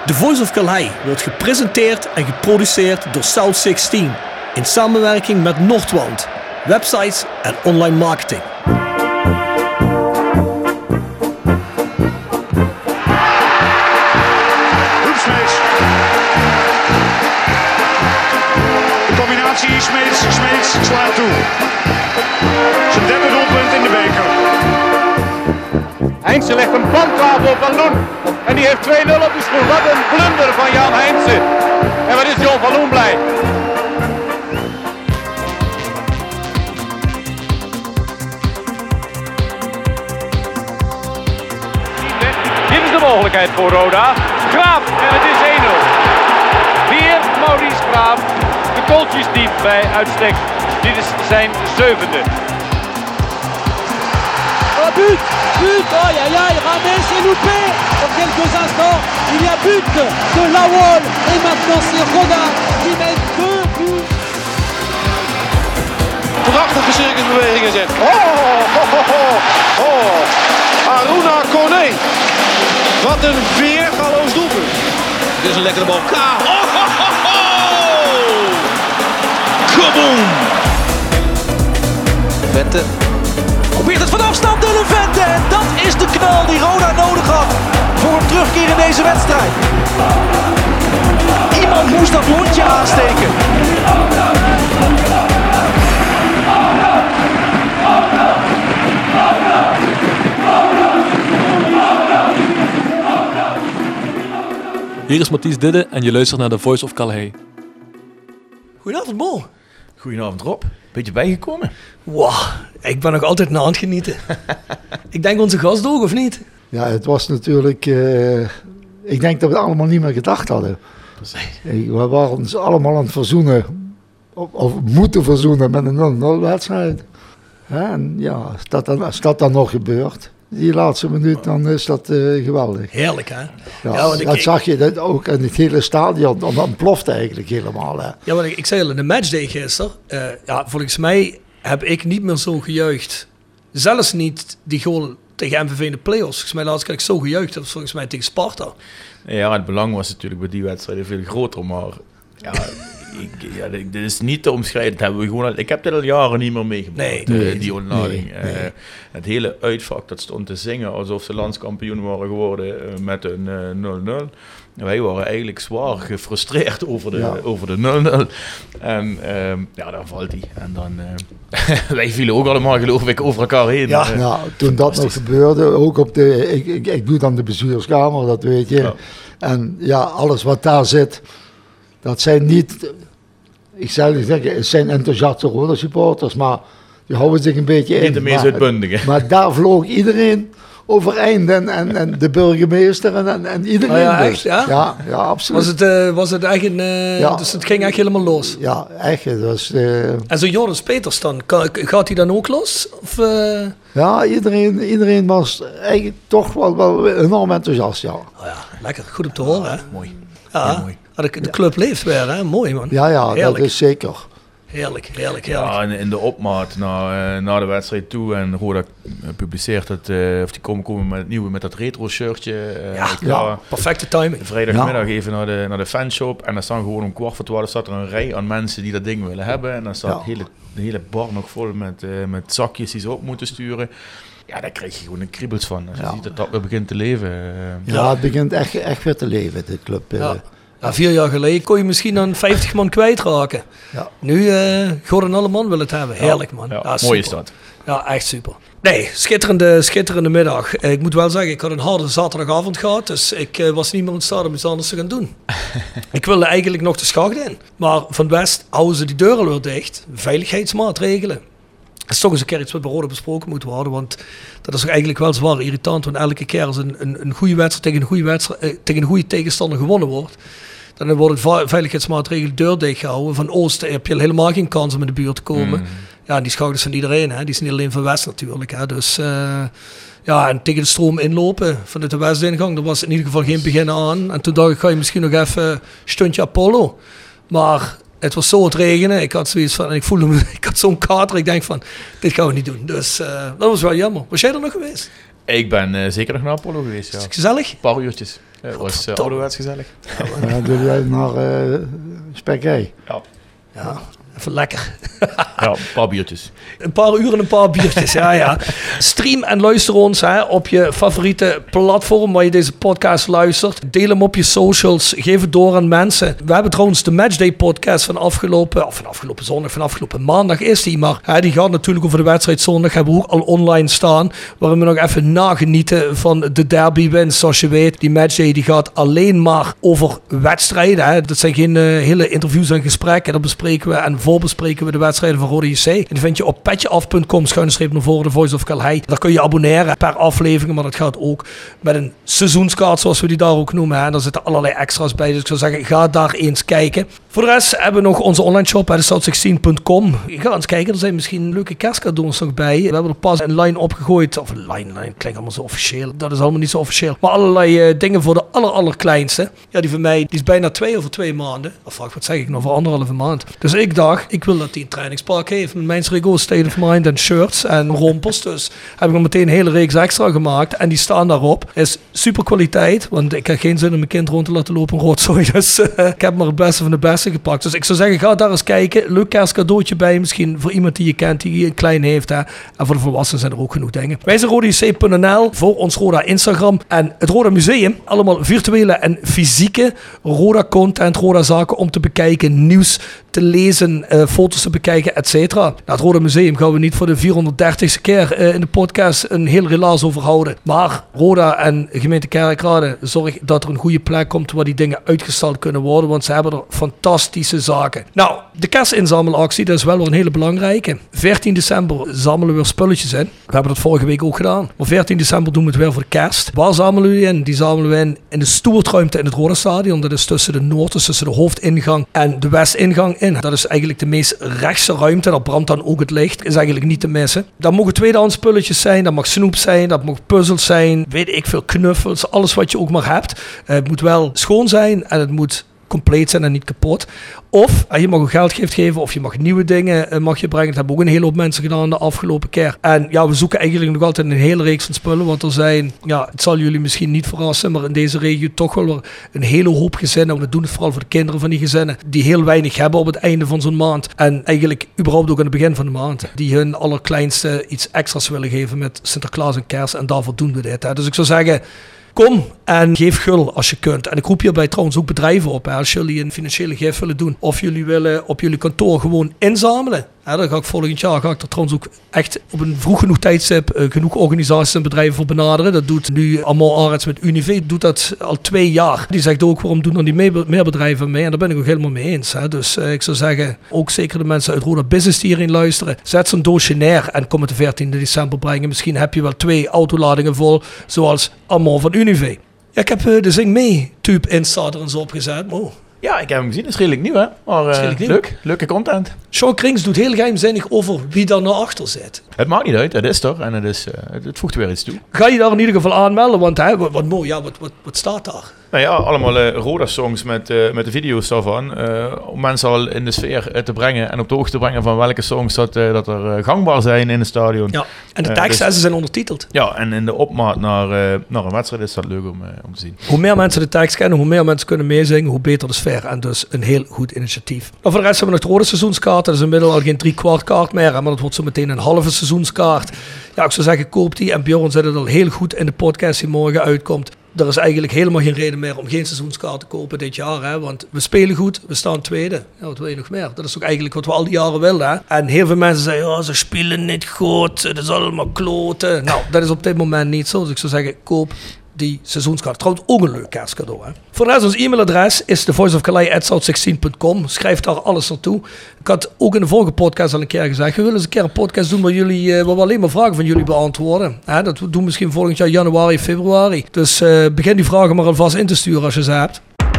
The Voice of Calais wordt gepresenteerd en geproduceerd door South 16 in samenwerking met Noordwand, websites en online marketing. Smeets. De combinatie Smeets slaat toe. Zijn derde doelpunt in de beker. Heinze legt een bandtafel van Loen. En die heeft 2-0 op de schoen. Wat een blunder van Jan Heinze. En wat is John van Loen blij. Dit is de mogelijkheid voor Roda. Graaf en het is 1-0. Weer Maurice Graaf. De goaltjesdief bij uitstek. Dit is zijn 7e. Oh, but, aïe aïe aïe, Rames est loupé. Dans quelques instants, il y a but de Lawol. Et maintenant c'est Roda qui met 2 buts. Prachtige circusbewegingen zet. Aruna Kone. Wat een weergaloos doelpunt. Dit is een lekkere bal. Kaboom! Vente probeert het van afstand, Dylan Vente. En dat is de knal die Roda nodig had voor een terugkeer in deze wedstrijd. Iemand moest dat lontje aansteken. Hier is Mathies Didde en je luistert naar The Voice of Calais. Goedenavond, Mo. Goedenavond, Rob. Beetje bijgekomen? Wow, ik ben nog altijd na aan het genieten. Ik denk onze gast ook, of niet? Ja, het was natuurlijk... ik denk dat we het allemaal niet meer gedacht hadden. Precies. We waren ons allemaal aan het verzoenen. Of moeten verzoenen met een 0-0 wedstrijd. En ja, als dat dan nog gebeurt... Die laatste minuut, dan is dat geweldig. Heerlijk, hè? Ja, want dat zag je dat ook in het hele stadion. Dan ontploft eigenlijk helemaal. Hè. Ja, want ik zei al in de matchday gisteren. Volgens mij heb ik niet meer zo gejuicht. Zelfs niet die goal tegen MVV in de play-offs. Volgens mij laatst heb ik zo gejuicht. Dat was volgens mij tegen Sparta. Ja, het belang was natuurlijk bij die wedstrijden veel groter. Maar ja, dit is niet te omschrijven. Dat hebben we gewoon ik heb dit al jaren niet meer meegemaakt. Die ontlading. Nee. Het hele uitvak dat stond te zingen alsof ze landskampioen waren geworden met een 0-0. Wij waren eigenlijk zwaar gefrustreerd over de 0-0. En dan valt hij. En dan wij vielen ook allemaal, geloof ik, over elkaar heen. Ja, toen dat nog gebeurde, ook op de... Ik doe dan de bestuurskamer, dat weet je. Ja. En ja, alles wat daar zit... Dat zijn niet, ik zou niet zeggen, het zijn enthousiaste Roda supporters, maar die houden zich een beetje in. Niet de meest uitbundige. Maar daar vloog iedereen overeind en de burgemeester en iedereen. Oh ja, echt, ja? Ja, absoluut. Was het echt dus het ging echt helemaal los? Ja, echt. En zo Joris Peters dan, gaat hij dan ook los? Of, Ja, iedereen was eigenlijk toch wel enorm enthousiast, ja. Oh ja, lekker. Goed om te horen, hè? Mooi. Ja, heel mooi. De club leeft weer, hè? Mooi, man. Ja, dat is zeker. Heerlijk. Ja, en in de opmaat naar de wedstrijd toe. En Roda publiceert het, of die komen met het nieuwe, met dat retro shirtje. Perfecte timing. Vrijdagmiddag even naar de fanshop. En dan staan gewoon om 11:15 staat er een rij aan mensen die dat ding willen hebben. En dan staat de hele bar nog vol met zakjes die ze op moeten sturen. Ja, daar krijg je gewoon een kriebels van. Als je ziet dat weer begint te leven. Het begint echt weer te leven, dit club. Ja, 4 jaar geleden kon je misschien dan 50 man kwijtraken. Ja. Nu Gordon alle man wil het hebben. Heerlijk, man. Ja, mooi is dat. Ja, echt super. Nee, schitterende middag. Ik moet wel zeggen, ik had een harde zaterdagavond gehad. Dus ik was niet meer in staat om iets anders te gaan doen. Ik wilde eigenlijk nog de schacht in. Maar van West houden ze die deuren weer dicht. Veiligheidsmaatregelen. Dat is toch eens een keer iets wat bij Roda besproken moet worden. Want dat is toch eigenlijk wel zwaar irritant. Want elke keer als een goede wedstrijd tegen een goede tegenstander gewonnen wordt, dan wordt het veiligheidsmaatregelen deur dicht gehouden. Van Oosten heb je helemaal geen kans om in de buurt te komen. Ja, en die schacht is van iedereen. Hè. Die is niet alleen van West natuurlijk. Hè. Dus en tegen de stroom inlopen vanuit de Westingang, daar was in ieder geval geen begin aan. En toen dacht ik, ga je misschien nog even een stuntje Apollo. Maar het was zo het regenen. Ik had zoiets van, ik had zo'n kater. Ik denk van, dit gaan we niet doen. Dus dat was wel jammer. Was jij er nog geweest? Ik ben zeker nog naar Apollo geweest, ja. Gezellig? Een paar uurtjes. Het was ouderwets gezellig. Dan doe jij naar Spekij. Ja, even lekker. Ja, een paar biertjes. Een paar uur en een paar biertjes, ja. Stream en luister ons op je favoriete platform waar je deze podcast luistert. Deel hem op je socials. Geef het door aan mensen. We hebben trouwens de Matchday podcast van afgelopen zondag, van afgelopen maandag is die. Maar die gaat natuurlijk over de wedstrijd zondag. Hebben we ook al online staan. Waarin we nog even nagenieten van de derby winst. Zoals je weet, die Matchday die gaat alleen maar over wedstrijden. Dat zijn geen hele interviews en gesprekken. Dat bespreken we en voorbespreken we de wedstrijden van Rode JC. En die vind je op petjeaf.com/naar de Voice of Calhei. Daar kun je abonneren per aflevering, maar dat gaat ook met een seizoenskaart, zoals we die daar ook noemen. En daar zitten allerlei extra's bij, dus ik zou zeggen, ga daar eens kijken. Voor de rest hebben we nog onze online shop, de South16.com. Ga eens kijken, er zijn misschien leuke kerstcadeaus nog bij. We hebben er pas een line opgegooid, of een line, klinkt allemaal zo officieel. Dat is allemaal niet zo officieel. Maar allerlei dingen voor de allerkleinste. Ja, die van mij, die is bijna 2 maanden. Of wat zeg ik nou, voor 1,5 maand. Dus ik dacht, ik wil dat die een trainingspark heeft met mijn Rigo State of Mind en shirts en rompers. Dus heb ik er meteen een hele reeks extra gemaakt en die staan daarop. Is super kwaliteit, want ik heb geen zin om mijn kind rond te laten lopen in rotzooi. Dus ik heb maar het beste van de beste gepakt. Dus ik zou zeggen, ga daar eens kijken. Leuk kerstcadeautje bij, misschien voor iemand die je kent, die een klein heeft. En voor de volwassenen zijn er ook genoeg dingen. Wij zijn RodaJC.nl voor ons Roda Instagram en het Roda Museum. Allemaal virtuele en fysieke Roda content, Roda zaken om te bekijken, nieuws te lezen, foto's te bekijken, et cetera. Nou, het Roda Museum gaan we niet voor de 430ste keer in de podcast een heel relaas over houden. Maar Roda en gemeente Kerkrade zorg dat er een goede plek komt waar die dingen uitgestald kunnen worden, want ze hebben er fantastische zaken. Nou, de kerstinzamelactie, dat is wel weer een hele belangrijke. 14 december zamelen we weer spulletjes in. We hebben dat vorige week ook gedaan. Maar 14 december doen we het weer voor de kerst. Waar zamelen we in? Die zamelen we in de stoertruimte in het Roda Stadion. Dat is tussen de noord, dus tussen de hoofdingang en de westingang in. Dat is eigenlijk de meest rechtse ruimte. Daar brandt dan ook het licht. Is eigenlijk niet te missen. Daar mogen tweedehands spulletjes zijn. Dat mag snoep zijn. Dat mag puzzels zijn. Weet ik veel, knuffels. Alles wat je ook maar hebt. Het moet wel schoon zijn en het moet compleet zijn en niet kapot. Of je mag ook geld geven of je mag nieuwe dingen mag je brengen. Dat hebben ook een hele hoop mensen gedaan de afgelopen keer. En ja, we zoeken eigenlijk nog altijd een hele reeks van spullen. Want er zijn, ja, het zal jullie misschien niet verrassen, maar in deze regio toch wel weer een hele hoop gezinnen. We doen het vooral voor de kinderen van die gezinnen. Die heel weinig hebben op het einde van zo'n maand. En eigenlijk überhaupt ook aan het begin van de maand. Die hun allerkleinste iets extra's willen geven met Sinterklaas en Kerst. En daarvoor doen we dit. Hè. Dus ik zou zeggen, kom en geef gul als je kunt. En ik roep hierbij trouwens ook bedrijven op. Hè. Als jullie een financiële gift willen doen. Of jullie willen op jullie kantoor gewoon inzamelen. Ja, dan ga ik volgend jaar er trouwens ook echt op een vroeg genoeg tijdstip genoeg organisaties en bedrijven voor benaderen. Dat doet nu Amor Arets met Unive. Doet dat al 2 jaar. Die zegt ook, waarom doen dan die meer bedrijven mee? En daar ben ik ook helemaal mee eens. Hè. Dus ik zou zeggen, ook zeker de mensen uit Roda Business die hierin luisteren. Zet zo'n doosje neer en kom het de 14 december brengen. Misschien heb je wel 2 autoladingen vol. Zoals Amor van Unive. Ja, ik heb de Zing Mee tube Insta er eens opgezet. Oh. Ja, ik heb hem gezien. Dat is redelijk nieuw, hè? Maar leuk. Leuke content. Sean Krings doet heel geheimzinnig over wie daar naar achter zit. Het maakt niet uit. Het is er. En het voegt weer iets toe. Ga je daar in ieder geval aanmelden? Want wat mooi. Ja, wat staat daar? Nou ja, allemaal Roda-songs met de video's daarvan. Om mensen al in de sfeer te brengen en op de hoogte te brengen van welke songs dat er gangbaar zijn in het stadion. Ja, en de teksten zijn ondertiteld. Ja, en in de opmaat naar een wedstrijd is dat leuk om te zien. Hoe meer mensen de tekst kennen, hoe meer mensen kunnen meezingen, hoe beter de sfeer. En dus een heel goed initiatief. Maar voor de rest hebben we nog het Rode seizoenskaart. Dat is inmiddels al geen 3/4 kaart meer, maar dat wordt zo meteen een halve seizoenskaart. Ja, ik zou zeggen, koop die. En Bjorn zet het al heel goed in de podcast die morgen uitkomt. Er is eigenlijk helemaal geen reden meer om geen seizoenskaart te kopen dit jaar. Hè? Want we spelen goed, we staan tweede. Ja, wat wil je nog meer? Dat is ook eigenlijk wat we al die jaren wilden. Hè? En heel veel mensen zeggen, oh, ze spelen niet goed, het is allemaal kloten. Nou, dat is op dit moment niet zo. Dus ik zou zeggen, koop die seizoenskaart. Trouwens ook een leuk kerstcadeau. Hè? Voor de rest, ons e-mailadres is thevoiceofcalhei@south16.com. Schrijf daar alles naartoe. Ik had ook in de vorige podcast al een keer gezegd, we willen eens een keer een podcast doen waar we alleen maar vragen van jullie beantwoorden. Dat doen we misschien volgend jaar januari, februari. Dus begin die vragen maar alvast in te sturen als je ze hebt.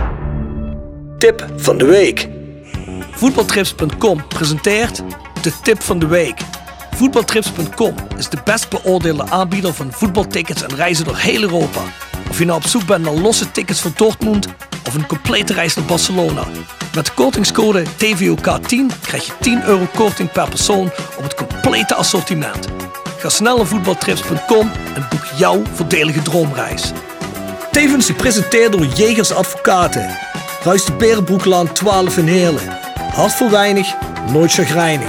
Tip van de week. Voetbaltrips.com presenteert de tip van de week. Voetbaltrips.com is de best beoordeelde aanbieder van voetbaltickets en reizen door heel Europa. Of je nou op zoek bent naar losse tickets voor Dortmund of een complete reis naar Barcelona. Met de kortingscode TVOK10 krijg je €10 korting per persoon op het complete assortiment. Ga snel naar voetbaltrips.com en boek jouw voordelige droomreis. Tevens gepresenteerd door Jegers Advocaten. Ruis de Berenbroeklaan 12 in Heerlen. Hart voor weinig, nooit chagrijnig.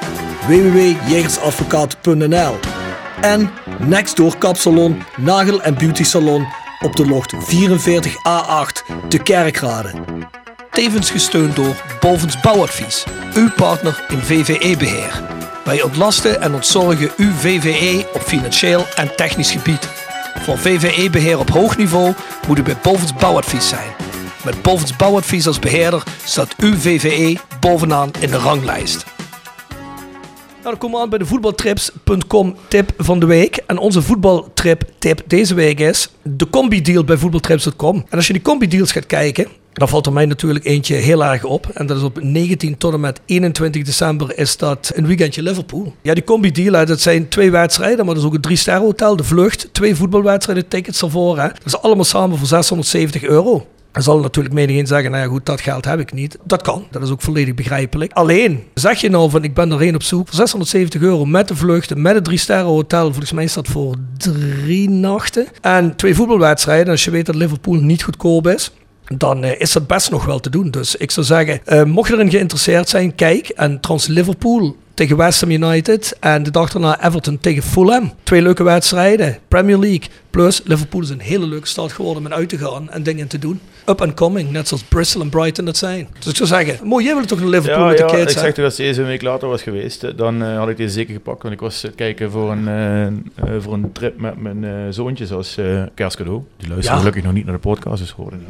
www.jegersadvocaten.nl. En Nextdoor Kapsalon, Nagel en Beauty Salon op de locht 44A8 te Kerkrade. Tevens gesteund door Bovens Bouwadvies, uw partner in VVE-beheer. Wij ontlasten en ontzorgen uw VVE op financieel en technisch gebied. Voor VVE-beheer op hoog niveau moet u bij Bovens Bouwadvies zijn. Met Bovens Bouwadvies als beheerder staat uw VVE bovenaan in de ranglijst. Nou, dan komen we aan bij de voetbaltrips.com tip van de week. En onze voetbaltrip tip deze week is de combi-deal bij voetbaltrips.com. En als je die combi-deals gaat kijken, dan valt er mij natuurlijk eentje heel erg op. En dat is op 19 tot en met 21 december is dat een weekendje Liverpool. Ja, die combi-deal, dat zijn 2 wedstrijden, maar dat is ook een 3-ster hotel. De vlucht, 2 voetbalwedstrijden, tickets ervoor. Hè. Dat is allemaal samen voor €670. Dan zal natuurlijk menigeen zeggen, nou ja goed, dat geld heb ik niet. Dat kan, dat is ook volledig begrijpelijk. Alleen, zeg je nou van ik ben er één op zoek voor €670 met de vluchten, met het 3-sterren hotel. Volgens mij is dat voor 3 nachten. En 2 voetbalwedstrijden. Als je weet dat Liverpool niet goedkoop is, dan is dat best nog wel te doen. Dus ik zou zeggen, mocht je erin geïnteresseerd zijn, kijk. En trouwens Liverpool tegen West Ham United en de dag daarna Everton tegen Fulham. 2 leuke wedstrijden, Premier League. Plus Liverpool is een hele leuke stad geworden om uit te gaan en dingen te doen. Up and coming, net zoals Bristol en Brighton dat zijn. Dus ik zou zeggen, mooi, jij wil toch naar Liverpool met de kids, ik zeg toch dat deze een week later was geweest, dan had ik deze zeker gepakt. Want ik was kijken voor een trip met mijn zoontjes als kerstcadeau. Die luisteren gelukkig nog niet naar de podcast, dus horen.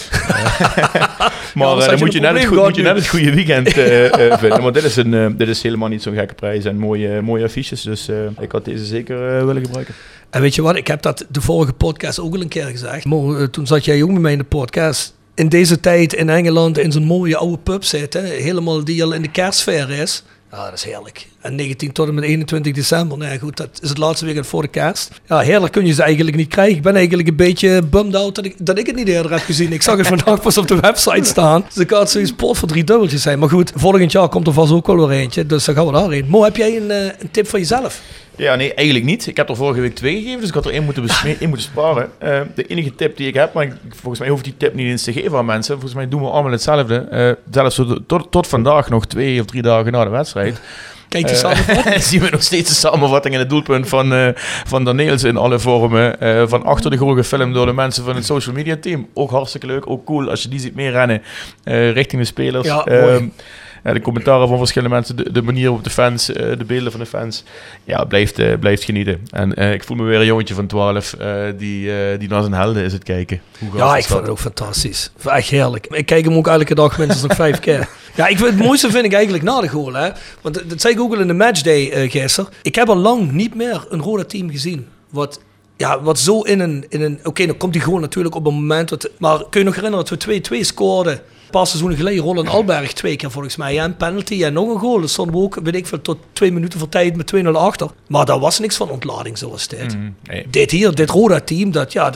Maar dan moet je net het goede weekend vinden. Maar dit is helemaal niet zo'n gekke prijs en mooie affiches. Dus ik had deze zeker willen gebruiken. En weet je wat, ik heb dat de vorige podcast ook al een keer gezegd. Maar toen zat jij ook met mij in de podcast. In deze tijd in Engeland in zo'n mooie oude pub zitten. Helemaal die al in de kerstsfeer is. Ja, dat is heerlijk. En 19 tot en met 21 december. Nou ja, goed, dat is het laatste weekend voor de kerst. Ja, heerlijk kun je ze eigenlijk niet krijgen. Ik ben eigenlijk een beetje bummed out dat ik het niet eerder heb gezien. Ik zag het vandaag pas op de website staan. Dus ik had zo'n sport voor 3 dubbeltjes zijn. Maar goed, volgend jaar komt er vast ook wel weer eentje. Dus dan gaan we daarheen. Mo, heb jij een tip van jezelf? Ja, nee, eigenlijk niet. Ik heb er vorige week 2 gegeven, dus ik had er 1 moeten sparen. De enige tip die ik heb, maar volgens mij hoeft die tip niet eens te geven aan mensen. Volgens mij doen we allemaal hetzelfde. Zelfs tot vandaag nog 2 of 3 dagen na de wedstrijd. Kijk, de samenvatting. Zien we nog steeds de samenvatting en het doelpunt van Daniels in alle vormen. Van achter de goal gefilmd door de mensen van het social media team. Ook hartstikke leuk, ook cool als je die ziet meerennen richting de spelers. Ja, mooi. De commentaren van verschillende mensen, de manier op de fans, de beelden van de fans. Ja, blijft genieten. En ik voel me weer een jongetje van 12 die naar zijn helden is het kijken. Ja, ik vond het ook fantastisch. Echt heerlijk. Ik kijk hem ook elke dag minstens nog 5 keer. Ja, het mooiste vind ik eigenlijk na de goal. Hè? Want dat zei ik ook al in de matchday gisteren. Ik heb al lang niet meer een Roda team gezien. Wat zo in een oké, dan komt die goal natuurlijk op een moment. Maar kun je nog herinneren dat we 2-2 scoorden? Een paar seizoenen geleden Roland Alberg 2 keer volgens mij. Ja, een penalty en nog een goal. Dus stonden we ook, weet ik veel, tot 2 minuten voor tijd met 2-0 achter. Maar daar was niks van ontlading zoals dit. Nee. Dit Roda-team,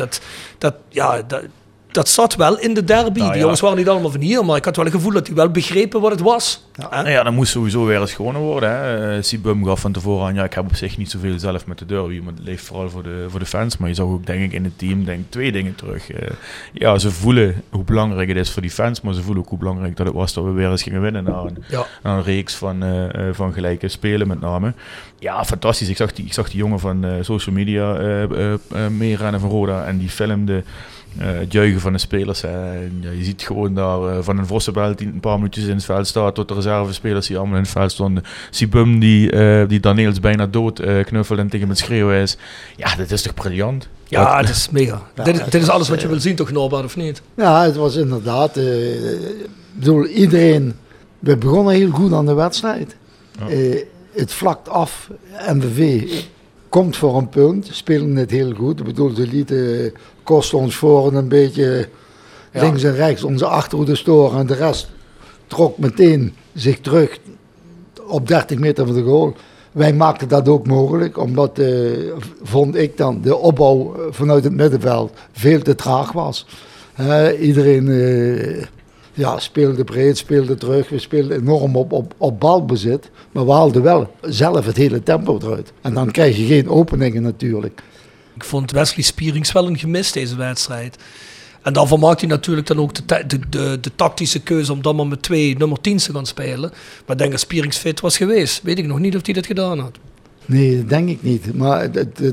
dat zat wel in de derby. Die jongens waren niet allemaal van hier, maar ik had wel het gevoel dat die wel begrepen wat het was. Ja, dan moest sowieso weer eens gewonnen worden. Sibum gaf van tevoren aan, ik heb op zich niet zoveel zelf met de derby, maar het leeft vooral voor de fans. Maar je zag ook, denk ik, in het team 2 dingen terug. Ze voelen hoe belangrijk het is voor die fans, maar ze voelen ook hoe belangrijk dat het was dat we weer eens gingen winnen na een reeks van gelijke spelen met name. Ja, fantastisch. Ik zag die jongen van social media meerennen van Roda en die filmde het juichen van de spelers. Je ziet gewoon daar van een Vossenbelt die een paar minuutjes in het veld staat tot de reservespelers die allemaal in het veld stonden. Sibum die Daniels bijna dood knuffelt en tegen hem het schreeuwen is. Ja, dit is toch briljant? Ja, het is mega. Ja, dit is alles wat je wil zien toch, Norbert, of niet? Ja, het was inderdaad. Iedereen. We begonnen heel goed aan de wedstrijd. Ja. Het vlakt af. MVV komt voor een punt. Spelen het heel goed. Ik bedoel, de lieten kosten ons voor een beetje links en rechts onze achterhoede storen. En de rest trok meteen zich terug op 30 meter van de goal. Wij maakten dat ook mogelijk, omdat, vond ik dan, de opbouw vanuit het middenveld veel te traag was. Iedereen speelde breed, speelde terug. We speelden enorm op balbezit, maar we haalden wel zelf het hele tempo eruit. En dan krijg je geen openingen natuurlijk. Ik vond Wesley Spierings wel een gemist deze wedstrijd. En daarvan maakt hij natuurlijk dan ook de tactische keuze om dan maar met 2 nummer 10's te gaan spelen. Maar ik denk dat Spierings fit was geweest. Weet ik nog niet of hij dat gedaan had. Nee, dat denk ik niet. Maar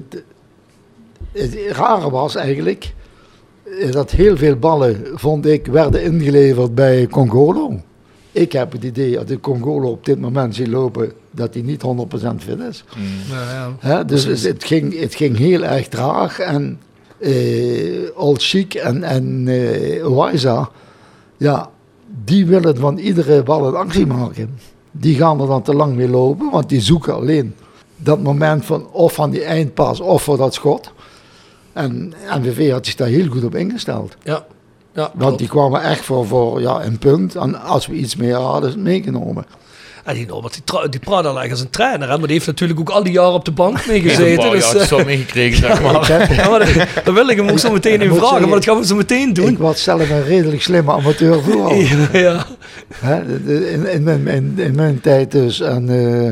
het rare was eigenlijk dat heel veel ballen, vond ik, werden ingeleverd bij Congolo. Ik heb het idee dat de Congolo op dit moment zie lopen dat hij niet 100% fit is. Ja, dus het ging heel erg traag. En Old Chic en Owaisa, ja, die willen van iedere bal een actie maken. Die gaan er dan te lang mee lopen, want die zoeken alleen dat moment van of van die eindpas of voor dat schot. En NVV had zich daar heel goed op ingesteld. Ja, want die kwamen echt voor een punt. En als we iets meer hadden, is het meegenomen. En die praat al als een trainer, hè? Maar die heeft natuurlijk ook al die jaren op de bank meegezeten. Ja, het is zo meegekregen, zeg maar. Dat wil ik hem ook zo meteen even vragen, maar dat gaan we zo meteen doen. Ik was zelf een redelijk slimme amateur voetballer. Ja. In mijn tijd dus. En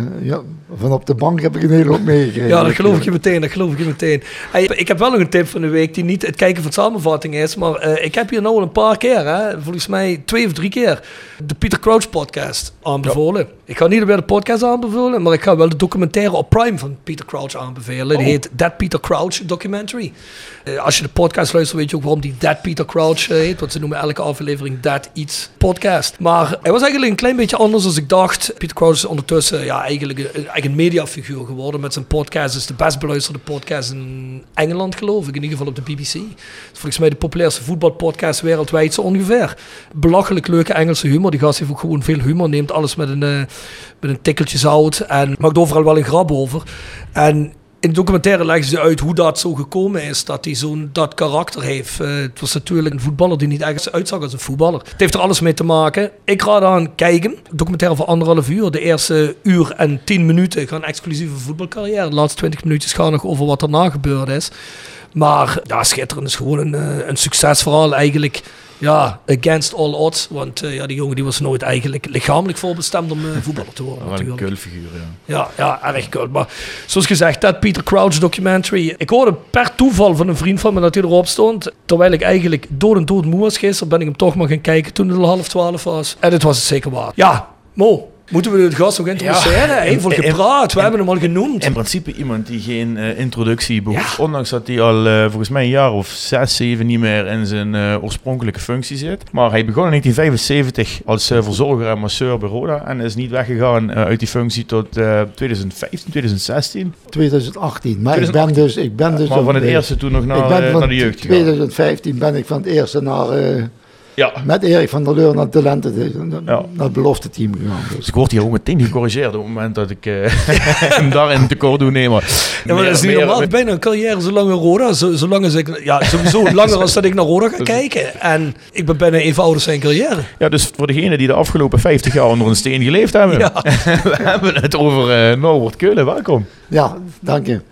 van op de bank heb ik een hele hoop meegekregen. Ja, dat geloof ik je meteen. Hey, ik heb wel nog een tip van de week die niet het kijken van samenvatting is, maar ik heb hier nou al een paar keer, hè, volgens mij 2 of 3 keer, de Peter Crouch podcast aanbevolen. Ja. Ik ga niet weer de podcast aanbevelen, maar ik ga wel de documentaire op Prime van Peter Crouch aanbevelen. Die heet That Peter Crouch Documentary. Als je de podcast luistert, weet je ook waarom die That Peter Crouch heet, want ze noemen elke aflevering That Iets podcast. Maar hij was eigenlijk een klein beetje anders dan ik dacht. Peter Crouch is ondertussen eigenlijk een mediafiguur geworden met zijn podcast. Het is de best beluisterde podcast in Engeland, geloof ik, in ieder geval op de BBC. Het is volgens mij de populairste voetbalpodcast wereldwijd zo ongeveer. Belachelijk leuke Engelse humor. Die gast heeft ook gewoon veel humor, neemt alles met een tikkeltje zout en maakt overal wel een grap over. En in de documentaire leggen ze uit hoe dat zo gekomen is, dat hij dat karakter heeft. Het was natuurlijk een voetballer die niet ergens uitzag als een voetballer. Het heeft er alles mee te maken. Ik raad aan kijken. Een documentaire van 1,5 uur. De eerste uur en 10 minuten gaan exclusieve voetbalcarrière. De laatste 20 minuutjes gaan nog over wat daarna gebeurd is. Maar ja, schitterend is gewoon een succesverhaal eigenlijk. Ja, against all odds. Want die jongen die was nooit eigenlijk lichamelijk voorbestemd om voetballer te worden. Wel een kultfiguur, ja. Ja, erg kult. Maar zoals gezegd, dat Peter Crouch documentary. Ik hoorde per toeval van een vriend van me dat hij erop stond. Terwijl ik eigenlijk dood moe was gisteren, ben ik hem toch maar gaan kijken toen het al 11:30 was. En het was het zeker waard. Ja, Mo. Moeten we het gast nog introduceren? Hij heeft gepraat, we hebben hem al genoemd. In principe iemand die geen introductie behoeft. Ja. Ondanks dat hij al volgens mij een jaar of 6, 7 niet meer in zijn oorspronkelijke functie zit. Maar hij begon in 1975 als verzorger en masseur bij Roda. En is niet weggegaan uit die functie tot 2015, 2016. 2018. Maar 2018. Ik ben dus maar van het eerste toen nog naar de jeugd gegaan. 2015 ben ik van het eerste naar... met Erik van der Leur naar het talenten, naar het belofte team gegaan. Dus ik word hier ook meteen gecorrigeerd op het moment dat ik hem daarin tekort doe nemen. Ja, maar dat is niet normaal. Bijna een carrière zo lang in Roda. Zolang als ik, sowieso langer als dat ik naar Roda ga kijken. En ik ben bijna even ouder zijn carrière. Ja, dus voor degenen die de afgelopen 50 jaar onder een steen geleefd hebben. Ja. We hebben het over Norbert Keulen. Welkom. Ja, dank je.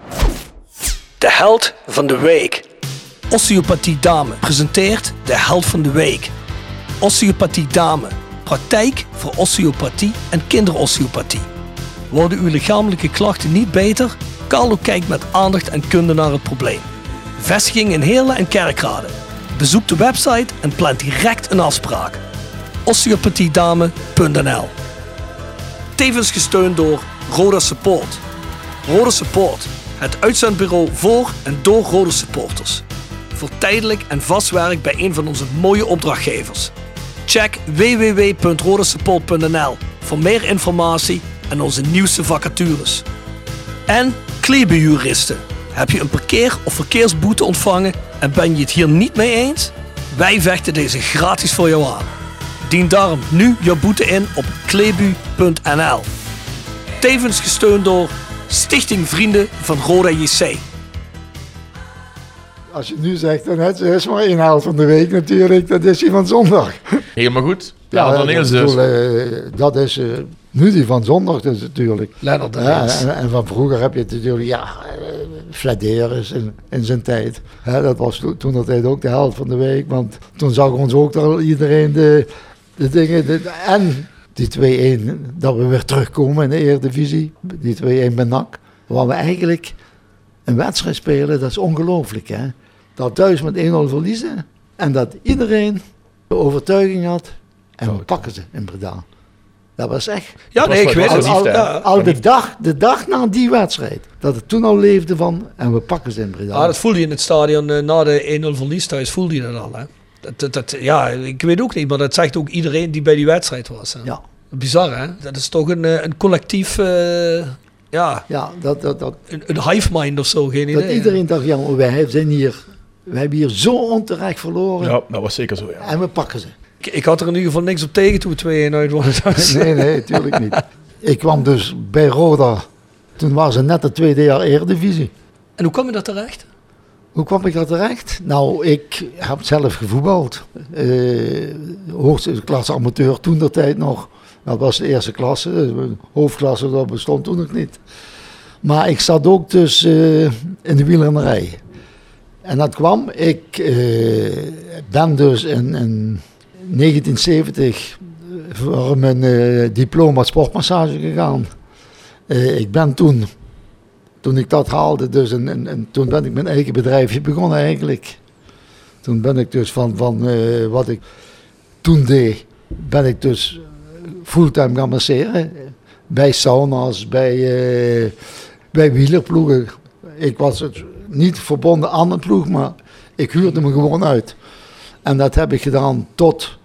De held van de week. Osteopathie Dame presenteert de held van de week. Osteopathie Dame. Praktijk voor osteopathie en kinderosteopathie. Worden uw lichamelijke klachten niet beter? Carlo kijkt met aandacht en kunde naar het probleem. Vestiging in Heerlen en Kerkrade. Bezoek de website en plant direct een afspraak. osteopathiedame.nl. Tevens gesteund door Roda Support. Roda Support. Het uitzendbureau voor en door Roda supporters. Voor tijdelijk en vast werk bij een van onze mooie opdrachtgevers. Check www.rodasupport.nl voor meer informatie en onze nieuwste vacatures. En Kleebejuristen. Heb je een parkeer- of verkeersboete ontvangen en ben je het hier niet mee eens? Wij vechten deze gratis voor jou aan. Dien daarom nu je boete in op kleebu.nl. Tevens gesteund door Stichting Vrienden van Roda JC. Als je nu zegt, dan is maar één held van de week natuurlijk, dat is die van zondag. Helemaal goed. Dan dat is nu die van zondag dus natuurlijk. En van vroeger heb je het natuurlijk, Flederis in zijn tijd. Dat was toen dat tijd ook de held van de week, want toen zag ons ook al iedereen de dingen, en die 2-1, dat we weer terugkomen in de Eredivisie, die 2-1 bij NAC, waar we eigenlijk een wedstrijd spelen, dat is ongelooflijk. Hè? Dat thuis met 1-0 verliezen en dat iedereen de overtuiging had en we pakken ze in Breda. Dat was echt... Ja, nee, ik weet het. Al de dag na die wedstrijd. Dat het toen al leefde van en we pakken ze in Breda. Ah, dat voelde je in het stadion na de 1-0 verlies thuis, voelde je dat al. Hè? Ja, ik weet ook niet, maar dat zegt ook iedereen die bij die wedstrijd was. Hè? Ja. Bizar, hè? Dat is toch een collectief... Ja, een hive mind of zo, geen idee. Dat iedereen dacht, ja, wij hebben hier zo onterecht verloren. Ja, dat was zeker zo, ja. En we pakken ze. Ik had er in ieder geval niks op tegen toen we 2-1 uit wonnen. Nee, natuurlijk niet. Ik kwam dus bij Roda. Toen waren ze net het tweede jaar Eredivisie. En hoe kwam je daar terecht? Hoe kwam ik daar terecht? Nou, ik heb zelf gevoetbald. Hoogste klasse amateur toen de tijd nog. Dat was de eerste klasse. Hoofdklasse, dat bestond toen nog niet. Maar ik zat ook dus in de wielrennerij. En dat kwam, ik ben dus in 1970 voor mijn diploma sportmassage gegaan. Ik ben toen ik dat haalde, dus toen ben ik mijn eigen bedrijfje begonnen eigenlijk. Toen ben ik dus van wat ik toen deed, ben ik dus fulltime gaan masseren. Bij sauna's, bij wielerploegen. Ik was niet verbonden aan een ploeg, maar ik huurde me gewoon uit. En dat heb ik gedaan tot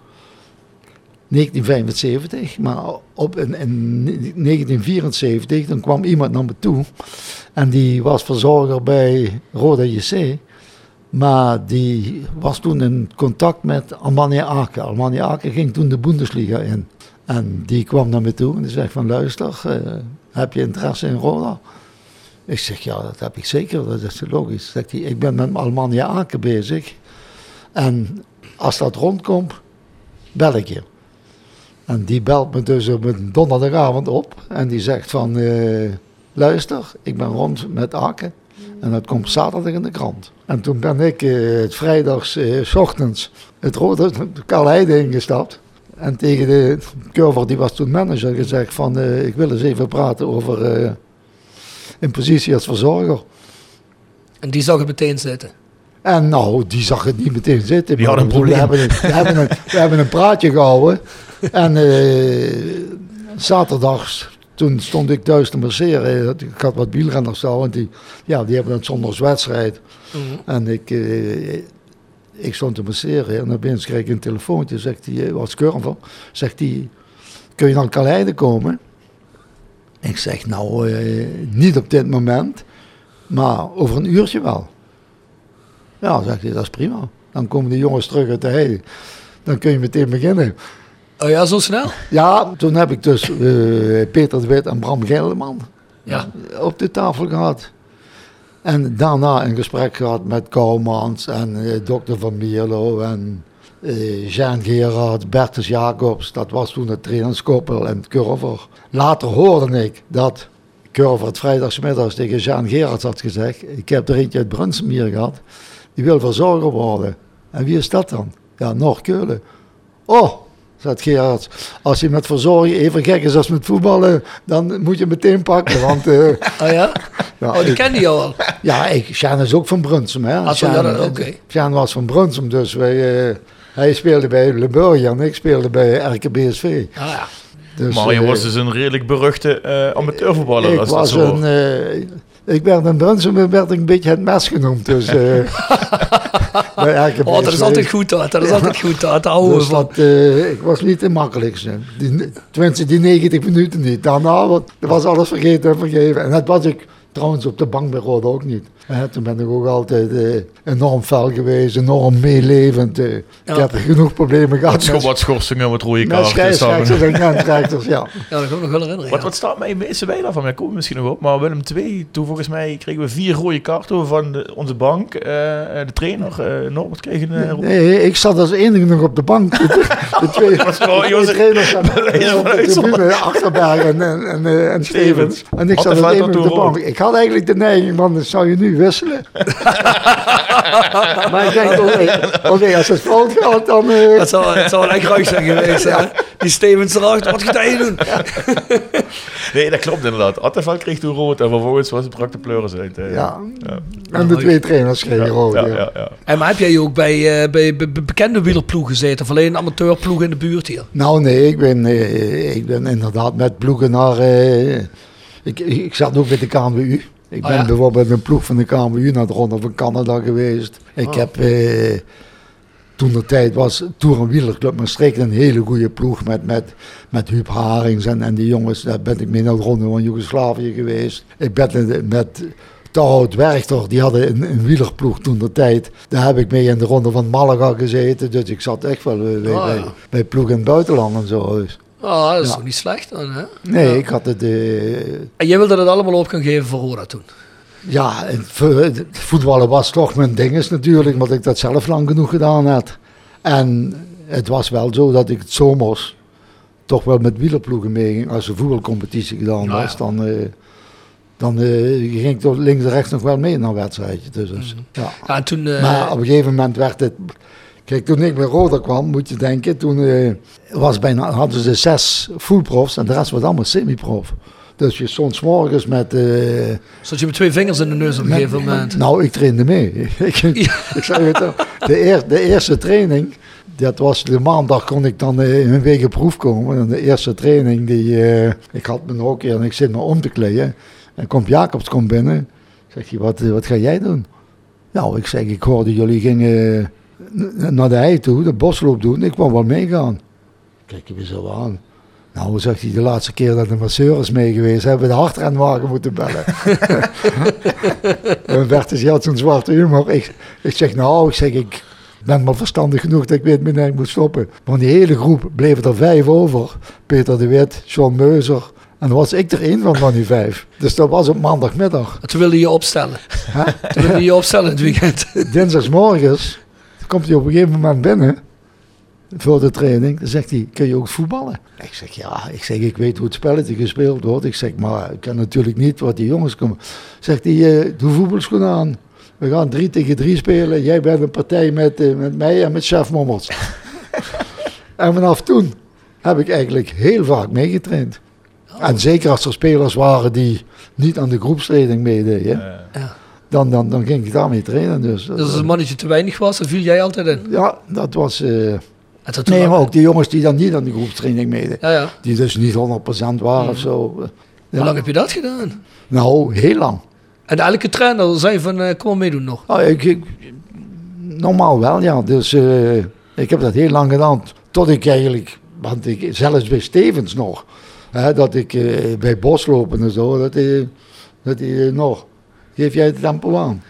1975. Maar in 1974, dan kwam iemand naar me toe. En die was verzorger bij Roda JC. Maar die was toen in contact met Alemannia Aachen. Alemannia Aachen ging toen de Bundesliga in. En die kwam naar me toe en die zegt van luister, heb je interesse in Roda? Ik zeg ja, dat heb ik zeker, dat is logisch. Zegt hij, ik ben met Alemannia Aachen bezig. En als dat rondkomt, bel ik je. En die belt me dus op een donderdagavond op. En die zegt van, luister, ik ben rond met Aachen. En dat komt zaterdag in de krant. En toen ben ik het vrijdags, 's ochtends, het rode Karl Heide ingestapt. En tegen de Curver, die was toen manager, gezegd van, ik wil eens even praten over een positie als verzorger. En die zag het meteen zitten? En nou, die zag het niet meteen zitten. Die had een probleem. We hebben een praatje gehouden. En zaterdags, toen stond ik thuis te masseren. Ik had wat wielrenners zo. En die hebben een zondagswedstrijd. Mm-hmm. En ik stond te masseren. En opeens kreeg ik een telefoontje. Zegt hij, was Curver. Zegt hij, kun je naar Kaleide komen? Ik zeg, nou, niet op dit moment. Maar over een uurtje wel. Ja, zegt hij, dat is prima. Dan komen de jongens terug uit de Heide. Dan kun je meteen beginnen. Oh ja, zo snel? Ja, toen heb ik dus Peter de Wit en Bram Gelderman op de tafel gehad. En daarna een gesprek gehad met Kouwmans en dokter Van Mierlo en Jean Gerard, Bertus Jacobs. Dat was toen het trainerskoppel en het Curver. Later hoorde ik dat Curver het vrijdagsmiddags tegen Jean Gerard had gezegd. Ik heb er eentje uit Brunsum hier gehad. Die wil verzorger worden. En wie is dat dan? Ja, Noord-Keulen. Oh, zegt Gerard, als je met verzorging even gek is als met voetballen, dan moet je meteen pakken. Want, oh ja? Oh, die kende je al? Ja, Sjaan is ook van Brunsum. Hè? Sjaan was van Brunsum, dus hij speelde bij Le Burger en ik speelde bij RKBSV. Ah ja. Dus, maar je was dus een redelijk beruchte amateurvoetballer. Ik werd in Brunsum een beetje het mes genoemd. Dus, dat is altijd goed, dat is altijd goed. Ik was niet de makkelijkste. Tenminste, die 90 minuten niet. Daarna was alles vergeten en vergeven. En dat was ik trouwens op de bank bij Roda ook niet. Toen ben ik ook altijd enorm fel geweest, enorm meelevend. Ik heb genoeg problemen gehad. Wat schorsingen, wat rode kaarten. Met scheidsrechters en grensrechters, ja. Ja, dat kan ik nog wel herinneren. Wat staat mij meeste bij daarvan? Daar komen we misschien nog op. Maar Willem II, toen volgens mij kregen we 4 rode kaarten van onze bank. De trainer, Norbert, kreeg een... Nee, ik zat als enige nog op de bank. De twee trainers zaten op de tribune, Achterberg en Stevens. En ik zat als enige op de bank. Ik had eigenlijk de neiging van, zou je nu nu wisselen. Maar ik denk, als het fout gaat, dan... Het zou een ruig zijn geweest, hè? Die Stevens erachter, wat gaat hij doen? Nee, dat klopt inderdaad. Attevel kreeg toen rood en vervolgens brak de pleuris uit. Ja. En de 2 trainers kregen rood. Ja. En maar heb jij ook bij bekende wielerploegen gezeten? Of alleen een amateurploeg in de buurt hier? Nou nee, ik ben inderdaad met ploegen naar... Ik zat ook bij de KNWU. Ik ben bijvoorbeeld met een ploeg van de KNWU naar de Ronde van Canada geweest. Ik heb... Toen de tijd was Tour en Wielerclub Maastricht een hele goede ploeg met Huub Harings en die jongens. Daar ben ik mee naar de Ronde van Joegoslavië geweest. Ik ben met Tahout Werchter, die hadden een wielerploeg toen de tijd. Daar heb ik mee in de Ronde van Malaga gezeten. Dus ik zat echt wel bij ploeg in het buitenland en zo. Dat is toch niet slecht dan, hè? Nee, ik had het... En jij wilde dat allemaal op gaan geven voor Roda toen? Ja, het voetballen was toch mijn ding natuurlijk, omdat ik dat zelf lang genoeg gedaan had. En het was wel zo dat ik het zomers toch wel met wielerploegen meeging. Als er voetbalcompetitie gedaan was, dan ging ik toch links en rechts nog wel mee naar een wedstrijdje. Dus, ja. En toen, maar op een gegeven moment werd het... Kijk, toen ik bij Roda kwam, moet je denken, toen hadden ze 6 fullprofs en de rest was allemaal semi-prof. Dus je stond 's morgens met... Zat je met 2 vingers in de neus op een gegeven moment? Nou, ik trainde mee. Ik zeg het al, de eerste training, dat was de maandag kon ik dan in een week op proef komen. En de eerste training, ik had me nog een keer en ik zit me om te kleden. En komt Jacobs binnen. Zegt hij, wat ga jij doen? Nou, ik zeg, ik hoorde jullie gingen naar de hei toe, de bosloop doen. Ik wou wel meegaan. Kijk je me zo aan. Nou, zegt hij, de laatste keer dat de masseur is mee geweest, hebben we de hartrenwagen moeten bellen. En Bertus had zo'n zwarte humor. Ik zeg, ik ben maar verstandig genoeg dat ik weet wanneer ik moet stoppen. Van die hele groep bleven er 5 over. Peter de Wit, John Meuser. En dan was ik er 1 van die 5. Dus dat was op maandagmiddag. Toen wilde je opstellen. Toen wilde je opstellen in het weekend. Dinsdagsmorgens komt hij op een gegeven moment binnen. Voor de training, dan zegt hij, kun je ook voetballen? Ik zeg, ja, ik weet hoe het spelletje gespeeld wordt. Ik zeg, maar ik kan natuurlijk niet wat die jongens komen. Zegt hij, doe voetbalschoenen aan. We gaan 3 tegen 3 spelen. Jij bent een partij met mij en met chef Mommels. En vanaf toen heb ik eigenlijk heel vaak meegetraind. En zeker als er spelers waren die niet aan de groepstraining meededen. Dan ging ik daarmee trainen. Dus als een mannetje te weinig was, dan viel jij altijd in? Ja, dat was... Nee, maar ook die jongens die dan niet aan de groepstraining meededen. Ja. Die dus niet 100% waren of zo. Ja. Hoe lang heb je dat gedaan? Nou, heel lang. En elke trainer zei van, kom maar meedoen nog? Normaal wel, ja. Dus ik heb dat heel lang gedaan. Tot ik eigenlijk, want ik zelfs bij Stevens nog, dat ik bij boslopen en zo, dat hij nog, geef jij het tempo aan.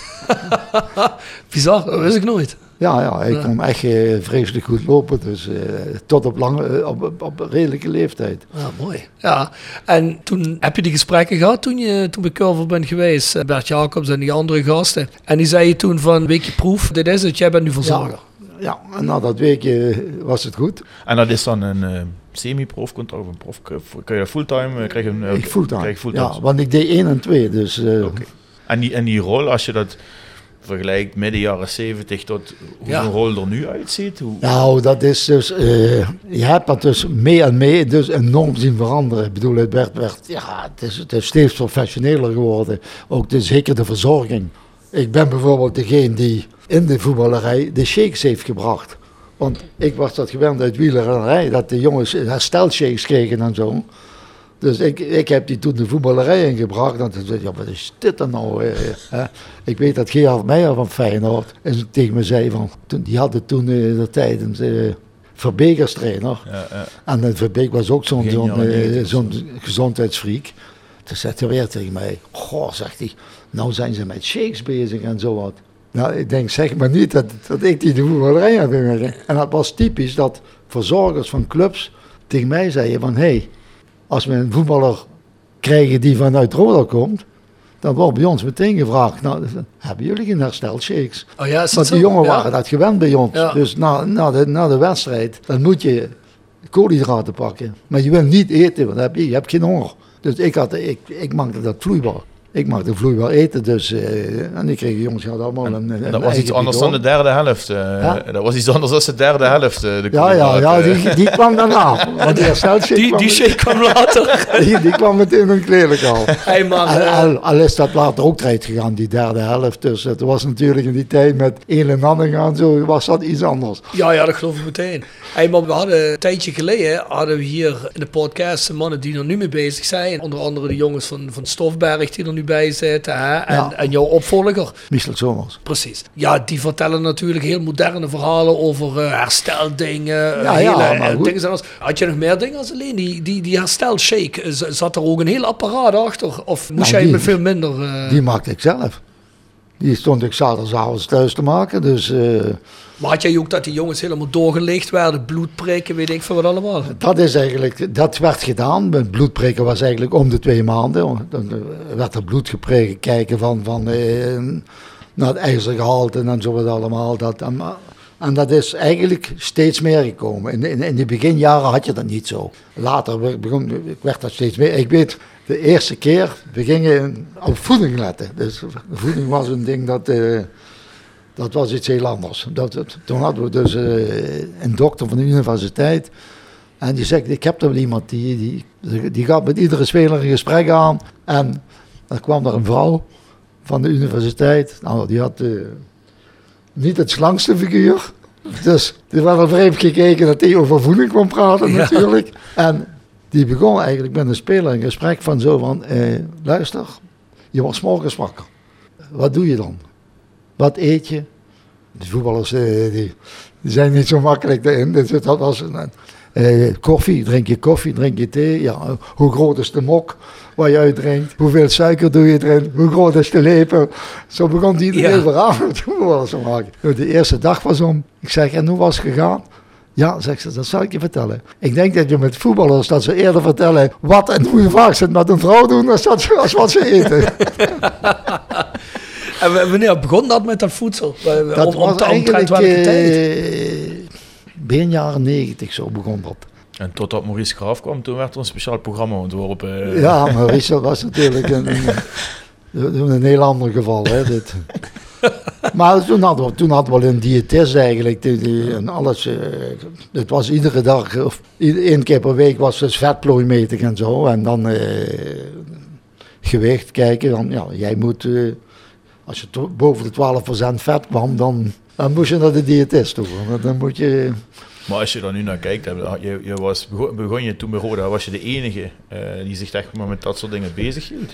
Bizar, dat wist ik nooit. Ja, ik kon echt vreselijk goed lopen, dus tot op redelijke leeftijd. Mooi. Ja, en toen heb je die gesprekken gehad toen bij Curver bent geweest, Bert Jacobs en die andere gasten. En die zei je toen van, weekje proef, dit is het, jij bent nu verzorger. Ja, en na dat weekje was het goed. En dat is dan een semi-prof contract of een prof? Kun je fulltime krijgen? Fulltime, ja, want ik deed 1 en 2, dus... Okay. En die rol, als je dat vergelijkt midden jaren 70 tot hoe zo'n rol er nu uitziet? Nou, dat is dus... je hebt dat dus mee en mee dus enorm zien veranderen. Ik bedoel, het is steeds professioneler geworden. Ook zeker de verzorging. Ik ben bijvoorbeeld degene die in de voetballerij de shakes heeft gebracht. Want ik was dat gewend uit wielerij, dat de jongens herstelshakes kregen en zo. Dus ik heb die toen de voetballerij ingebracht. En toen zei ik, wat is dit dan nou? Ik weet dat Gerard Meijer van Feyenoord tegen me zei van... Die hadden toen de tijd een Verbeekers-trainer. Ja. En Verbeek was ook zo'n gezondheidsfreak. Toen zei hij weer tegen mij... Goh, zegt hij, nou zijn ze met shakes bezig en zo wat. Nou, ik denk, zeg maar niet dat ik die de voetballerij heb ingebracht. En dat was typisch dat verzorgers van clubs tegen mij zeiden van... Hey, als we een voetballer krijgen die vanuit Roda komt, dan wordt bij ons meteen gevraagd, nou, hebben jullie geen herstelshakes? Oh ja, want die jongen waren dat gewend bij ons. Ja. Dus na de wedstrijd, dan moet je koolhydraten pakken. Maar je wil niet eten, want je hebt geen honger. Dus ik maakte dat vloeibaar. Ik mag de vloeibaar eten, dus... en die kregen jongens hadden allemaal een dat was iets anders dan de derde helft. Dat was iets anders dan de derde helft. Die kwam daarna. Want die shake kwam later. die kwam meteen in een kleedlokaal. Hey, al is dat later ook eruit gegaan, die derde helft. Dus het was natuurlijk in die tijd met een en ander gaan, zo was dat iets anders. Ja, dat geloof ik meteen. Hey, maar we hadden een tijdje geleden, hadden we hier in de podcast mannen die er nu mee bezig zijn. Onder andere de jongens van Stofberg die er nu bij zitten. Hè? En jouw opvolger. Michel Somers. Precies. Ja, die vertellen natuurlijk heel moderne verhalen over hersteldingen. Dingen zoals. Had je nog meer dingen als alleen die herstelshake? Zat er ook een heel apparaat achter? Of moest jij met veel minder... Die maakte ik zelf. Die stond ik zaterdagavond thuis te maken, dus... Maar had jij ook dat die jongens helemaal doorgelicht werden, bloedprikken, weet ik veel wat allemaal? Dat werd gedaan. Met bloedprikken was eigenlijk om de 2 maanden. Dan werd er bloed geprikt, kijken van naar het ijzergehalte en zo wat allemaal. En dat is eigenlijk steeds meer gekomen. In de beginjaren had je dat niet zo. Later werd dat steeds meer. Ik weet, de eerste keer, we gingen op voeding letten. Dus voeding was een ding dat was iets heel anders. Toen hadden we dus een dokter van de universiteit. En die zegt, ik heb er wel iemand die gaat met iedere speler een gesprek aan. En dan kwam er een vrouw van de universiteit. Nou, die had niet het slangste figuur. Dus er werd al vreemd gekeken dat hij over voeding kwam praten natuurlijk. En die begon eigenlijk met een speler een gesprek van luister, je wordt 's morgens wakker. Wat doe je dan? Wat eet je? De voetballers die zijn niet zo makkelijk erin. Dus dat was koffie, drink je thee? Ja, hoe groot is de mok waar je uit drinkt? Hoeveel suiker doe je erin? Hoe groot is de lepel? Zo begon die het heel verhaal met voetballers te maken. De eerste dag was om. Ik zeg, en hoe was het gegaan? Ja, zegt ze, dat zal ik je vertellen. Ik denk dat je met voetballers dat ze eerder vertellen wat en hoe vaak ze het met een vrouw doen als wat ze eten. En wanneer begon dat met dat voedsel? Dat was eigenlijk begin jaren 90 zo begon dat. En totdat Maurice Graaf kwam, toen werd er een speciaal programma ontworpen. Ja, Maurice was natuurlijk een heel ander geval. Hè, dit. Maar toen hadden we wel een diëtist eigenlijk. En alles, het was iedere dag, of 1 keer per week was dus vetplooi meten en zo. En dan gewicht kijken. Dan, ja, jij moet... als je boven de 12% vet kwam, dan moest je naar de diëtist toe. Dan moet je... Maar als je er nu naar kijkt, begon je toen bij Roda, was je de enige die zich echt maar met dat soort dingen bezig hield?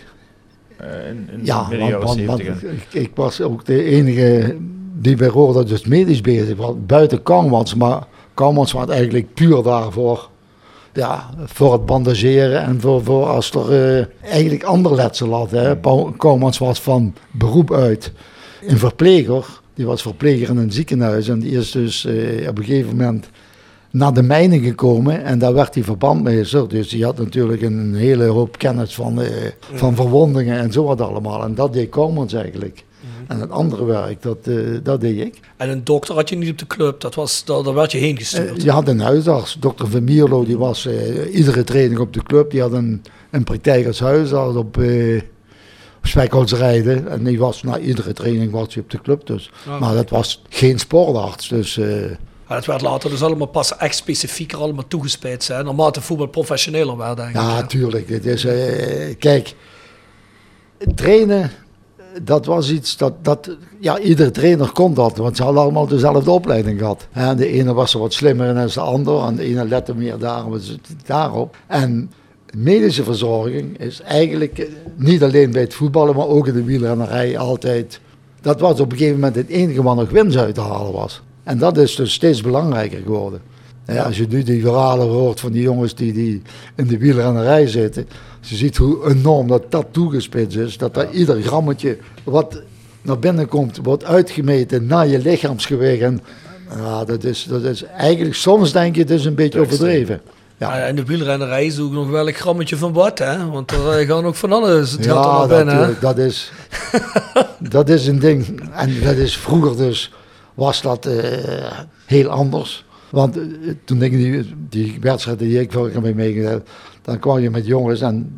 Want ik was ook de enige die bij Roda dus medisch bezig was, buiten Kouwmans. Maar Kouwmans was eigenlijk puur daarvoor. Ja, voor het bandageren en voor als er eigenlijk ander letsel had. Hè. Kouwmans was van beroep uit een verpleger. Die was verpleger in een ziekenhuis. En die is dus op een gegeven moment naar de mijnen gekomen. En daar werd hij verbandmeester. Dus die had natuurlijk een hele hoop kennis van verwondingen en zo wat allemaal. En dat deed Kouwmans eigenlijk. En het andere werk, dat deed ik. En een dokter had je niet op de club, daar werd je heen gestuurd? Je had een huisarts, dokter Van Mierlo, die was iedere training op de club. Die had een praktijk als huisarts op Spekholzrijden. En die was na iedere training was hij op de club. Dus. Oh. Maar dat was geen sportarts, dus... Het werd later dus allemaal pas echt specifieker allemaal toegespitst. Naarmate voetbal professioneler werd eigenlijk. Ja, natuurlijk. Het is, kijk, trainen... Dat was iets ja, iedere trainer kon dat, want ze hadden allemaal dezelfde opleiding gehad. En de ene was er wat slimmer dan de ander, en de ene lette meer daarop. En medische verzorging is eigenlijk niet alleen bij het voetballen, maar ook in de wielrennerij altijd. Dat was op een gegeven moment het enige wat nog winst uit te halen was. En dat is dus steeds belangrijker geworden. Ja, als je nu die verhalen hoort van die jongens die in de wielrennerij zitten, als je ziet hoe enorm dat toegespitst is, dat daar ieder grammetje wat naar binnen komt, wordt uitgemeten naar je lichaamsgewicht. En ja, dat is eigenlijk, soms denk je, het is een beetje overdreven. Ja. En de wielrennerij is ook nog wel een grammetje van wat, hè? Want er gaan ook van alles het ja, gaat er naar binnen. Dat is een ding. En dat is vroeger dus, was dat heel anders. Want toen ik die wedstrijden die ik vorige keer mee meegedaan, dan kwam je met jongens en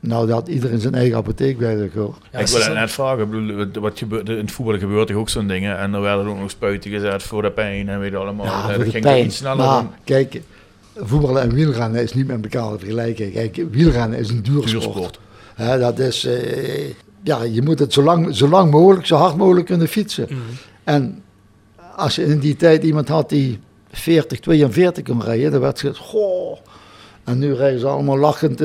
Nou, dat had iedereen zijn eigen apotheek bij zich, hoor. Ja, ik wil net vragen, ik bedoel, wat gebeurt, in het voetbal gebeurt toch ook zo'n dingen. En er werden ook nog spuiten gezet voor de pijn en weet je allemaal. Ja, dat voor de ging pijn. iets sneller. Maar kijk, voetballen en wielrennen is niet met elkaar te vergelijken. Kijk, wielrennen is een duursport. Dat is, je moet het zo lang mogelijk, zo hard mogelijk kunnen fietsen. Mm. En als je in die tijd iemand had die 40, 42 kon rijden, dan werd gezegd, goh. En nu rijden ze allemaal lachend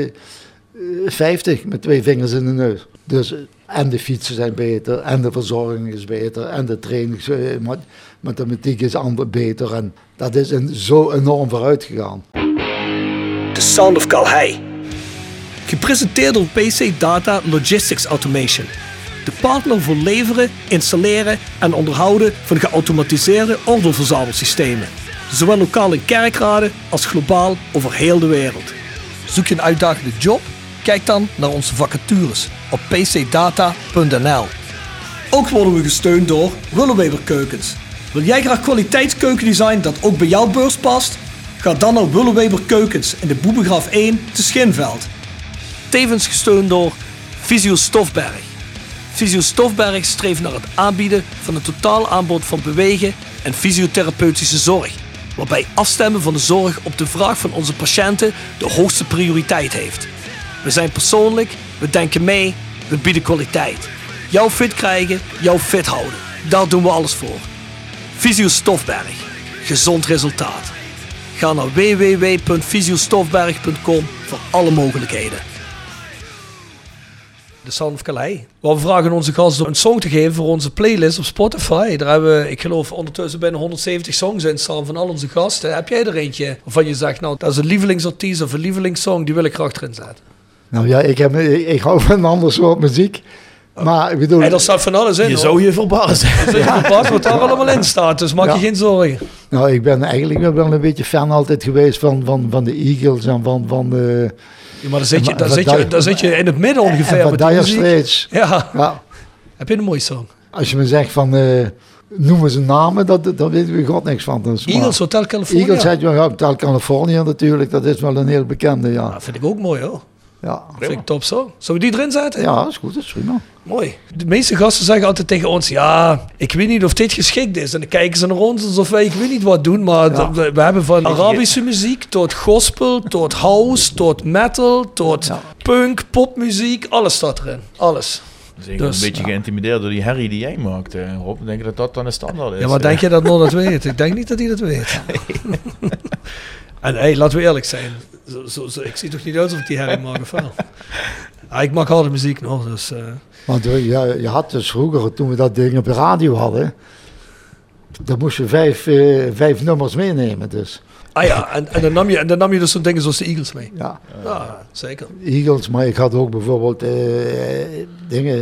50 met 2 vingers in de neus. Dus, en de fietsen zijn beter, en de verzorging is beter, en de training, mathematiek is beter. En dat is zo enorm vooruit gegaan. The Sound of Calhei. Gepresenteerd door PC Data Logistics Automation. De partner voor leveren, installeren en onderhouden van geautomatiseerde ordeelverzamelsystemen. Zowel lokaal in Kerkrade als globaal over heel de wereld. Zoek je een uitdagende job? Kijk dan naar onze vacatures op pcdata.nl. Ook worden we gesteund door Willeweber Keukens. Wil jij graag kwaliteitskeukendesign dat ook bij jouw beurs past? Ga dan naar Willeweber Keukens in de Boebegraaf 1 te Schinveld. Tevens gesteund door Visio Stofberg. Visio Stofberg streeft naar het aanbieden van een totaal aanbod van bewegen en fysiotherapeutische zorg, waarbij afstemmen van de zorg op de vraag van onze patiënten de hoogste prioriteit heeft. We zijn persoonlijk, we denken mee, we bieden kwaliteit. Jou fit krijgen, jou fit houden. Daar doen we alles voor. Visio Stofberg. Gezond resultaat. Ga naar www.visiostofberg.com voor alle mogelijkheden. De Sound of Calhei. We vragen onze gasten om een song te geven voor onze playlist op Spotify. Daar hebben we, ik geloof, ondertussen bijna 170 songs in staan van al onze gasten. Heb jij er eentje waarvan je zegt, nou, dat is een lievelingsartiest of een lievelingssong, die wil ik graag erin zetten? Nou ja, ik hou van een ander soort muziek. Maar ik bedoel... Er staat van alles in. Je zou je verbazen. Wat daar allemaal in staat, dus maak je geen zorgen. Nou, ik ben eigenlijk wel een beetje fan altijd geweest van de Eagles en van de... Ja, maar dan zit je in het midden ongeveer. En van Dire Straits. Ja. Heb je een mooie song? Als je me zegt van... noemen ze namen, dan weten we god niks van. Dus, Eagles, Hotel California. Eagles, Hotel California natuurlijk. Dat is wel een heel bekende, ja. Dat vind ik ook mooi, hoor. Ja. Vind ik top zo. Zullen we die erin zetten? Ja, dat is goed, dat is prima. Mooi. De meeste gasten zeggen altijd tegen ons, ja, ik weet niet of dit geschikt is. En dan kijken ze naar ons alsof wij, ik weet niet wat doen, maar we hebben van Arabische muziek tot gospel, tot house, tot metal, tot punk, popmuziek, alles staat erin. Alles. Dus ik ben een beetje geïntimideerd door die herrie die jij maakt, Rob. Ik denk dat dat dan een standaard is. Ja, maar denk je dat nog dat weet? Ik denk niet dat hij dat weet. En hey, laten we eerlijk zijn. Ik zie toch niet uit alsof ik die herrie mag of wel? Ik maak harde muziek nog, dus... Want je had dus vroeger, toen we dat ding op de radio hadden... dan moest je 5 nummers meenemen, dus... Ah ja, en dan nam je dus zo'n dingen zoals de Eagles mee? Ja. Zeker. Eagles, maar ik had ook bijvoorbeeld dingen...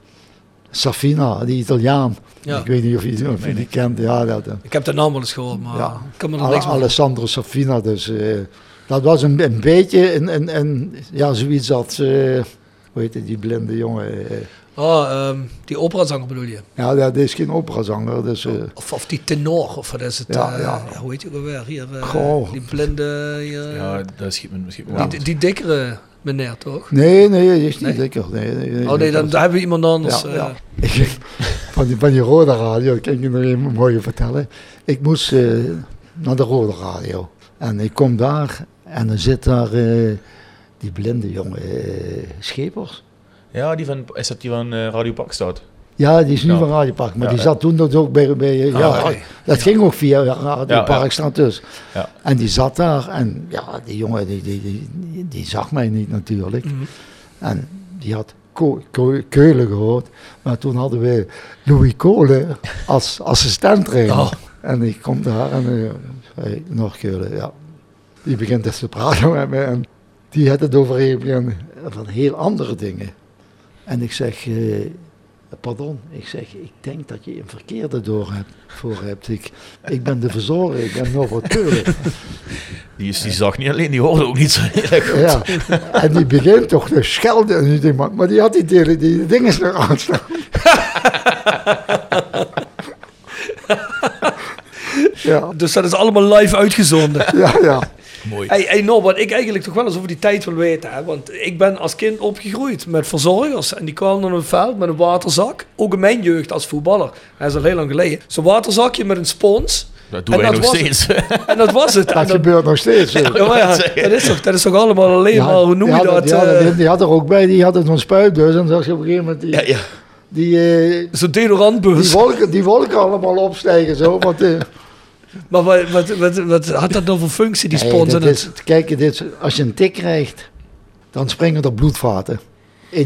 Safina, die Italiaan. Ja. Ik weet niet of je die kent. Ja, ik heb de naam wel eens gehoord, maar ik kan me er niks mee. Alessandro Safina, dus dat was een beetje zoiets als, hoe heet het, die blinde jongen? Die operazanger bedoel je? Ja, dat is geen operazanger. Dus, of die tenor, of wat is het? Hoe heet je ook alweer? Hier, die blinde... ja, dat schiet me misschien wel. Die dikkere... meneer, toch? Nee, hij is niet dikker. Nee, dan hebben we iemand anders. Ja. Van die rode radio, kan ik je nog even mooi vertellen. Ik moest naar de rode radio. En ik kom daar en dan zit daar die blinde jongen Schepers. Ja, is dat die van Radio Parkstad? Ja, die is nu van Radio Park, maar die zat toen dus ook bij dat ging ook via Radio Parkstad dus. Ja. En die zat daar en die jongen die zag mij niet natuurlijk. Mm-hmm. En die had Keulen gehoord, maar toen hadden we Louis Kolen als assistent-trainer. Oh. En ik kom daar en nog Keulen, ja. Die begint dus te praten met me en die had het over van heel andere dingen. En ik zeg... pardon, ik denk dat je een verkeerde voor hebt. Ik ben de verzorger, ik ben Norbert Keulen. Die zag niet alleen, die hoorde ook niet zo heel erg goed. Ja, en die begint toch te schelden en die maar die had die dingen nog aanstaan. Ja. Dus dat is allemaal live uitgezonden. Ja. Mooi. Hey, wat ik eigenlijk toch wel eens over die tijd wil weten. Hè? Want ik ben als kind opgegroeid met verzorgers. En die kwamen dan op het veld met een waterzak. Ook in mijn jeugd als voetballer. Dat is al heel lang geleden. Zo'n waterzakje met een spons. Dat doen wij nog steeds. En dat was het. Dat gebeurt nog steeds. Dat is toch allemaal alleen maar, hoe noem je dat? Die had er ook bij, die had het zo'n spuitbus. En zag je op een gegeven moment zo'n deodorantbus. Die wolken allemaal opstijgen zo. Want, maar wat had dat dan voor functie, die spons? Kijk, als je een tik krijgt, dan springen er bloedvaten in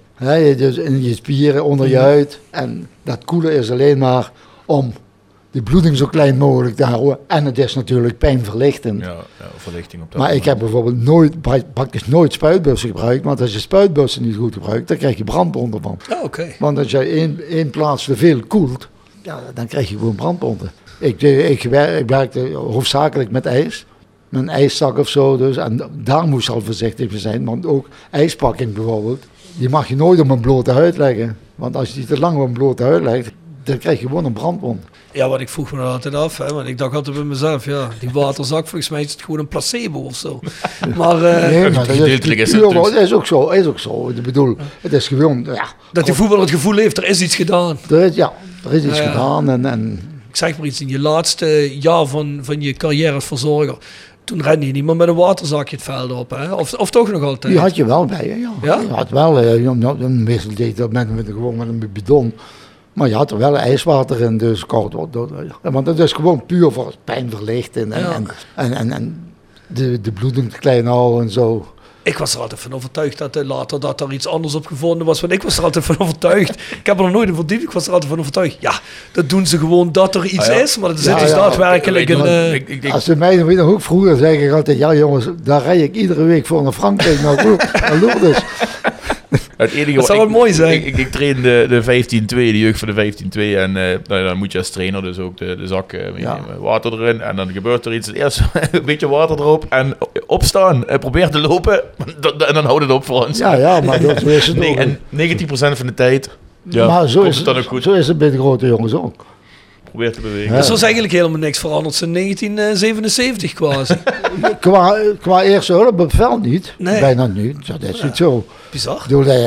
je spieren, onder je huid. En dat koelen is alleen maar om de bloeding zo klein mogelijk te houden. En het is natuurlijk pijnverlichtend. Ja, verlichting op dat maar moment. ik heb bijvoorbeeld praktisch nooit spuitbussen gebruikt. Want als je spuitbussen niet goed gebruikt, dan krijg je brandwonden van. Okay. Want als je één plaats te veel koelt, dan krijg je gewoon brandwonden. Ik werkte hoofdzakelijk met ijs. Met een ijszak of zo. Dus, en daar moest je al voorzichtig mee zijn. Want ook ijspakking bijvoorbeeld, die mag je nooit op een blote huid leggen. Want als je die te lang op een blote huid legt, dan krijg je gewoon een brandwond. Ja, wat ik vroeg me altijd af. Hè, want ik dacht altijd bij mezelf, die waterzak, volgens mij is het gewoon een placebo of zo. Maar, nee, maar dat is ook zo. Ik bedoel, het is gewoon... Ja, dat die voetballer het gevoel heeft, er is iets gedaan. Er is iets gedaan. En ik zeg maar iets, in je laatste jaar van je carrière als verzorger, toen rende je niet meer met een waterzakje het veld op, hè? Of toch nog altijd? Die had je wel bij je, ja. Je had wel, meestal deed je dat gewoon met een bidon. Maar je had er wel ijswater in, dus koud water. Want dat is gewoon puur voor pijnverlichting en de bloeding te klein houden en zo. Ik was er altijd van overtuigd dat later dat er iets anders op gevonden was. Want ik was er altijd van overtuigd. Ik heb er nog nooit in verdiept. Ik was er altijd van overtuigd. Ja, dat doen ze gewoon dat er iets is. Maar er zit dus daadwerkelijk een... Als ze mij nog ook vroeger zeggen, altijd, ja jongens, daar rijd ik iedere week voor naar Frankrijk, naar Lourdes. Het enige, dat zou wel mooi zijn. Ik train de 15-2, de jeugd van de 15-2. En dan moet je als trainer dus ook de zak meenemen. Water erin. En dan gebeurt er iets. Eerst een beetje water erop. En opstaan. Probeer te lopen. En dan houdt het op voor ons. Ja, maar dat is het ook. En 90% van de tijd... Ja, maar zo is het bij de grote jongens ook. Probeer te bewegen. Dus er is eigenlijk helemaal niks veranderd sinds 1977 quasi. qua eerste hulp op het veld niet. Nee. Bijna niet. Dat is niet zo. Bizar.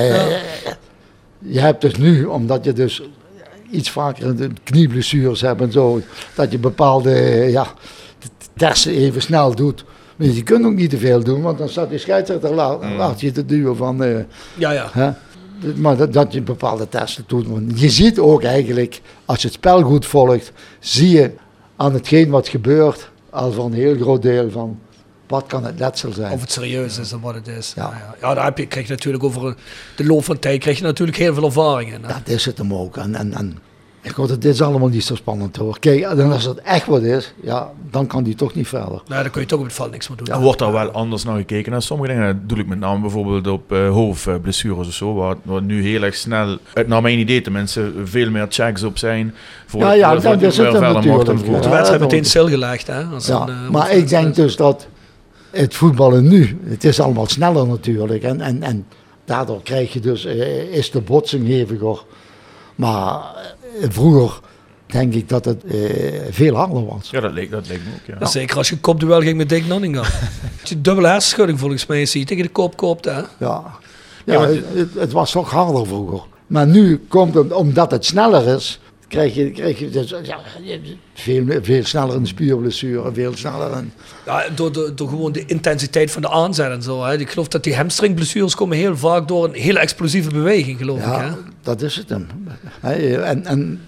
Je hebt dus nu, omdat je dus iets vaker de knieblessures hebt en zo, dat je bepaalde testen even snel doet. Maar je kunt ook niet te veel doen, want dan staat die scheidsrechter laat je te duwen van... Hè? Maar dat je bepaalde testen doet. Want je ziet ook eigenlijk, als je het spel goed volgt, zie je aan hetgeen wat gebeurt, al voor een heel groot deel van wat kan het letsel zijn. Of het serieus is en wat het is. Ja, daar krijg je natuurlijk over de loop van tijd krijg je natuurlijk heel veel ervaringen. Dat is het hem ook. En ik hoor dat dit is allemaal niet zo spannend hoor. Kijk, en als het echt wat is, dan kan die toch niet verder. Nou, dan kun je toch op het veld niks meer doen. Er wordt daar wel anders naar gekeken naar sommige dingen. Dat doe ik met name bijvoorbeeld op hoofdblessures of zo, waar nu heel erg snel, naar mijn idee tenminste, veel meer checks op zijn. Dat is het natuurlijk. Wordt de wedstrijd meteen stilgelegd. Hè? Maar ik denk dus dat het voetballen nu, het is allemaal sneller natuurlijk. En daardoor krijg je dus, is de botsing heviger. Maar vroeger denk ik dat het veel harder was. Ja, dat leek me ook. Ja. Zeker als je kopduel ging met Dick Nanninga. Als je dubbele hersenschudding volgens mij zie je tegen de kop koopt. Hè? Het was toch harder vroeger. Maar nu komt het, omdat het sneller is, krijg je dus, veel sneller een spierblessure, veel sneller een... Ja, door gewoon de intensiteit van de aanzet en zo. Hè. Ik geloof dat die hamstringblessures komen heel vaak door een hele explosieve beweging, geloof ik. Hè? Dat is het hem. En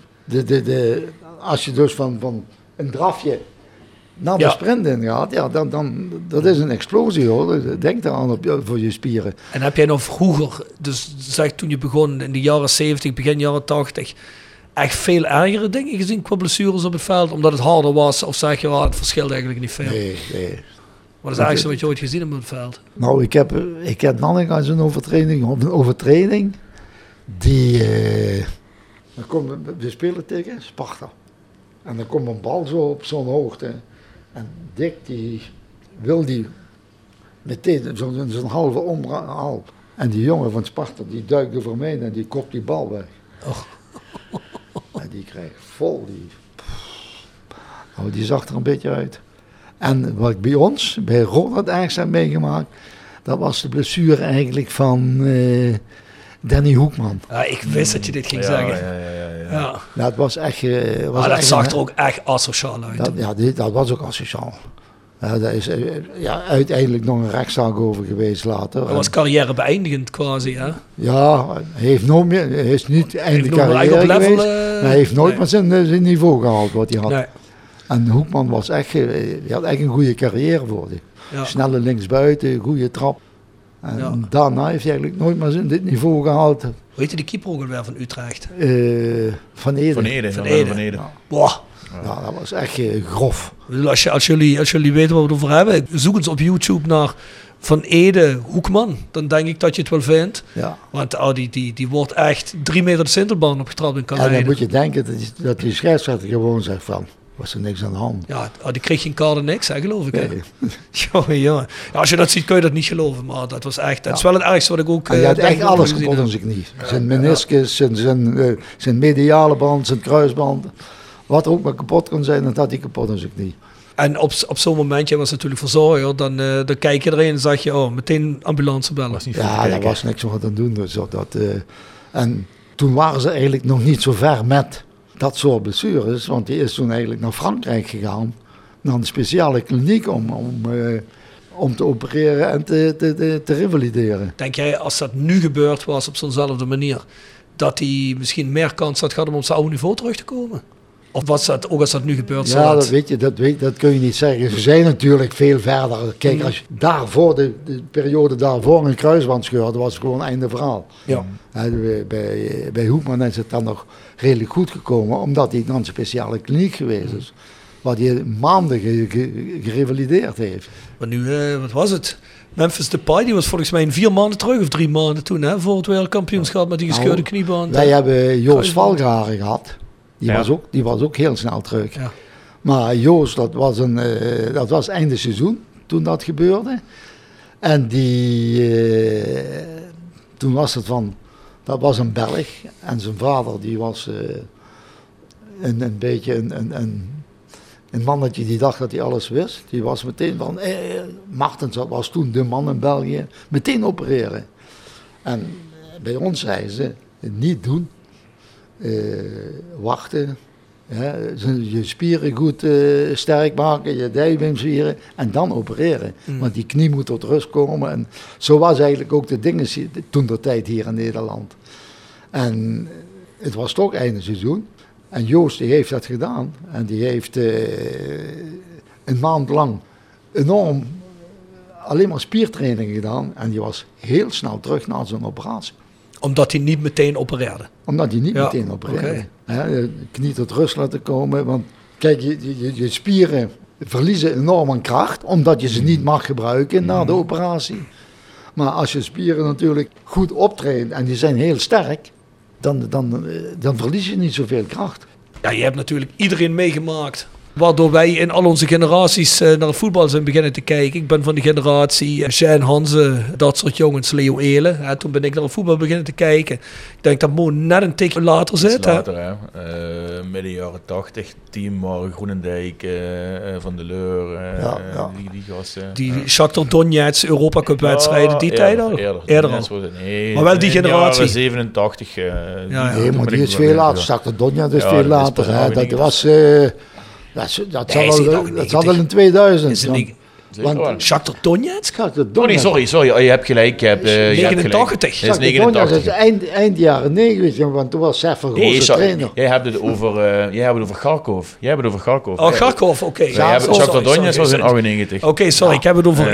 als je dus van een drafje naar de sprint in gaat, dan dat is een explosie hoor. Denk eraan voor je spieren. En heb jij nog vroeger, dus zeg toen je begon in de jaren 70, begin jaren 80... echt veel ergere dingen gezien qua blessures op het veld, omdat het harder was? Of zeg je, het verschilt eigenlijk niet veel? Nee. Wat is eigenlijk zo wat je ooit gezien hebt op het veld? Nou, ik heb Nanninga als een overtreding, die... we spelen tegen Sparta. En dan komt een bal zo op zo'n hoogte. En Dick, die wil die meteen zo'n halve omhaal. En die jongen van Sparta, die duikt over mij en die kopt die bal weg. En die krijgt vol, Nou, die zag er een beetje uit. En wat ik bij Roda het ergst heb meegemaakt, dat was de blessure eigenlijk van Danny Hoekman. Ja, ik wist dat je dit ging zeggen. Ja, het was echt... dat zag er ook echt asociaal uit. Dat was ook asociaal. Daar is uiteindelijk nog een rechtszaak over geweest later. Dat was carrière beëindigend quasi, hè? Ja, hij is niet einde carrière geweest. Maar hij heeft nooit met zijn niveau gehaald wat hij had. Nee. En Hoekman was die had echt een goede carrière voor die. Ja. Snelle linksbuiten, goede trap. En daarna heeft hij eigenlijk nooit meer dit niveau gehaald. Hoe heette die keeper ook alweer van Utrecht? Van Ede. Van Ede. Ja. Ja, dat was echt grof. Als jullie weten waar we het over hebben, zoek eens op YouTube naar Van Ede Hoekman. Dan denk ik dat je het wel vindt. Ja. Want die wordt echt 3 meter de Sintelbaan opgetrapt in Calais. En dan moet je denken dat die scheidsrechter gewoon zegt van... was er niks aan de hand. Ja, die kreeg geen kade niks, hè, geloof ik. Nee. Ja, als je dat ziet, kun je dat niet geloven. Maar dat was echt... Dat is wel het ergste wat ik ook... Hij had echt alles kapot aan zijn knie. Zijn meniscus, zijn mediale band, zijn kruisband. Wat er ook maar kapot kon zijn, dat had hij kapot aan zijn knie. En op zo'n momentje was natuurlijk verzorger. Dan kijk je erin en zeg je, meteen ambulance bellen. Daar was niks meer aan doen. Dus en toen waren ze eigenlijk nog niet zo ver met dat soort blessures. Want die is toen eigenlijk naar Frankrijk gegaan. Naar een speciale kliniek om te opereren en te revalideren. Denk jij, als dat nu gebeurd was op zo'nzelfde manier, dat hij misschien meer kans had gehad om op zijn oude niveau terug te komen? Of was dat, ook als dat nu gebeurt? Ja, dat kun je niet zeggen. Ze zijn natuurlijk veel verder. Kijk, als je daarvoor, de periode daarvoor een kruisband scheurde, was het gewoon einde verhaal. Ja. Bij Hoekman is het dan nog redelijk goed gekomen, omdat hij naar een speciale kliniek geweest is. Waar hij maanden gerevalideerd heeft. Maar nu, wat was het? Memphis Depay, die was volgens mij 4 maanden terug of 3 maanden toen, hè, voor het wereldkampioenschap met die gescheurde knieband. Wij hebben Joost Valgaren gehad. Die was ook heel snel terug. Ja. Maar Joost, dat was einde seizoen toen dat gebeurde. En toen was het dat was een Belg. En zijn vader, die was een beetje een mannetje die dacht dat hij alles wist. Die was meteen van, Martens, dat was toen de man in België, meteen opereren. En bij ons zeiden ze, niet doen. Wachten, je spieren goed sterk maken, je dijbeenspieren en dan opereren. Want die knie moet tot rust komen. En zo was eigenlijk ook de dingen toen de tijd hier in Nederland. En het was toch einde seizoen. En Joost die heeft dat gedaan. En die heeft een maand lang enorm alleen maar spiertraining gedaan. En die was heel snel terug na zo'n operatie. Omdat hij niet meteen opereerde? Omdat hij niet meteen opereerde. De knie tot rust laten komen. Want kijk, je spieren verliezen enorm aan kracht. Omdat je ze niet mag gebruiken na de operatie. Maar als je spieren natuurlijk goed optraint en die zijn heel sterk. Dan verlies je niet zoveel kracht. Ja, je hebt natuurlijk iedereen meegemaakt. Waardoor wij in al onze generaties naar het voetbal zijn beginnen te kijken. Ik ben van de generatie Jean Hanze, dat soort jongens, Leo Ehlen. Toen ben ik naar het voetbal beginnen te kijken. Ik denk dat Mo net een tikje later zit. Later, hè. Midden jaren 80, team waren Groenendijk, Van der Leur, die gasten. Die Shakhtar Donetsk, Europa Cup wedstrijden, die tijd al? Eerder al. Nee, maar wel die generatie. 87. Nee, maar die is veel later. Shakhtar Donetsk is veel later. Dat was... Dat zat wel in 2000. Want Shakhtar Donetsk? Sorry, je hebt gelijk. 89. Dat is 89. Dat is eind jaren 90, want toen was Sef van Goosse trainer. Jij hebt het over Kharkov. Oh, Kharkov, oké. Shakhtar Donetsk was in 98. Oké, sorry, ik heb het over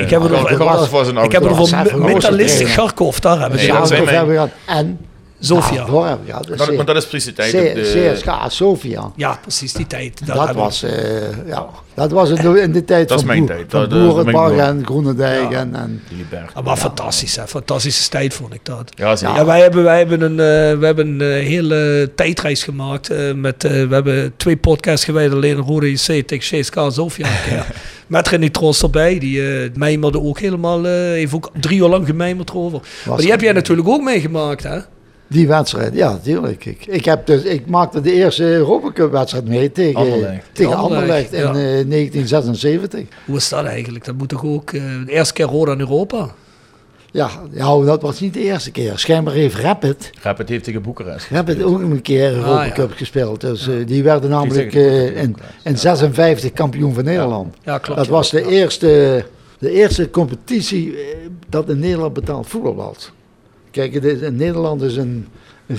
Metalist Kharkov, daar hebben we en Sofia. Maar dat is precies de tijd. CSKA Sofia. Ja, precies die tijd. Dat was in de tijd van Boerenbach en Groenendijk. Maar fantastisch, hè? Fantastische tijd vond ik dat. Ja, wij hebben een hele tijdreis gemaakt. We hebben 2 podcasts gewijd, alleen Rode JC tegen CSKA Sofia. Met René Troost erbij, die mijmerde ook helemaal, heeft ook 3 uur lang gemijmerd over. Maar die heb jij natuurlijk ook meegemaakt, hè? Die wedstrijd, ja, natuurlijk. Ik maakte de eerste Europa Cup wedstrijd mee tegen Anderlecht in 1976. Hoe is dat eigenlijk? Dat moet toch ook de eerste keer Roda in Europa? Ja, dat was niet de eerste keer. Schijnbaar heeft Rapid heeft tegen Boekarest ook een keer Europa Cup gespeeld. Dus die werden namelijk in 56 kampioen van Nederland. Ja, klopt. Dat was de eerste competitie dat in Nederland betaald voetbal was. Kijk, in Nederland is in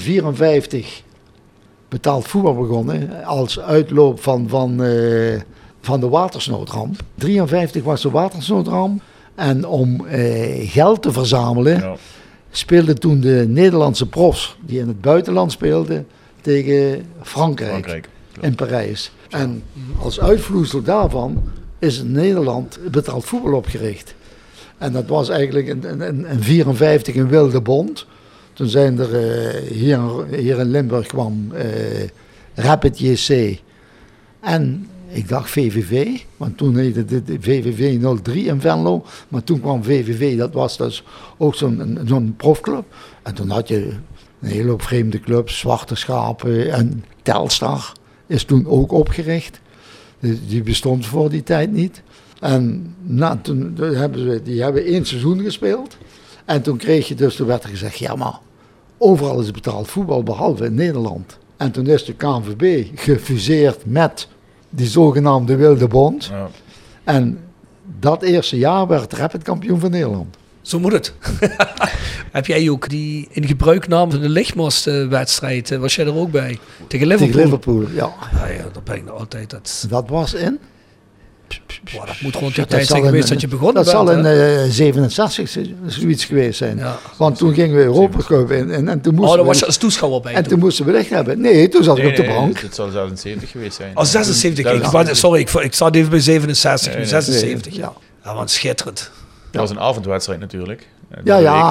54 betaald voetbal begonnen als uitloop van de watersnoodramp. 53 was de watersnoodramp. En om geld te verzamelen speelden toen de Nederlandse profs die in het buitenland speelden tegen Frankrijk. In Parijs. En als uitvloeisel daarvan is in Nederland betaald voetbal opgericht. En dat was eigenlijk in 54 een wilde bond. Toen zijn er hier in Limburg kwam Rapid JC en ik dacht VVV, want toen heette het VVV 03 in Venlo. Maar toen kwam VVV, dat was dus ook zo'n profclub. En toen had je een hele hoop vreemde clubs, Zwarte Schapen en Telstar is toen ook opgericht. Die bestond voor die tijd niet. En toen hebben 1 seizoen gespeeld. En toen werd er gezegd, ja maar overal is betaald voetbal behalve in Nederland. En toen is de KNVB gefuseerd met die zogenaamde Wilde Bond. Ja. En dat eerste jaar werd Rapid kampioen van Nederland. Zo moet het. Heb jij ook die in gebruikname van de lichtmastwedstrijd, was jij er ook bij? Tegen Liverpool? Tegen Liverpool, ja. Ja, dat ben ik nog altijd. Dat was in? Boah, dat moet gewoon die tijd zijn geweest dat je begonnen bent. Dat zal in 67 zoiets geweest zijn. Ja. Want toen gingen we Europa Cup in. En toen moesten dan was je als toeschouwer bij. En toen moesten we licht hebben. Nee, toen zat ik op de bank. Het zal 76 geweest zijn. Oh, 76. Sorry, ik zat even bij 67. Nee, 76. Ja, want schitterend. Dat was een avondwedstrijd natuurlijk. Ja.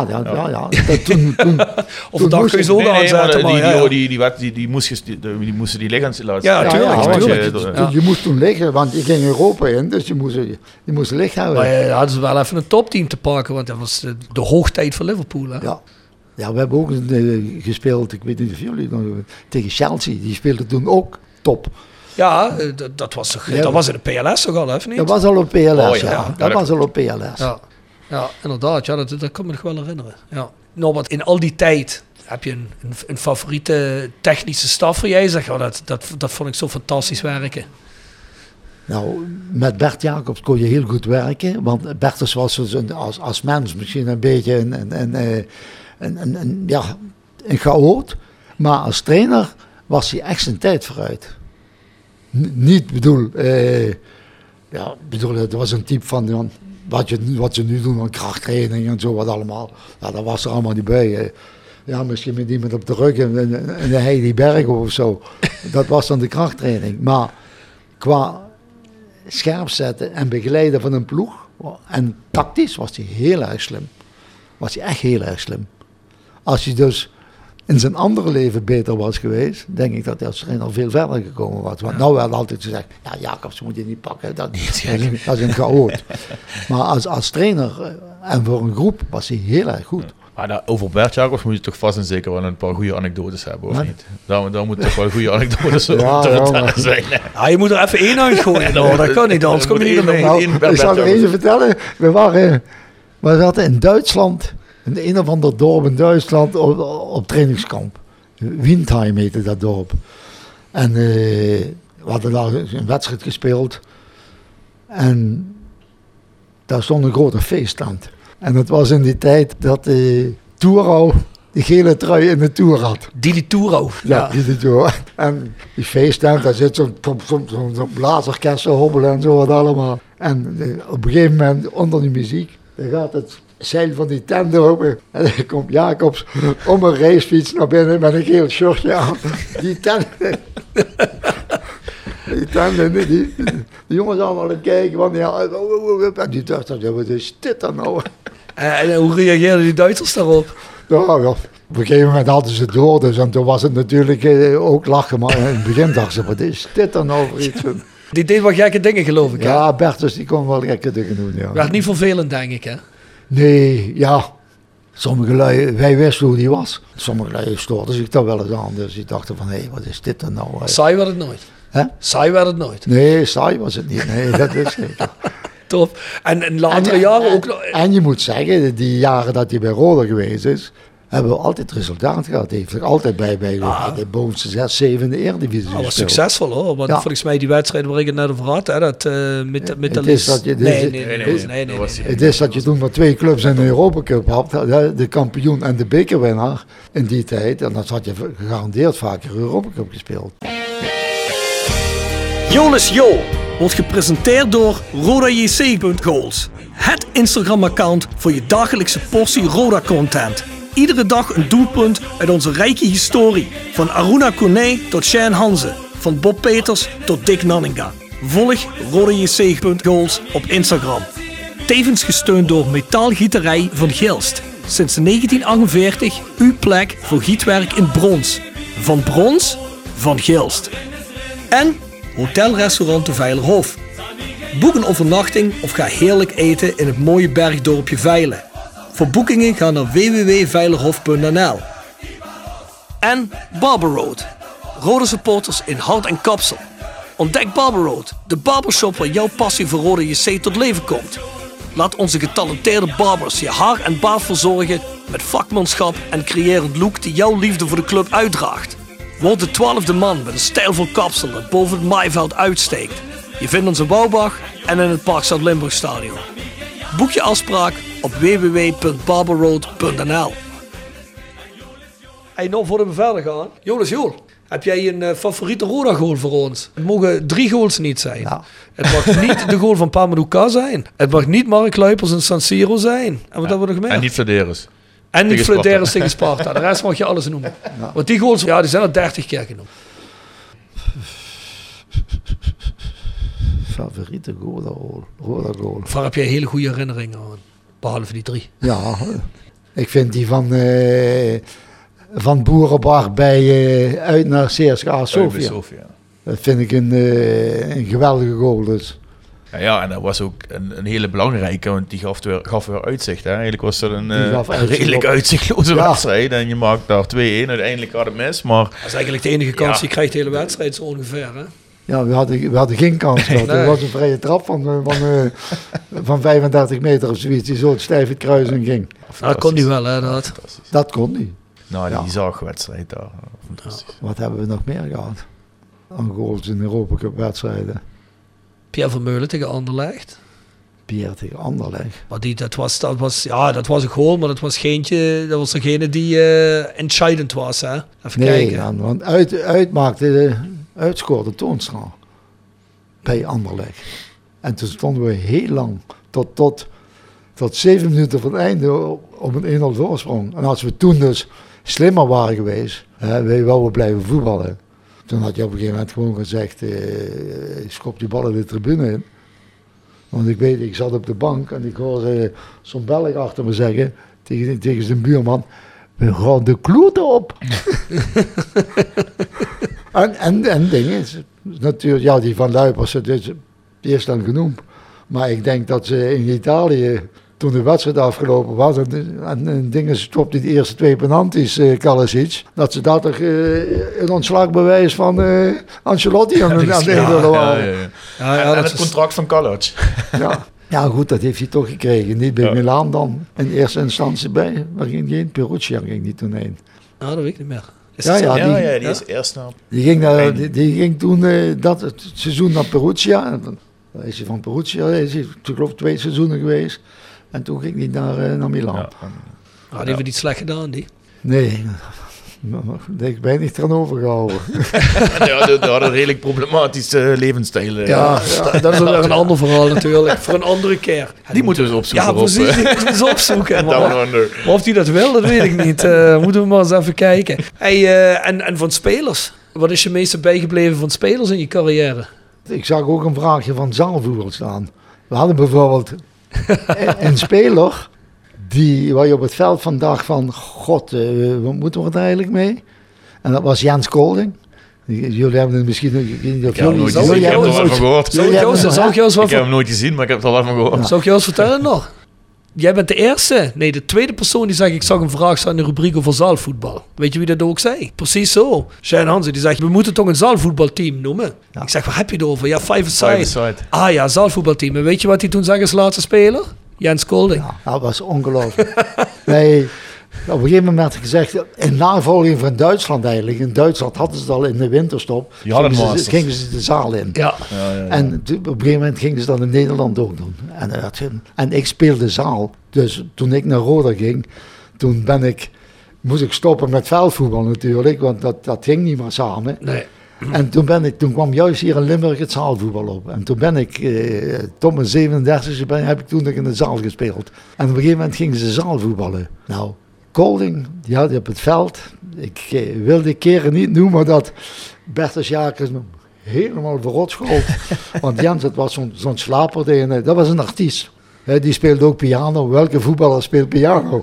Of een dag kun je zo aanzetten. Die moesten die liggen laten. Ja, natuurlijk. Je moest toen liggen, want je ging Europa in, dus je moest licht hebben. Maar hadden ze wel even een topteam te pakken, want dat was de hoogtijd van Liverpool. Hè? Ja, we hebben ook gespeeld, ik weet niet of jullie nog, tegen Chelsea. Die speelde toen ook top. Ja, dat was in de PLS toch al, of niet? Dat was al op PLS, Dat was al op PLS. Ja, inderdaad. Ja, dat kan me nog wel herinneren. Ja. Nou, want in al die tijd heb je een favoriete technische staffer. Jij zegt, dat vond ik zo fantastisch werken. Nou, met Bert Jacobs kon je heel goed werken. Want Bertus was als mens misschien een beetje een chaot. Maar als trainer was hij echt zijn tijd vooruit. Het was een type van wat ze nu doen aan krachttraining en zo wat allemaal. Ja, dat was er allemaal niet bij. Ja, misschien met iemand op de rug in de Heidelberg of zo. Dat was dan de krachttraining. Maar qua scherp zetten en begeleiden van een ploeg en tactisch was hij heel erg slim. Was hij echt heel erg slim. Als hij dus in zijn andere leven beter was geweest, denk ik dat hij als trainer veel verder gekomen was. Want nou werd altijd gezegd, ja, Jacobs moet je niet pakken, dat is een chaot. Maar als trainer en voor een groep was hij heel erg goed. Maar over Bert Jacobs moet je toch vast en zeker wel een paar goede anekdotes hebben, of niet? Dan moet toch wel goede anecdotes te vertellen zijn. Ja, je moet er even 1 uitgooien, dat kan niet, anders kom je niet ermee. Ik zal er eentje vertellen. We zaten in Duitsland, in een of ander dorp in Duitsland, op trainingskamp. Windheim heette dat dorp. En we hadden daar een wedstrijd gespeeld. En daar stond een grote feeststand. En het was in die tijd dat Toerau die gele trui in de Tour had. Die Toerau. Ja, die Toerau. En die feesttent, daar zit zo'n blazerkast hobbelen en zo wat allemaal. En op een gegeven moment, onder die muziek, dan gaat het zeil van die tent open. En dan komt Jacobs om een racefiets naar binnen met een geel shirtje aan. Die tent... Die jongens allemaal aan het kijken, want die dachten, wat is dit dan nou? En hoe reageerden die Duitsers daarop? Ja, op een gegeven moment hadden ze het door, dus en toen was het natuurlijk ook lachen, maar in het begin dachten ze, wat is dit dan nou voor iets? Die deed wel gekke dingen, geloof ik. Ja, Bertus die kon wel gekke dingen doen, ja. Werd niet vervelend, denk ik, hè? Nee, ja. Sommige lui, wij wisten hoe die was. Sommige lui stoorden zich daar wel eens aan. Dus die dachten van, hé, wat is dit dan nou? Saai werd het nooit. Hè? Saai werd het nooit. Nee, saai was het niet. Nee, dat is zeker. Top. En in latere jaren ook nog... En je moet zeggen, die jaren dat hij bij Roda geweest is, hebben we altijd resultaat gehad. Hij heeft er altijd bij de bovenste 6, 7 in de Eredivisie. Dat was succesvol hoor. Want volgens mij die wedstrijd waar ik het net over had, hè, dat met de Lis. Het is dat je toen maar 2 clubs in de Europa Cup had. De kampioen en de bekerwinnaar in die tijd. En dan had je gegarandeerd vaker Europa Cup gespeeld. Jolis Jo wordt gepresenteerd door RodaJC.goals. Het Instagram-account voor je dagelijkse portie Roda-content. Iedere dag een doelpunt uit onze rijke historie. Van Aruna Kone tot Shane Hanze. Van Bob Peters tot Dick Nanninga. Volg RodaJC.goals op Instagram. Tevens gesteund door Metaalgieterij van Gilst. Sinds 1948 uw plek voor gietwerk in brons. Van brons, van Gilst. En Hotel-restaurant de Veilerhof. Boek een overnachting of ga heerlijk eten in het mooie bergdorpje Veilen. Voor boekingen ga naar www.veilerhof.nl. En Barber Road. Roda supporters in hart en kapsel. Ontdek Barber Road, de barbershop waar jouw passie voor Roda JC tot leven komt. Laat onze getalenteerde barbers je haar en baard verzorgen met vakmanschap en creërend look die jouw liefde voor de club uitdraagt. Word de 12e man met een stijlvol kapsel dat boven het maaiveld uitsteekt. Je vindt ons in Bouwbach en in het Park Zuid-Limburg Stadion. Boek je afspraak op www.barberroad.nl. Hey, nou voor we verder gaan. Jolis Joel, heb jij een favoriete Roda-goal voor ons? Het mogen 3 goals niet zijn. Ja. Het mag niet de goal van Pamadouka zijn. Het mag niet Mark Luipers in San Siro zijn. En wat hebben we nog meer? En niet Flederis. En niet Flederis tegen Sparta. De rest mag je alles noemen. Ja. Want die goals, die zijn al 30 keer genoemd. Favoriete Roda goal. Waar heb jij hele goede herinneringen aan? Behalve die 3. Ja, ik vind die van Boerenbach bij uit naar CSKA Sofia. Dat vind ik een geweldige goal. Dus. Ja, en dat was ook een hele belangrijke, want die gaf weer uitzicht. Hè. Eigenlijk was het een redelijk uitzichtloze wedstrijd. En je maakt daar 2-1. Uiteindelijk had het mis, maar... Dat is eigenlijk de enige kans die krijgt de hele wedstrijd zo ongeveer. Hè? Ja, we hadden geen kans gehad. Er was een vrije trap van 35 meter of zoiets, die zo het stijf het kruis in ging. Dat kon hij wel, hè? Dat kon hij. Nou, die zagwedstrijd daar. Fantastisch. Wat hebben we nog meer gehad? Aan goals in Europa Cup wedstrijden. Pierre Vermeulen tegen Anderlecht. Pierre tegen Anderlecht. Maar dat was een goal, maar dat was degene die entscheidend was. Hè? Even kijken. Want uitscoorde Toonstra bij Anderlecht. En toen stonden we heel lang, tot 7 minuten van het einde, op een 1-0 voorsprong. En als we toen dus slimmer waren geweest, wij wouden blijven voetballen. Toen had je op een gegeven moment gewoon gezegd, schop die bal in de tribune in. Want ik zat op de bank en ik hoorde zo'n Belg achter me zeggen, tegen zijn buurman, we gaan de kloten op. en dingen, natuurlijk, ja, die van Luipers, die is dan genoemd. Maar ik denk dat ze in Italië, toen de wedstrijd afgelopen was, en dingen stopte die eerste 2 penalties, Kalasic, dat ze daar toch een ontslagbewijs van Ancelotti aan het invullen waren. Ja, en het contract van Kalac. Ja, goed, dat heeft hij toch gekregen. Niet bij Milaan dan, in eerste instantie bij. Waar ging die in? Perugia ging die toen heen. Dat weet ik niet meer. Die is eerst naar... Die ging toen het seizoen naar Perugia. Dan is hij van Perugia, is hij, ik geloof 2 seizoenen geweest. En toen ging hij naar Milaan. Die hebben niet slecht gedaan, die. Nee, ik ben niet eraan overgehouden. Die hadden een redelijk problematische levensstijl. Dat is ook een ander verhaal natuurlijk. Voor een andere keer. Die moeten we eens opzoeken. Ja, precies. Die moeten we eens opzoeken. Maar of die dat wil, dat weet ik niet. Moeten we maar eens even kijken. Hey, en van spelers? Wat is je meeste bijgebleven van spelers in je carrière? Ik zag ook een vraagje van zaalvoetbal staan. We hadden bijvoorbeeld een speler... waar je op het veld van dacht van, god, wat moeten we er eigenlijk mee? En dat was Jens Kolding. Jullie hebben het misschien... Ik heb er nooit gezien, ik heb er al van gehoord. Ik heb hem nooit gezien, maar ik heb het al van gehoord. Zou ik jou eens vertellen nog? jij bent de tweede persoon die zegt, ik zag een vraag staan in de rubriek over zaalvoetbal. Weet je wie dat ook zei? Precies zo. Shane Hansen, die zegt, we moeten toch een zaalvoetbalteam noemen? Ja. Ik zeg, waar heb je het over? Ja, five-a-side. Ah ja, zaalvoetbalteam. En weet je wat hij toen zei als laatste speler? Jens Kolding. Ja, dat was ongelooflijk. Nee, op een gegeven moment gezegd, in navolging van Duitsland eigenlijk. In Duitsland hadden ze het al in de winterstop. Gingen ze de zaal in. Ja. En op een gegeven moment gingen ze dat in Nederland ook doen. En ik speelde zaal. Dus toen ik naar Roda ging, moest ik stoppen met veldvoetbal natuurlijk. Want dat ging niet meer samen. Nee. En toen kwam juist hier in Limburg het zaalvoetbal op. En toen ben ik, tot mijn 37e heb ik toen in de zaal gespeeld. En op een gegeven moment gingen ze zaalvoetballen. Nou, Kolding, die had op het veld. Ik wil die keren niet noemen dat Bertus Jacques helemaal verrot schold. Want Jens, het was zo'n slaper. Dat was een artiest. Die speelde ook piano. Welke voetballer speelt piano?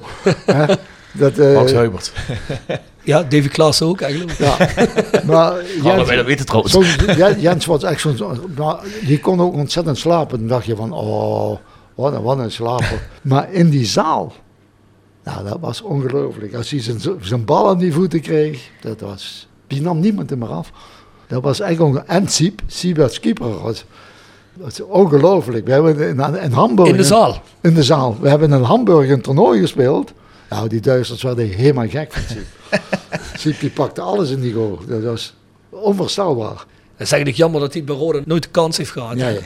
Max Heubert. Ja, Davy Klaassen ook eigenlijk. Ja. Maar Jens, wij dat weten trouwens. Jens was echt die kon ook ontzettend slapen. Dan dacht je van, wat een slaper. Maar in die zaal, nou, dat was ongelooflijk. Als hij zijn bal aan die voeten kreeg, die nam niemand er meer af. Dat was eigenlijk en Siep als keeper. Dat is ongelooflijk. We hebben in Hamburg... In de zaal? In de zaal. We hebben in Hamburg een toernooi gespeeld. Nou, die Duitsers werden helemaal gek van Siep. Siep die pakte alles in die goal. Dat was onvoorstelbaar. Het is eigenlijk jammer dat hij bij Roda nooit de kans heeft gehad. Ja.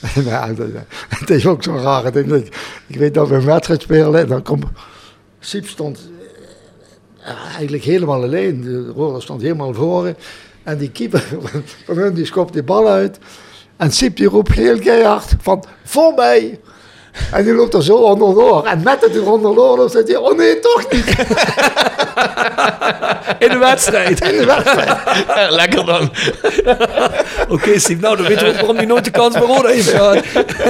Het is ook zo'n rare ding. Ik weet dat we een wedstrijd spelen en dan komt... Siep stond eigenlijk helemaal alleen. De Roda stond helemaal voor. En die keeper van hun die schopt die bal uit. En Siep die roept heel keihard van, voor mij! En die loopt er zo onderdoor. En met het er onderdoor loopt, zegt hij, oh nee, toch niet. In de wedstrijd. Lekker dan. Oké, Siep, nou dan weten we ook waarom hij nooit de kans bij Roda heeft gehad.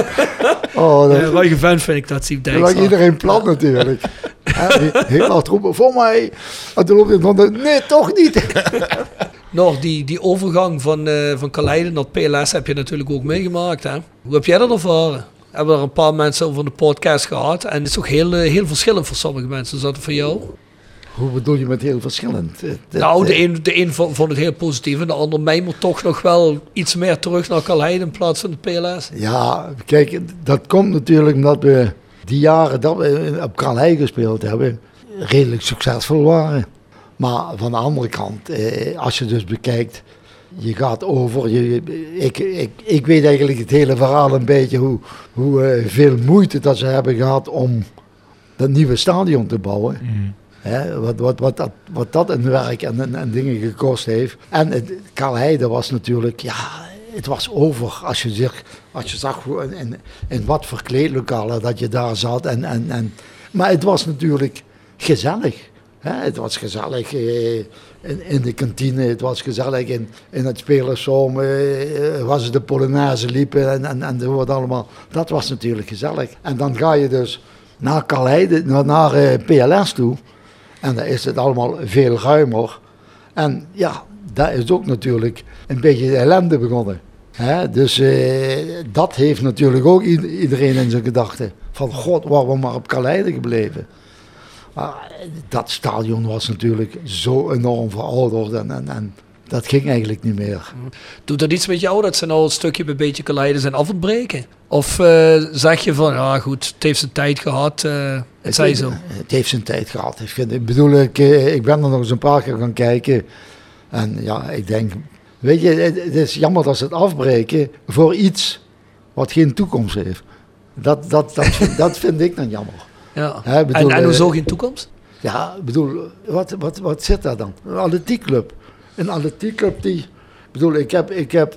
Ruige vent vind ik dat, Siep Dijkstra. Dat lag iedereen plat natuurlijk. Heel hard roepen, voor mij. En toen loopt hij van, nee, toch niet. Nog die overgang van Kaleiden naar PLS heb je natuurlijk ook meegemaakt. Hè? Hoe heb jij dat ervaren? We hebben er een paar mensen over de podcast gehad. En het is ook heel verschillend voor sommige mensen. Is dat voor jou? Hoe bedoel je met heel verschillend? De een vond het heel positief. En de ander mijmert toch nog wel iets meer terug naar Kaleiden in plaats van de PLS. Ja, kijk, dat komt natuurlijk omdat we die jaren dat we op Kaleiden gespeeld hebben, redelijk succesvol waren. Maar van de andere kant, als je dus bekijkt, je gaat over. Ik weet eigenlijk het hele verhaal een beetje hoe veel moeite dat ze hebben gehad om dat nieuwe stadion te bouwen. Mm. Wat dat in werk en dingen gekost heeft. En Kaleiden was natuurlijk, het was over als je zag in wat voor kleedlokalen dat je daar zat. Maar het was natuurlijk gezellig. Het was gezellig in de kantine, het was gezellig in het spelersom, was de Polonaise liepen en wat allemaal. Dat was natuurlijk gezellig. En dan ga je dus naar Kaleiden, naar PLS toe. En dan is het allemaal veel ruimer. En ja, daar is ook natuurlijk een beetje de ellende begonnen. Dus dat heeft natuurlijk ook iedereen in zijn gedachten. Van god, waren we maar op Kaleiden gebleven. Maar dat stadion was natuurlijk zo enorm verouderd en dat ging eigenlijk niet meer. Doet dat iets met jou dat ze nou een stukje bij beetje Kaleiden zijn af het breken? Of zeg je van, ja goed, het heeft zijn tijd gehad, het zij zo? Het heeft zijn tijd gehad. Ik ben er nog eens een paar keer gaan kijken. En ja, ik denk, weet je, het is jammer dat ze het afbreken voor iets wat geen toekomst heeft. Dat vind ik dan jammer. Ja. En hoezo geen toekomst? Ja, ik bedoel, wat zit daar dan? Een atletiekclub. Een atletiekclub die... Ik heb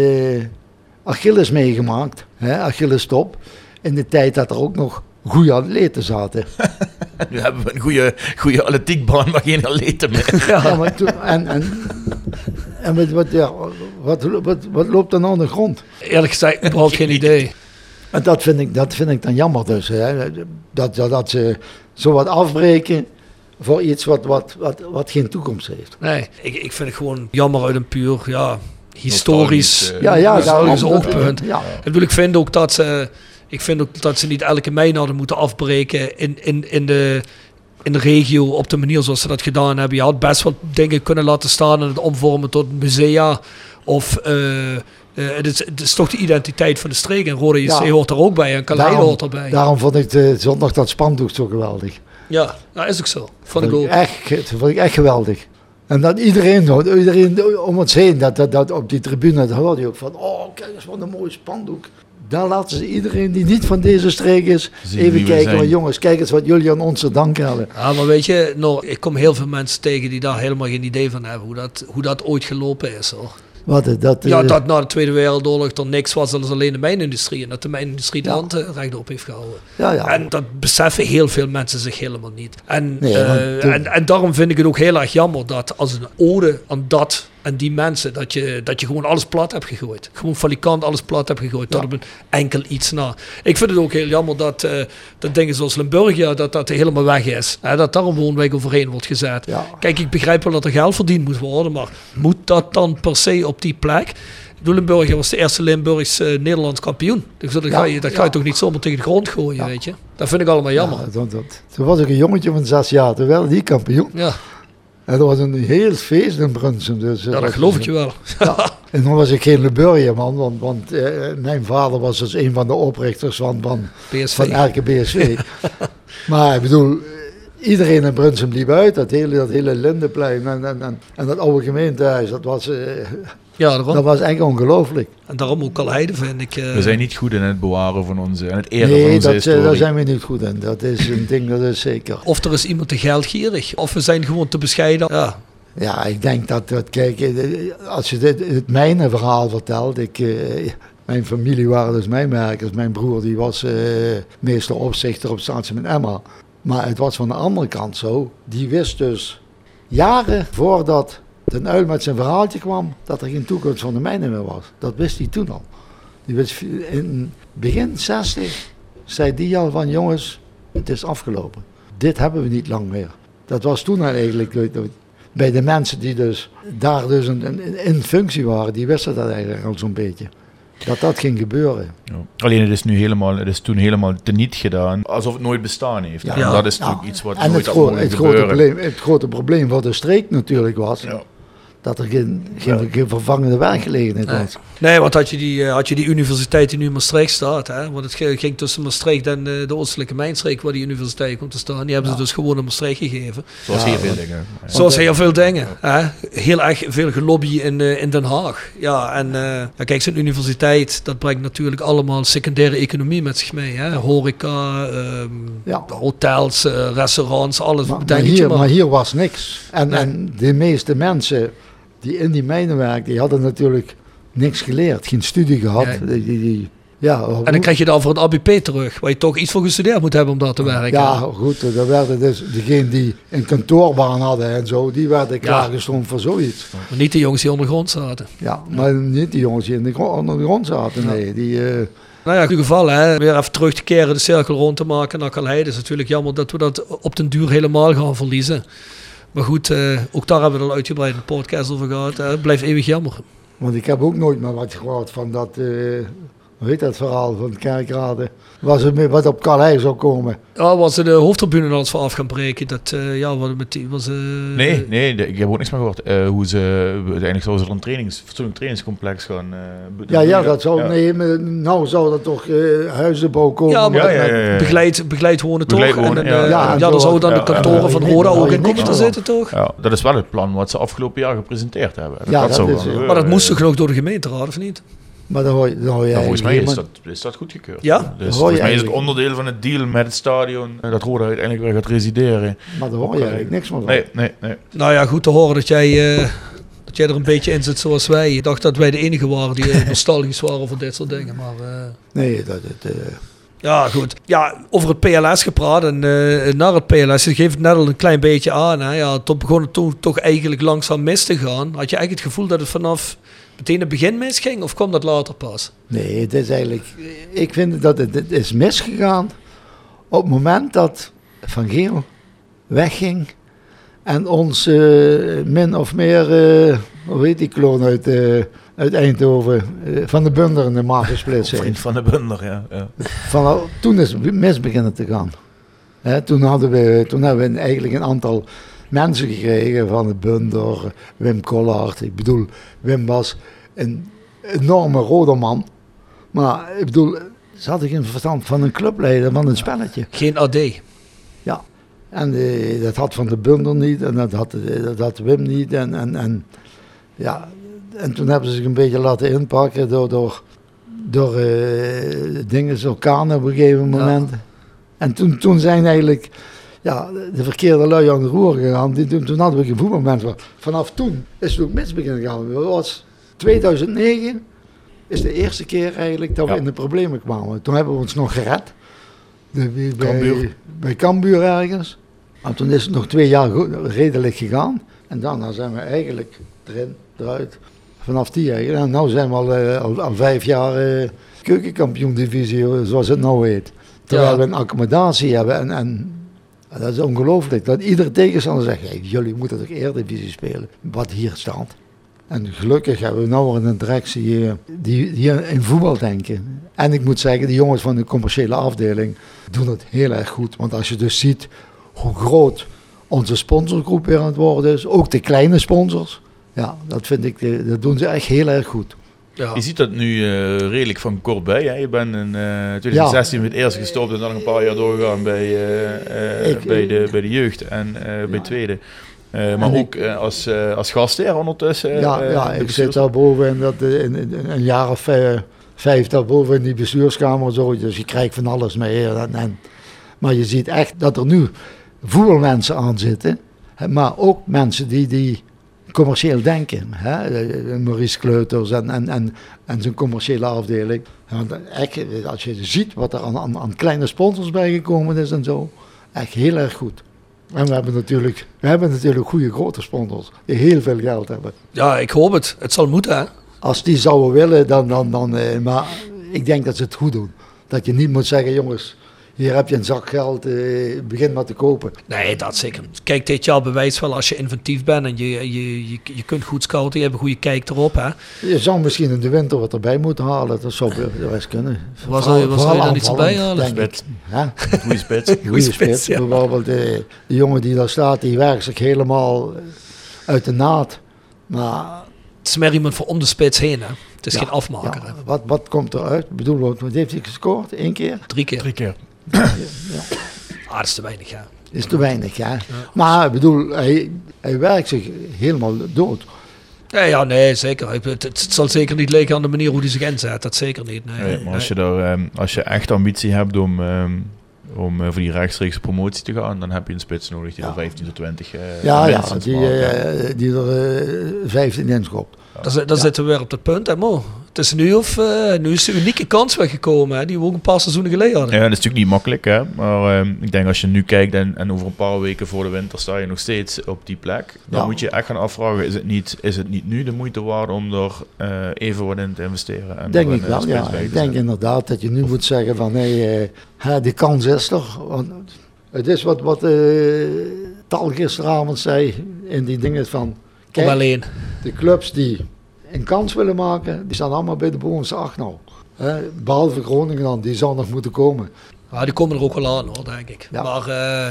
Achilles meegemaakt. Achilles top. In de tijd dat er ook nog goede atleten zaten. Nu hebben we een goede atletiekbaan, maar geen atleten meer. Ja, maar wat loopt er nou aan de grond? Eerlijk gezegd, überhaupt geen idee. En dat vind ik dan jammer dus. Hè? Dat ze zo wat afbreken voor iets wat geen toekomst heeft. Nee, ik vind het gewoon jammer uit een puur historisch oogpunt. Ja. Ik vind ook dat ze Ik vind ook dat ze niet elke mijn hadden moeten afbreken in de regio op de manier zoals ze dat gedaan hebben. Je had best wat dingen kunnen laten staan en het omvormen tot musea. Of het is toch de identiteit van de streek. En Roda JC hoort er ook bij en Calais hoort erbij. Daarom vond ik de zondag dat spandoek zo geweldig. Ja, dat is ook zo. Dat vond ik echt geweldig. En dat iedereen om ons heen, dat op die tribune, dat hoorde je ook van, kijk eens wat een mooi spandoek. Daar laten ze iedereen die niet van deze streek is, even kijken. Maar jongens, kijk eens wat jullie aan ons te danken hebben. Ja, maar weet je, ik kom heel veel mensen tegen die daar helemaal geen idee van hebben. Hoe dat ooit gelopen is, hoor. Dat na de Tweede Wereldoorlog er niks was, dat is alleen de mijnindustrie. En dat de mijnindustrie de hand rechtop heeft gehouden. Ja. En dat beseffen heel veel mensen zich helemaal niet. En daarom vind ik het ook heel erg jammer dat als een ode aan dat en die mensen, dat je gewoon alles plat hebt gegooid. Gewoon valikant alles plat hebt gegooid. Tot op een enkel iets na. Ik vind het ook heel jammer dat dingen zoals Limburgia, dat helemaal weg is. Dat daar een woonwijk overheen wordt gezet. Ja. Kijk, ik begrijp wel dat er geld verdiend moet worden, maar moet dat dan per se op die plek? Limburgia was de eerste Limburgs Nederlands kampioen. Dus dat ga je toch niet zomaar tegen de grond gooien, weet je? Dat vind ik allemaal jammer. Toen was ik een jongetje van 6 jaar, toen werd die kampioen. Ja. En dat was een heel feest in Brunsum. Dus, dat geloof ik je wel. En dan was ik geen Limburger man, want mijn vader was dus een van de oprichters van RKBSV. Maar ik bedoel, iedereen in Brunsum liep uit, dat hele Lindenplein en dat oude gemeentehuis, dat was echt ongelooflijk. En daarom ook Kalheide, vind ik. We zijn niet goed in het bewaren van onze, en het eren van onze historie. Daar zijn we niet goed in. Dat is een ding, dat is zeker. Of er is iemand te geldgierig, of we zijn gewoon te bescheiden. Ja, ik denk dat kijk, als je het mijne verhaal vertelt, mijn familie waren dus mijnwerkers. Mijn broer die was meester opzichter op Staatsem Emma. Maar het was van de andere kant zo, die wist dus jaren voordat Den Uyl met zijn verhaaltje kwam, dat er geen toekomst van de mijnen meer was. Dat wist hij toen al. Die wist in begin 60, zei die al van jongens, het is afgelopen. Dit hebben we niet lang meer. Dat was toen eigenlijk bij de mensen die dus daar dus in functie waren, die wisten dat eigenlijk al zo'n beetje. Dat ging gebeuren. Ja. Alleen het is toen helemaal teniet gedaan, alsof het nooit bestaan heeft. Ja. En dat is natuurlijk iets wat nooit had mogen gebeuren. Het grote probleem voor de streek natuurlijk was, dat er geen vervangende werkgelegenheid was. Nee, want had je die universiteit die nu in Maastricht staat, hè? Want het ging tussen Maastricht en de Oostelijke Mijnstreek waar die universiteit komt te staan. Die hebben ze dus gewoon in Maastricht gegeven. Zoals heel veel dingen. Zoals heel veel dingen. Hè? Heel erg veel gelobby in Den Haag. Ja, en kijk, zo'n universiteit, dat brengt natuurlijk allemaal secundaire economie met zich mee. Hè? Horeca, hotels, restaurants, alles. Maar hier was niks. En de meeste mensen die in die mijnen werkten, die hadden natuurlijk niks geleerd, geen studie gehad. En dan krijg je dan voor het ABP terug, waar je toch iets voor gestudeerd moet hebben om daar te werken. Ja, goed, dan werden dus degenen die een kantoorbaan hadden en zo, die werden klaargestoomd voor zoiets. Maar niet de jongens die ondergrond zaten. Ja, maar niet die jongens die onder de grond zaten, nee. Nou ja, in ieder geval, hè, weer even terug te keren, de cirkel rond te maken naar Calheide. Het is natuurlijk jammer dat we dat op den duur helemaal gaan verliezen. Maar goed, ook daar hebben we al uitgebreid een podcast over gehad. Het blijft eeuwig jammer. Want ik heb ook nooit meer wat gehoord van dat, hoe heet dat verhaal van de kerkraden? Wat op Calheide zou komen. Ja, was ze de hoofdtribune al eens voor af gaan breken. Nee, ik heb ook niks meer gehoord. Hoe ze uiteindelijk zouden ze er een fatsoenlijk trainingscomplex gaan. Dat zou. Nee, nou zou dat toch huizenbouw komen. Ja, maar begeleid wonen toch? Dan zouden dan de kantoren van Roda ook in komen te zitten, toch? Ja, dat is wel het plan wat ze afgelopen jaar gepresenteerd hebben. Maar dat moest toch nog door de gemeenteraad, of niet? Maar dan hoor je volgens mij is dat goedgekeurd. Ja? Dus volgens mij is het onderdeel van het deal met het stadion dat Roda uiteindelijk weer gaat resideren. Maar daar hoor je eigenlijk niks meer van. Nee. Nou ja, goed te horen dat jij er een beetje in zit zoals wij. Ik dacht dat wij de enige waren die nostalgisch waren voor dit soort dingen. Maar, nee, Ja, goed. Ja, over het PLS gepraat en naar het PLS. Je geeft het net al een klein beetje aan. Hè. Ja, tot begon het toen toch eigenlijk langzaam mis te gaan. Had je eigenlijk het gevoel dat het vanaf meteen het begin misging of kwam dat later pas? Nee, het is eigenlijk... Ik vind dat het is misgegaan op het moment dat Van Geel wegging en ons min of meer, hoe heet die kloon uit uit Eindhoven, Van de Bunder in de Maagensplits. Vriend van de Bunder, ja. Toen is het mis beginnen te gaan. Toen hebben we eigenlijk een aantal mensen gekregen, Van de Bunder, Wim Collard. Ik bedoel, Wim was een enorme rode man. Maar ik bedoel, ze hadden geen verstand van een clubleider, van een spelletje. Geen AD. Ja, en dat had Van de Bunder niet en dat had Wim niet. En toen hebben ze zich een beetje laten inpakken door dingen, zo Kaan op een gegeven moment. Ja. En toen zijn eigenlijk de verkeerde lui aan de roer gegaan. Toen hadden we geen voetbalmensen. Vanaf toen is het ook mis beginnen gaan. Het was 2009 is de eerste keer eigenlijk dat we in de problemen kwamen. Toen hebben we ons nog gered. Bij Cambuur ergens. En toen is het nog 2 jaar redelijk gegaan. En daarna zijn we eigenlijk erin, eruit. Vanaf die eigenlijk. En nu zijn we al 5 jaar keukenkampioen-divisie, zoals het nou heet. Terwijl we een accommodatie hebben. En dat is ongelooflijk. Dat iedere tegenstander zegt, hey, jullie moeten toch Eredivisie spelen. Wat hier staat. En gelukkig hebben we nou een directie die in voetbal denken. En ik moet zeggen, de jongens van de commerciële afdeling doen het heel erg goed. Want als je dus ziet hoe groot onze sponsorgroep weer aan het worden is, ook de kleine sponsors, ja, dat vind ik, dat doen ze echt heel erg goed. Ja. Je ziet dat nu redelijk van kort bij. Hè? Je bent in 2016 met het eerste gestopt en dan nog een paar jaar doorgegaan bij de jeugd en bij tweede. Maar ook als gastheer ondertussen. Ik zit daarboven in een jaar of 5 daarboven in die bestuurskamer. Zo, dus je krijgt van alles mee. Maar je ziet echt dat er nu voetbalmensen aan zitten. Maar ook mensen die commercieel denken. Maurice Kleuters en zijn commerciële afdeling. Als je ziet wat er aan kleine sponsors bijgekomen is en zo. Echt heel erg goed. En we hebben natuurlijk goede grote sponsors die heel veel geld hebben. Ja, ik hoop het. Het zal moeten, hè? Als die zouden willen, dan maar ik denk dat ze het goed doen. Dat je niet moet zeggen, jongens, hier heb je een zak geld, begin maar te kopen. Nee, dat zeker. Kijk, dit jaar bewijst wel als je inventief bent en je kunt goed scouten, je hebt een goede kijk erop, hè? Je zou misschien in de winter wat erbij moeten halen, dat zou best kunnen. Waar zou je dan iets erbij halen? Goeie spits. Goeie spits, ja. Bijvoorbeeld de jongen die daar staat, die werkt zich helemaal uit de naad. Maar het is meer iemand voor om de spits heen, hè? Het is geen afmaker. Ja, wat komt eruit? Ik bedoel, wat heeft hij gescoord? 1 keer? 3 keer. 3 keer. Ja. Dat is te weinig, ja. Is te weinig, ja. Maar ik bedoel, hij werkt zich helemaal dood. Ja, nee, zeker. Het zal zeker niet liggen aan de manier hoe hij zich inzet. Dat zeker niet. Nee, maar als je echt ambitie hebt om voor die rechtstreekse promotie te gaan, dan heb je een spits nodig die er 15 tot 20 die er 15 inschopt. Dan zitten we weer op het punt, hè, Mo. Het is nu is de unieke kans weggekomen, hè, die we ook een paar seizoenen geleden hadden. Ja, dat is natuurlijk niet makkelijk, hè. Maar ik denk als je nu kijkt en over een paar weken voor de winter sta je nog steeds op die plek, dan moet je echt gaan afvragen, is het niet nu de moeite waard om er even wat in te investeren? En denk ik wel, ja. Ik denk inderdaad dat je nu moet zeggen van, die kans is er. Want het is wat Tal gisteravond zei in die dingen van, kijk, alleen de clubs die een kans willen maken, die staan allemaal bij de bovenste 8 nou. Behalve Groningen dan, die zal nog moeten komen. Ja, die komen er ook wel aan hoor, denk ik. Ja. Maar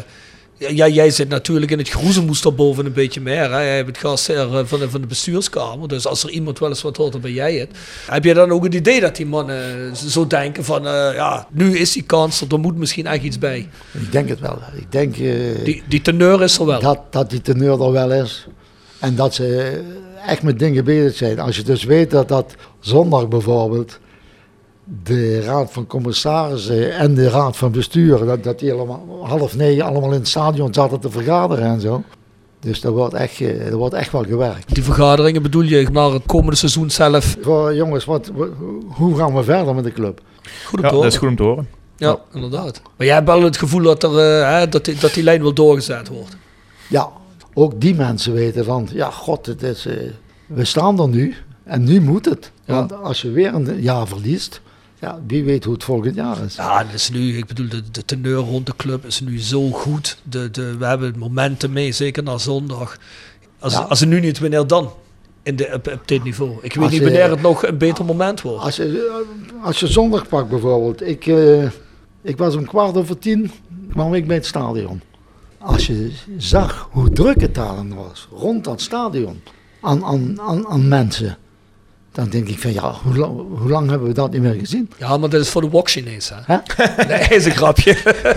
jij zit natuurlijk in het groezemoes daarboven een beetje meer. Hè? Jij hebt het gastheer van de bestuurskamer. Dus als er iemand wel eens wat hoort, dan ben jij het. Heb je dan ook het idee dat die mannen zo denken van, nu is die kans, er moet misschien echt iets bij? Ik denk het wel. Ik denk, die teneur is er wel. Dat die teneur er wel is. En dat ze echt met dingen bezig zijn. Als je dus weet dat zondag bijvoorbeeld de raad van commissarissen en de raad van bestuur, dat die allemaal 8:30 allemaal in het stadion zaten te vergaderen en zo. Dus er wordt echt wel gewerkt. Die vergaderingen bedoel je naar het komende seizoen zelf? Voor jongens, hoe gaan we verder met de club? Goed om te horen. Dat is goed om te horen. Ja, inderdaad. Maar jij hebt wel het gevoel dat die lijn wel doorgezet wordt. Ja, ook die mensen weten van, ja god, het is, we staan er nu en nu moet het. Want als je weer een jaar verliest, ja, wie weet hoe het volgend jaar is. Ja, dat is nu, ik bedoel, de teneur rond de club is nu zo goed. We hebben momenten mee, zeker na zondag. Als ze nu niet winnen, dan. Op dit niveau. Ik weet niet wanneer het nog een beter moment wordt. Als je zondag pakt bijvoorbeeld. Ik was om 10:15, kwam ik bij het stadion. Als je zag hoe druk het daar was, rond dat stadion, aan mensen. Dan denk ik van hoe lang hebben we dat niet meer gezien? Ja, maar dat is voor de wok-Chinees, hè? Nee, is een grapje.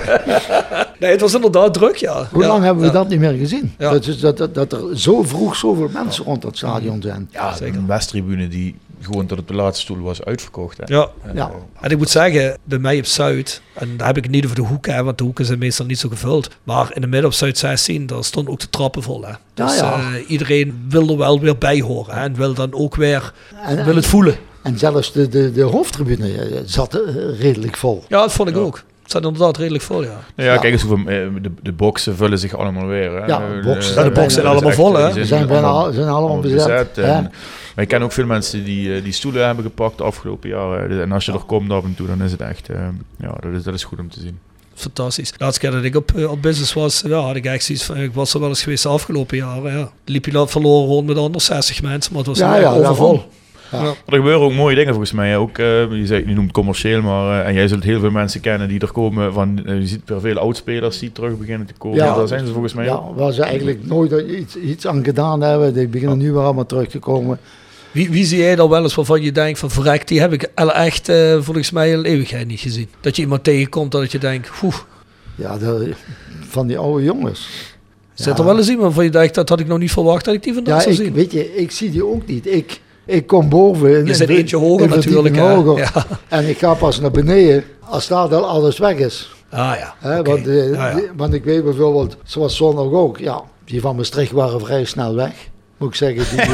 Nee, het was inderdaad druk, ja. Hoe lang hebben we dat niet meer gezien? Ja. Dat er zo vroeg zoveel mensen rond dat stadion zijn. Ja, zeker. Een Westtribune die gewoon tot op de laatste stoel was uitverkocht. Hè? Ja. En ik moet zeggen, bij mij op Zuid, en daar heb ik het niet over de hoeken, hè, want de hoeken zijn meestal niet zo gevuld. Maar in de midden op Zuid 16, daar stonden ook de trappen vol. Hè. Dus iedereen wil er wel weer bij horen. Hè, en wil dan ook weer wil het voelen. En zelfs de hoofdtribune zat redelijk vol. Ja, dat vond ik ook. Het zat inderdaad redelijk vol, ja. Ja, kijk eens hoeveel de boxen vullen zich allemaal weer. Hè. Ja, de boxen zijn allemaal vol, hè. Ze zijn allemaal bezet. Maar ik ken ook veel mensen die stoelen hebben gepakt de afgelopen jaren. En als je er komt af en toe, dan is het echt, dat is goed om te zien. Fantastisch. De laatste keer dat ik op business was, had ik eigenlijk zoiets van, ik was er wel eens geweest de afgelopen jaren. Ja. Liep je verloren rond met 160 mensen, maar het was overvol. Ja. Er gebeuren ook mooie dingen volgens mij. Ook, je noemt commercieel, maar en jij zult heel veel mensen kennen die er komen. Je ziet weer veel oudspelers die terug beginnen te komen. Ja, daar zijn ze volgens mij ook. Waar ze eigenlijk nooit iets aan gedaan hebben. Die beginnen nu weer allemaal terug te komen. Wie zie jij dan wel eens waarvan je denkt van verrek, die heb ik echt volgens mij een eeuwigheid niet gezien. Dat je iemand tegenkomt dat je denkt, Ja, van die oude jongens. Zit er wel eens iemand van je denkt, dat had ik nog niet verwacht dat ik die vandaag zou zien? Weet je, ik zie die ook niet. Ik kom boven. Je zit eentje hoger natuurlijk. Hoger. Ja. En ik ga pas naar beneden als daar dan alles weg is. Ah ja. Want ik weet bijvoorbeeld, zoals zondag ook, die van Maastricht waren vrij snel weg. Moet ik zeggen,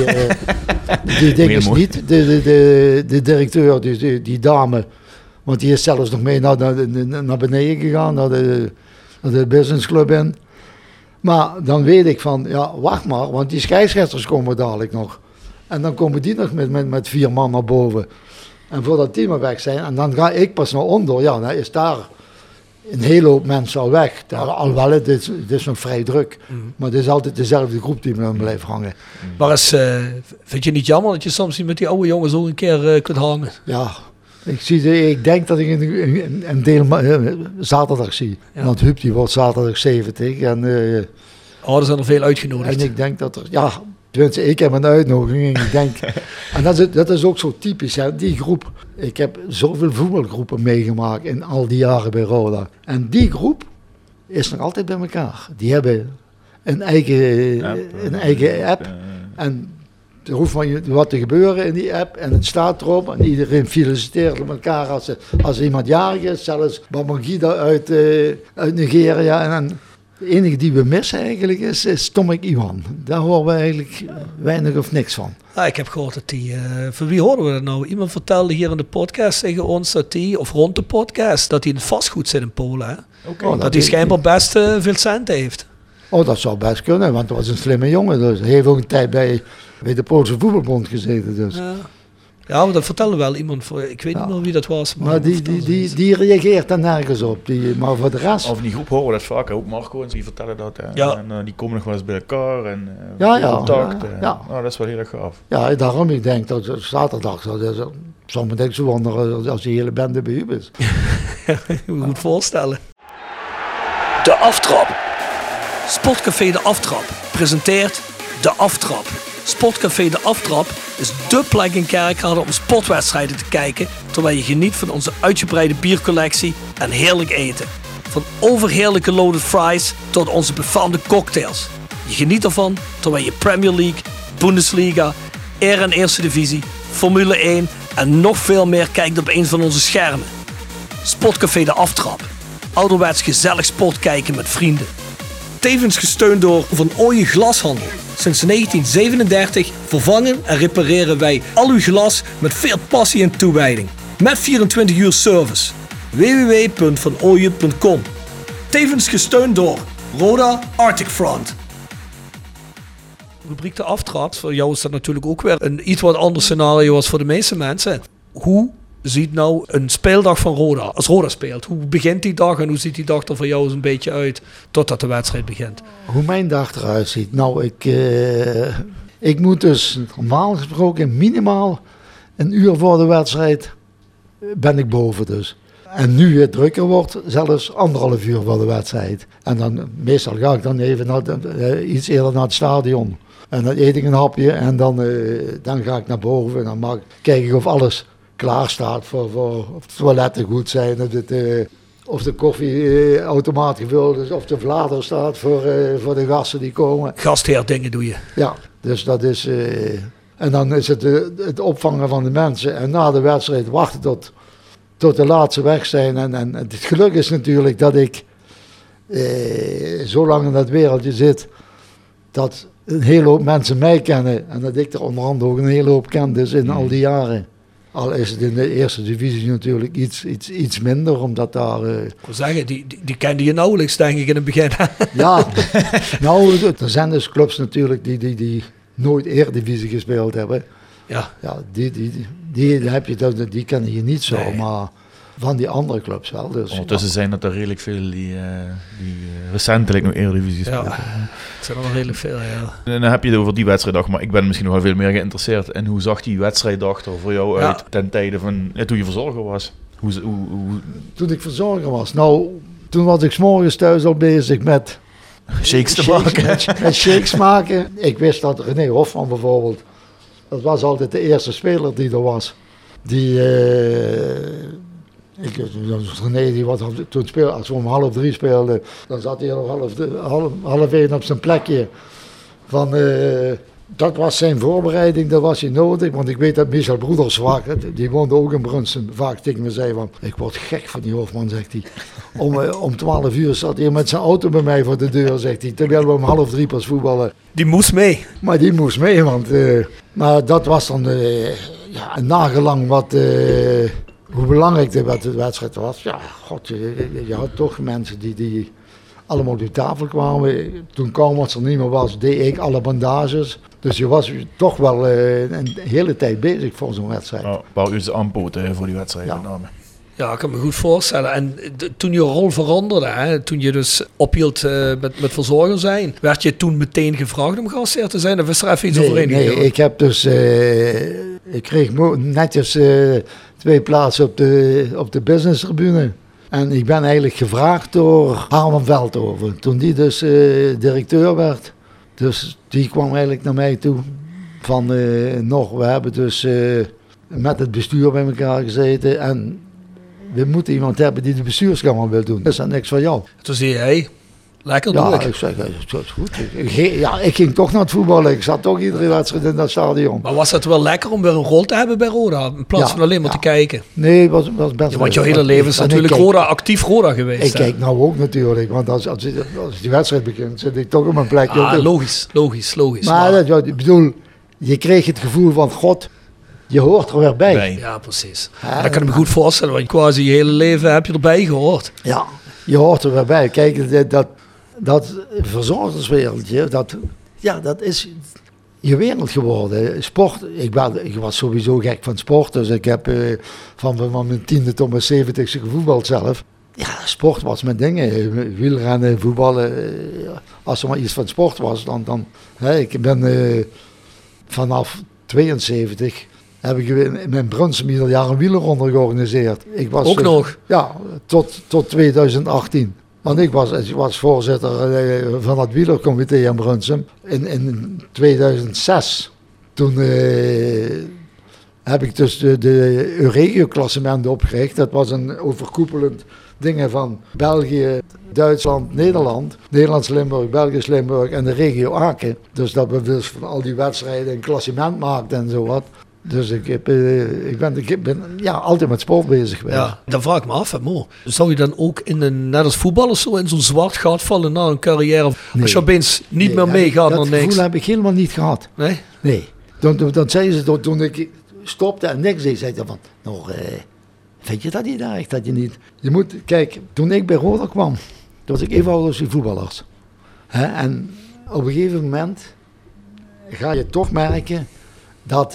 die dingen niet. De directeur, die dame, want die is zelfs nog mee naar beneden gegaan, naar de businessclub in. Maar dan weet ik van, wacht maar, want die scheidsrechters komen dadelijk nog. En dan komen die nog met 4 man naar boven. En voordat die maar weg zijn, en dan ga ik pas naar onder, dan is daar een hele hoop mensen al weg. Alhoewel, het is nog vrij druk. Maar het is altijd dezelfde groep die me blijft hangen. Maar vind je niet jammer dat je soms niet met die oude jongens ook een keer kunt hangen? Ja, ik denk dat ik een deel zaterdag zie. Ja. Want Huub die wordt zaterdag 70. En, er zijn er veel uitgenodigd. En ik denk dat tenminste, ik heb een uitnodiging en ik denk... en dat is ook zo typisch, hè, die groep. Ik heb zoveel voetbalgroepen meegemaakt in al die jaren bij Roda. En die groep is nog altijd bij elkaar. Die hebben een eigen app. En er hoeft maar wat te gebeuren in die app. En het staat erop. En iedereen feliciteert elkaar als iemand jarig is. Zelfs Babangida uit Nigeria. En de enige die we missen eigenlijk is Tomek Iwan. Daar horen we eigenlijk weinig of niks van. Ja, ik heb gehoord dat van wie horen we dat nou? Iemand vertelde hier in de podcast tegen ons of rond de podcast, dat hij in het vastgoed zit in Polen. Hè? Okay. Dat hij schijnbaar best veel centen heeft. Oh, dat zou best kunnen, want hij was een slimme jongen. Dus hij heeft ook een tijd bij de Poolse voetbalbond gezeten. Dus. Ja, maar dat vertelde wel iemand. Ik weet niet meer wie dat was. Maar die reageert daar nergens op. Maar voor de rest... Over die groep horen we dat vaak. Ook Marco en die vertellen dat. En die komen nog wel eens bij elkaar. En contact. Nou, dat is wel heel erg gaaf. Ja, daarom ik denk dat zaterdag zal me denk zo wonderen als die hele bende bij u is. Ik moet me goed voorstellen. De Aftrap. Sportcafé De Aftrap presenteert De Aftrap. Sportcafé De Aftrap is dé plek in Kerkrade om sportwedstrijden te kijken, terwijl je geniet van onze uitgebreide biercollectie en heerlijk eten. Van overheerlijke loaded fries tot onze befaamde cocktails. Je geniet ervan terwijl je Premier League, Bundesliga, en Eerste Divisie, Formule 1 en nog veel meer kijkt op een van onze schermen. Sportcafé De Aftrap. Ouderwets gezellig sport kijken met vrienden. Tevens gesteund door Van Ooyen Glashandel. Sinds 1937 vervangen en repareren wij al uw glas met veel passie en toewijding. Met 24 uur service. www.vanooyen.com. Tevens gesteund door Roda Arctic Front. Rubriek De Aftrap. Voor jou is dat natuurlijk ook weer een iets wat ander scenario als voor de meeste mensen. Hoe ziet nou een speeldag van Roda, als Roda speelt? Hoe begint die dag en hoe ziet die dag er voor jou eens een beetje uit totdat de wedstrijd begint? Hoe mijn dag eruit ziet? Nou, Ik moet dus normaal gesproken minimaal een uur voor de wedstrijd ben ik boven dus. En nu het drukker wordt, zelfs 1,5 uur voor de wedstrijd. En dan meestal ga ik dan even iets eerder naar het stadion. En dan eet ik een hapje en dan ga ik naar boven. En dan kijk ik of alles klaar staat of de toiletten goed zijn. Of de koffieautomaat gevuld is, of de vlader staat voor de gasten die komen. Gastheer dingen doe je. Ja, dus dat is... en dan is het opvangen van de mensen. En na de wedstrijd wachten tot de laatste weg zijn. En het geluk is natuurlijk dat ik zo lang in dat wereldje zit, dat een hele hoop mensen mij kennen. En dat ik er onder andere ook een hele hoop ken dus in al die jaren. Al is het in de eerste divisie natuurlijk iets minder, omdat daar... Ik wil zeggen, die kende je nauwelijks, denk ik, in het begin. Ja, nou, er zijn dus clubs natuurlijk die nooit Eredivisie gespeeld hebben. Ja. Ja, die kennen je niet zo, nee. Maar van die andere clubs wel. Dus, ondertussen zijn dat er redelijk veel die recentelijk nog Eredivisie spelen. Ja, het zijn er nog redelijk veel, ja. En dan heb je het over die wedstrijddag, maar ik ben misschien nog wel veel meer geïnteresseerd. En hoe zag die wedstrijddag er voor jou uit ten tijde van toen je verzorger was? Hoe... Toen ik verzorger was? Nou, toen was ik 's morgens thuis al bezig met... Shakes te maken. Met shakes maken. Ik wist dat René Hofman bijvoorbeeld, dat was altijd de eerste speler die er was. René, die was toen speelde, als we om 2:30 speelden, dan zat hij nog half 1 op zijn plekje. Dat was zijn voorbereiding, dat was hij nodig. Want ik weet dat Michel Broeders, die woonde ook in Brunssum, vaak tegen me zei van, ik word gek van die Hofman, zegt hij. Om 12 uur zat hij met zijn auto bij mij voor de deur, zegt hij. Terwijl we om 2:30 pas voetballen. Die moest mee. Maar die moest mee, want... maar dat was dan nagelang hoe belangrijk de wedstrijd was. Ja, god, je had toch mensen die allemaal op de tafel kwamen. Toen Kouwmans er niet meer was, deed ik alle bandages. Dus je was toch wel een hele tijd bezig voor zo'n wedstrijd. Een paar uur aanpoten voor die wedstrijd. Ja. Ja, ik kan me goed voorstellen. En toen je rol veranderde, hè, toen je dus ophield met verzorger zijn, werd je toen meteen gevraagd om gastheer te zijn? Of is er even iets overheen gegaan? Nee, ik heb dus... ik kreeg netjes 2 plaatsen op de businesstribune. En ik ben eigenlijk gevraagd door Harman Veldhoven, toen die dus directeur werd. Dus die kwam eigenlijk naar mij toe van we hebben dus met het bestuur bij elkaar gezeten en we moeten iemand hebben die de bestuurskamer wil doen. Dat is dan niks van jou. Toen zei jij, lekker doe ik. Ik zeg, dat is goed. Ik ging toch naar het voetballen. Ik zat toch iedere wedstrijd in dat stadion. Maar was het wel lekker om weer een rol te hebben bij Roda? In plaats van alleen maar te kijken? Nee, het was best want jouw hele leven is natuurlijk actief Roda geweest. Ik kijk nou ook natuurlijk. Want als die wedstrijd begint, zit ik toch op mijn plekje. Logisch. Maar ik bedoel, je kreeg het gevoel van God... Je hoort er weer bij. Ja, precies. Dat kan ik me goed voorstellen, want quasi je hele leven heb je erbij gehoord. Ja, je hoort er weer bij. Kijk, dat verzorgerswereldje, dat is je wereld geworden. Sport, ik was sowieso gek van sport, dus ik heb van mijn 10e tot mijn 70e gevoetbald zelf. Ja, sport was mijn dingen. Wielrennen, voetballen. Als er maar iets van sport was, dan ik ben vanaf 72... heb ik in mijn Brunssum ieder jaar een wielerronde georganiseerd. Ik was ook nog? Ja, tot 2018. Want ik was voorzitter van het wielercomité in Brunssum. In 2006, toen heb ik dus de Euregio-klassementen opgericht. Dat was een overkoepelend ding van België, Duitsland, Nederland. Nederlands-Limburg, Belgisch-Limburg en de regio Aken. Dus dat we dus van al die wedstrijden een klassement maakten en zo wat. Dus ik ben altijd met sport bezig geweest. Ja, dan vraag ik me af, Mo. Zou je dan ook net als voetballers zo in zo'n zwart gat vallen na een carrière? Nee. Als je opeens niet meer meegaat naar niks. Dat gevoel heb ik helemaal niet gehad. Nee? Nee. Dan zei ze, toen ik stopte en niks deed, zei ze van, vind je dat niet erg, dat je niet... Je moet, kijk, toen ik bij Roda kwam, toen was ik even oud als die voetballers. En op een gegeven moment ga je toch merken dat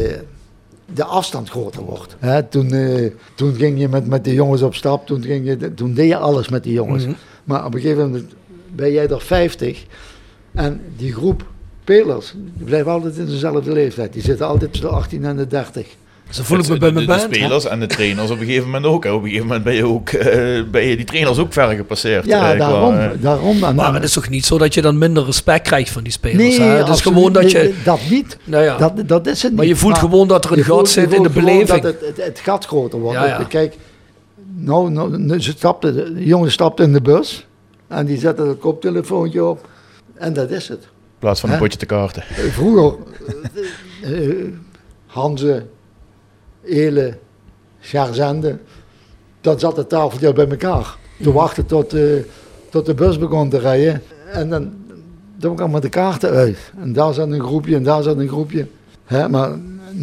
de afstand groter wordt. Toen ging je met de jongens op stap, toen deed je alles met die jongens. Mm-hmm. Maar op een gegeven moment ben jij er 50 en die groep spelers, die blijven altijd in dezelfde leeftijd. Die zitten altijd tussen de 18 en de 30. Zo voel ik me bij mijn band. De spelers en de trainers op een gegeven moment ook. Op een gegeven moment ben je die trainers ook ver gepasseerd. Ja, daarom. Maar het is toch niet zo dat je dan minder respect krijgt van die spelers? Nee, hè? Het is gewoon dat je... dat niet. Nou ja. Dat is het niet. Maar je voelt gewoon dat er een gat zit in de beleving. Dat het gat groter wordt. Ja. Kijk, de jongen stapte in de bus. En die zette het koptelefoontje op. En dat is het. In plaats van een potje te kaarten. Vroeger, Hanze, Ele, Scharzende, dat zat de tafeltje bij elkaar. Te wachten tot de bus begon te rijden. En dan kwamen de kaarten uit. En daar zat een groepje en daar zat een groepje. Maar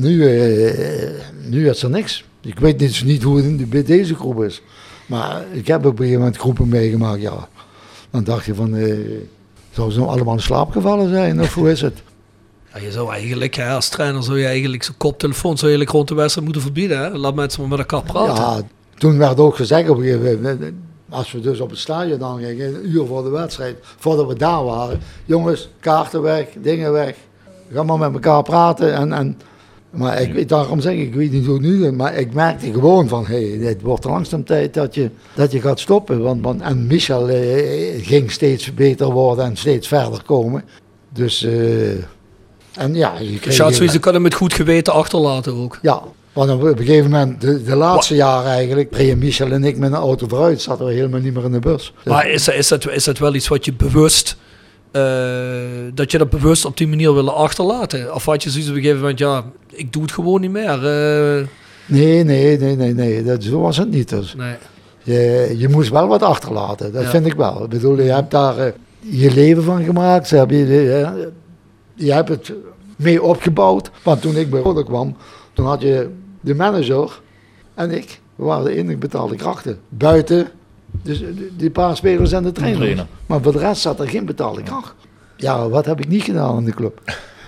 nu is er niks. Ik weet dus niet hoe het bij deze groep is. Maar ik heb op een gegeven moment groepen meegemaakt, ja. Dan dacht je van, zouden ze nou allemaal in slaap gevallen zijn, of hoe is het? Ja, je zou eigenlijk, als trainer, zou je eigenlijk zo'n koptelefoon rond de wedstrijd moeten verbieden. Hè? Laat mensen maar met elkaar praten. Ja, toen werd ook gezegd op een gegeven moment, als we dus op het stadion dan gingen, een uur voor de wedstrijd, voordat we daar waren. Jongens, kaarten weg, dingen weg. Ga maar met elkaar praten. Maar daarom zeg ik weet niet hoe het nu is, maar ik merkte gewoon van, het wordt langzaam tijd dat je gaat stoppen. En Michel ging steeds beter worden en steeds verder komen. Dus, en ja... Sowieso kan hem met goed geweten achterlaten ook. Ja, want op een gegeven moment, de laatste jaren eigenlijk, reden Michel en ik met een auto vooruit, zaten we helemaal niet meer in de bus. Dus, maar is dat wel iets wat je bewust... dat je dat bewust op die manier willen achterlaten? Of had je zoiets op een gegeven moment, ja, ik doe het gewoon niet meer? Nee, zo was het niet. Dus. Nee. Je moest wel wat achterlaten, dat vind ik wel. Ik bedoel, je hebt daar je leven van gemaakt, je hebt het mee opgebouwd. Want toen ik bij Roda kwam, toen had je de manager en ik, we waren de enige betaalde krachten. Buiten... Dus die paar spelers en de trainer. Maar voor de rest zat er geen betaalde kracht. Ja, wat heb ik niet gedaan in de club?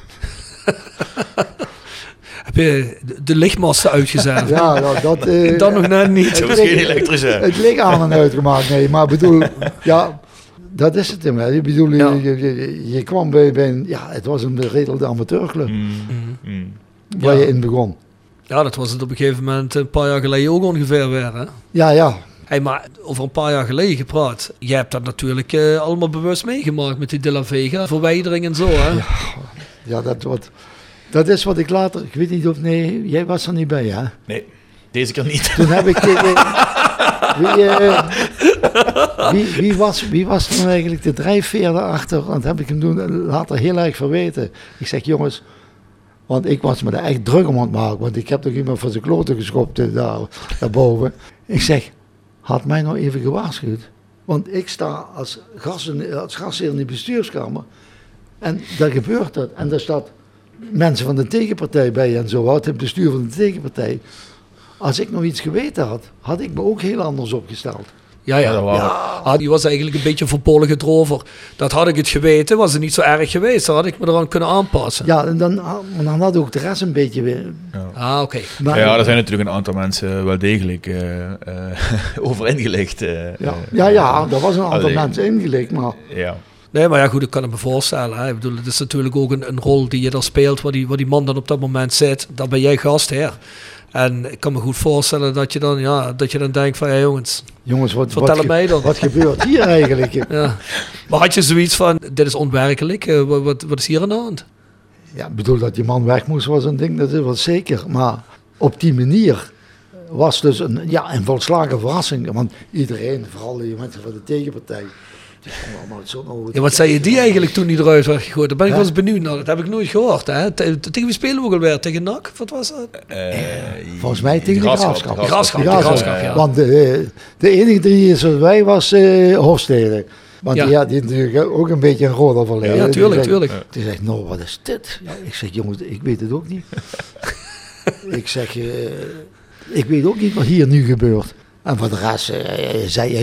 Heb je de lichtmasten uitgezet? Ja, dat nog net niet. Het was geen elektrische. Het licht aan en uitgemaakt, nee. Maar bedoel, ja, dat is het. Ik bedoel, je kwam bij een, ja, het was een beredelde amateurclub. Waar je in begon. Ja, dat was het op een gegeven moment een paar jaar geleden ook ongeveer weer, hè? Ja. Hey, maar over een paar jaar geleden gepraat. Jij hebt dat natuurlijk allemaal bewust meegemaakt met die De La Vega verwijdering en zo, hè? Ja, dat is wat ik later... Ik weet niet of... Nee, jij was er niet bij, hè? Nee, deze keer niet. Toen heb ik... Wie was toen eigenlijk de drijfveer daarachter? Want heb ik hem toen later heel erg verweten. Ik zeg, jongens... Want ik was me er echt druk om aan het maken. Want ik heb toch iemand van zijn kloten geschopt daarboven. Ik zeg... Had mij nou even gewaarschuwd. Want ik sta als gastheer in de bestuurskamer. En daar gebeurt dat. En daar staat mensen van de tegenpartij bij en zo. Het bestuur van de tegenpartij. Als ik nog iets geweten had, had ik me ook heel anders opgesteld. Ja. Die was eigenlijk een beetje een verbolgen drover. Dat had ik het geweten, was het niet zo erg geweest. Dan had ik me eraan kunnen aanpassen. Ja, en dan had ook de rest een beetje weer... Ja. Oké. Ja, er zijn natuurlijk een aantal mensen wel degelijk over ingelicht. Ja, er was een aantal mensen ingelicht, maar... Ja. Nee, maar ja goed, ik kan het me voorstellen. Hè. Ik bedoel, het is natuurlijk ook een rol die je daar speelt, waar die man dan op dat moment zit. Dan ben jij gastheer. En ik kan me goed voorstellen dat je dan denkt van, ja jongens, vertel mij dan. Wat gebeurt hier eigenlijk? Ja. Maar had je zoiets van, dit is onwerkelijk, wat is hier aan de hand? Ja, ik bedoel dat die man weg moest was een ding, dat is wel zeker. Maar op die manier was dus een volslagen verrassing. Want iedereen, vooral die mensen van de tegenpartij... Ja, wat zei je die eigenlijk toen die eruit werd gegooid? Daar ben ik wel eens benieuwd naar. Dat heb ik nooit gehoord. Hè? Tegen wie spelen we ook alweer? Tegen NAC? Wat was dat? Volgens mij tegen de Graafschap. Ja. Want de enige die is zoals wij was Hofstede. Want die had natuurlijk ook een beetje een Roda verleden. Ja, tuurlijk. Die zegt, nou wat is dit? Ja, ik zeg, jongens, ik weet het ook niet. Ik zeg, ik weet ook niet wat hier nu gebeurt. En voor de rest zei eigenlijk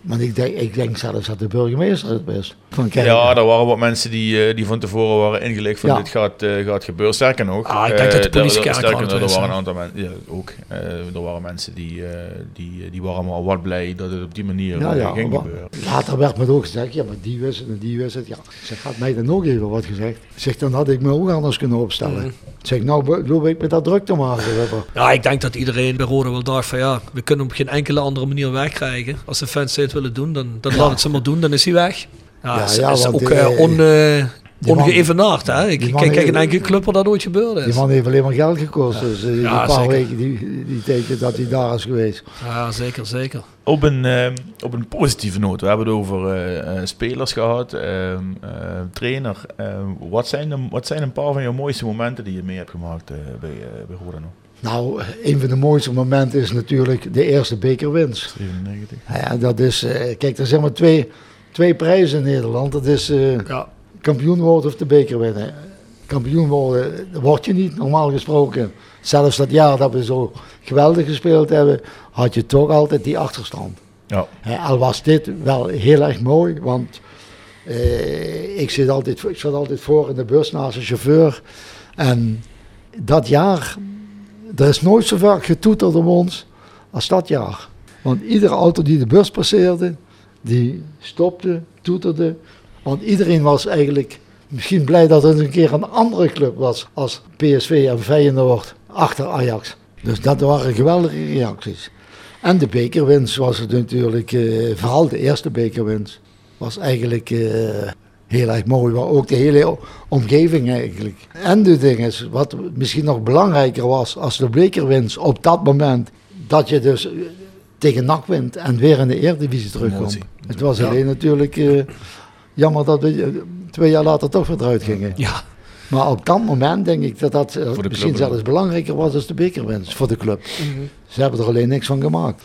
Maar ik denk zelfs dat de burgemeester het wist. Ja, er waren wat mensen die van tevoren waren ingelicht van dit gaat gebeuren. Sterker nog, ik denk dat de politie er waren een aantal mensen, ook. Er waren mensen die waren al wat blij dat het op die manier ging gebeuren. Later werd me ook gezegd, ja, maar die wist het en die wist het. Ja, zeg, had mij dan nog even wat gezegd. Zeg, dan had ik me ook anders kunnen opstellen. Zeg, nou, loop ik me dat druk te maken. Ja, ik denk dat iedereen bij Roda wel dacht van ja, we kunnen op geen enkele andere manier wegkrijgen. Als de fans dit willen doen, dan laat het ze maar doen, dan is hij weg. Ja, is ook ongeëvenaard, hè? Ik kijk geen enkele club waar dat ooit gebeurde is. Die man heeft alleen maar geld gekost, dus een paar weken die teken dat hij daar is geweest. Ja, zeker. Op een positieve noot, we hebben het over spelers gehad, trainer. Wat zijn een paar van je mooiste momenten die je mee hebt gemaakt bij Roda nog? Nou, een van de mooiste momenten is natuurlijk de eerste bekerwinst. 97. Ja, dat is, kijk, er zijn maar twee prijzen in Nederland. Dat is kampioen worden of de beker winnen. Kampioen worden word je niet, normaal gesproken. Zelfs dat jaar dat we zo geweldig gespeeld hebben, had je toch altijd die achterstand. Ja. Al was dit wel heel erg mooi, want ik zat altijd voor in de bus naast een chauffeur. En dat jaar, er is nooit zo vaak getoeterd om ons als dat jaar. Want iedere auto die de bus passeerde, die stopte, toeterde. Want iedereen was eigenlijk misschien blij dat het een keer een andere club was als PSV en Feyenoord achter Ajax. Dus dat waren geweldige reacties. En de bekerwinst was het natuurlijk, vooral de eerste bekerwinst, was eigenlijk heel erg mooi. Maar ook de hele omgeving eigenlijk. En de ding is, wat misschien nog belangrijker was als de bekerwinst op dat moment, dat je dus tegen NAC wint en weer in de Eredivisie terugkomt. Het was alleen natuurlijk jammer dat we 2 jaar later toch weer eruit gingen. Ja. Maar op dat moment denk ik dat misschien zelfs belangrijker was als de bekerwinst voor de club. Mm-hmm. Ze hebben er alleen niks van gemaakt.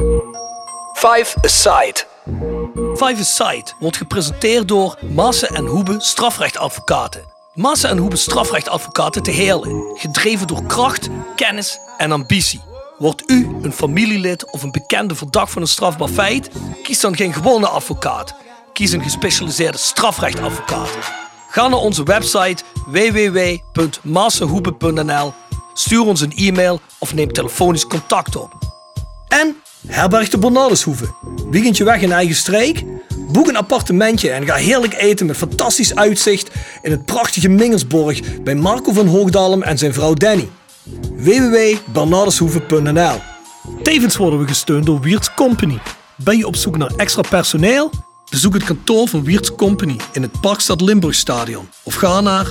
5 Aside. 5 Aside wordt gepresenteerd door Maassen en Hoebe strafrechtadvocaten. Maassen en Hoebe strafrechtadvocaten te Heerlen. Gedreven door kracht, kennis en ambitie. Wordt u een familielid of een bekende verdacht van een strafbaar feit? Kies dan geen gewone advocaat. Kies een gespecialiseerde strafrechtadvocaat. Ga naar onze website www.maassenhoebe.nl, stuur ons een e-mail of neem telefonisch contact op. En herberg de Bernardeshoeve. Weekendje weg in eigen streek? Boek een appartementje en ga heerlijk eten met fantastisch uitzicht in het prachtige Mingelsborg bij Marco van Hoogdalem en zijn vrouw Danny. www.bernardeshoeve.nl. Tevens worden we gesteund door Wiertz Company. Ben je op zoek naar extra personeel? Bezoek het kantoor van Wiertz Company in het Parkstad Limburgstadion of ga naar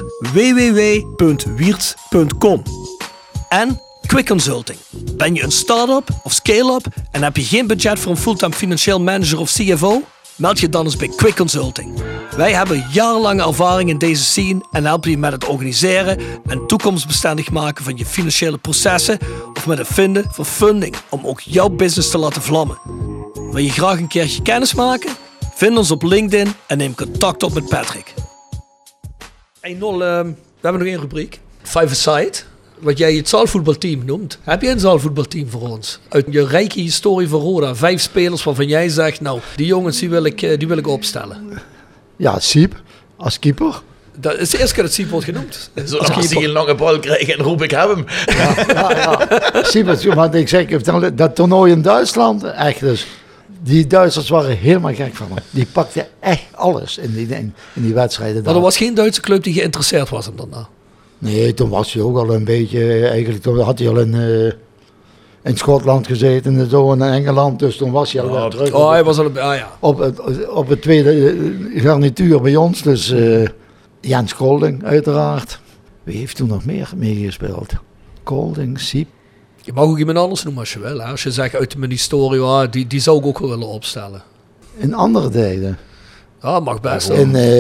www.wiertz.com. En Quick Consulting. Ben je een start-up of scale-up en heb je geen budget voor een fulltime financieel manager of CFO? Meld je dan eens bij Quick Consulting. Wij hebben jarenlange ervaring in deze scene en helpen je met het organiseren en toekomstbestendig maken van je financiële processen of met het vinden van funding om ook jouw business te laten vlammen. Wil je graag een keertje kennis maken? Vind ons op LinkedIn en neem contact op met Patrick. Hey Nol, we hebben nog één rubriek. 5 Aside. Wat jij het zaalvoetbalteam noemt. Heb jij een zaalvoetbalteam voor ons? Uit je rijke historie van Roda. 5 spelers waarvan jij zegt, nou, die jongens die wil ik opstellen. Ja, Siep als keeper. Dat is de eerste keer dat Siep wordt genoemd. Als hij een lange bal krijgt en roep ik heb hem. Ja. Siep, want ik zeg, dat toernooi in Duitsland, echt dus. Die Duitsers waren helemaal gek van hem. Die pakten echt alles in die wedstrijden. Maar er was geen Duitse club die geïnteresseerd was hem daarna. Nee, toen was hij ook al een beetje, eigenlijk toen had hij al in Schotland gezeten en zo en in Engeland, dus toen was hij al weer terug. Hij was al op het tweede garnituur bij ons, dus Jens Kolding uiteraard. Wie heeft toen nog meer meegespeeld? Kolding, Siep. Je mag ook iemand anders noemen als je wil. Hè? Als je zegt uit mijn historie, die zou ik ook wel willen opstellen. In andere tijden? Ja, mag best.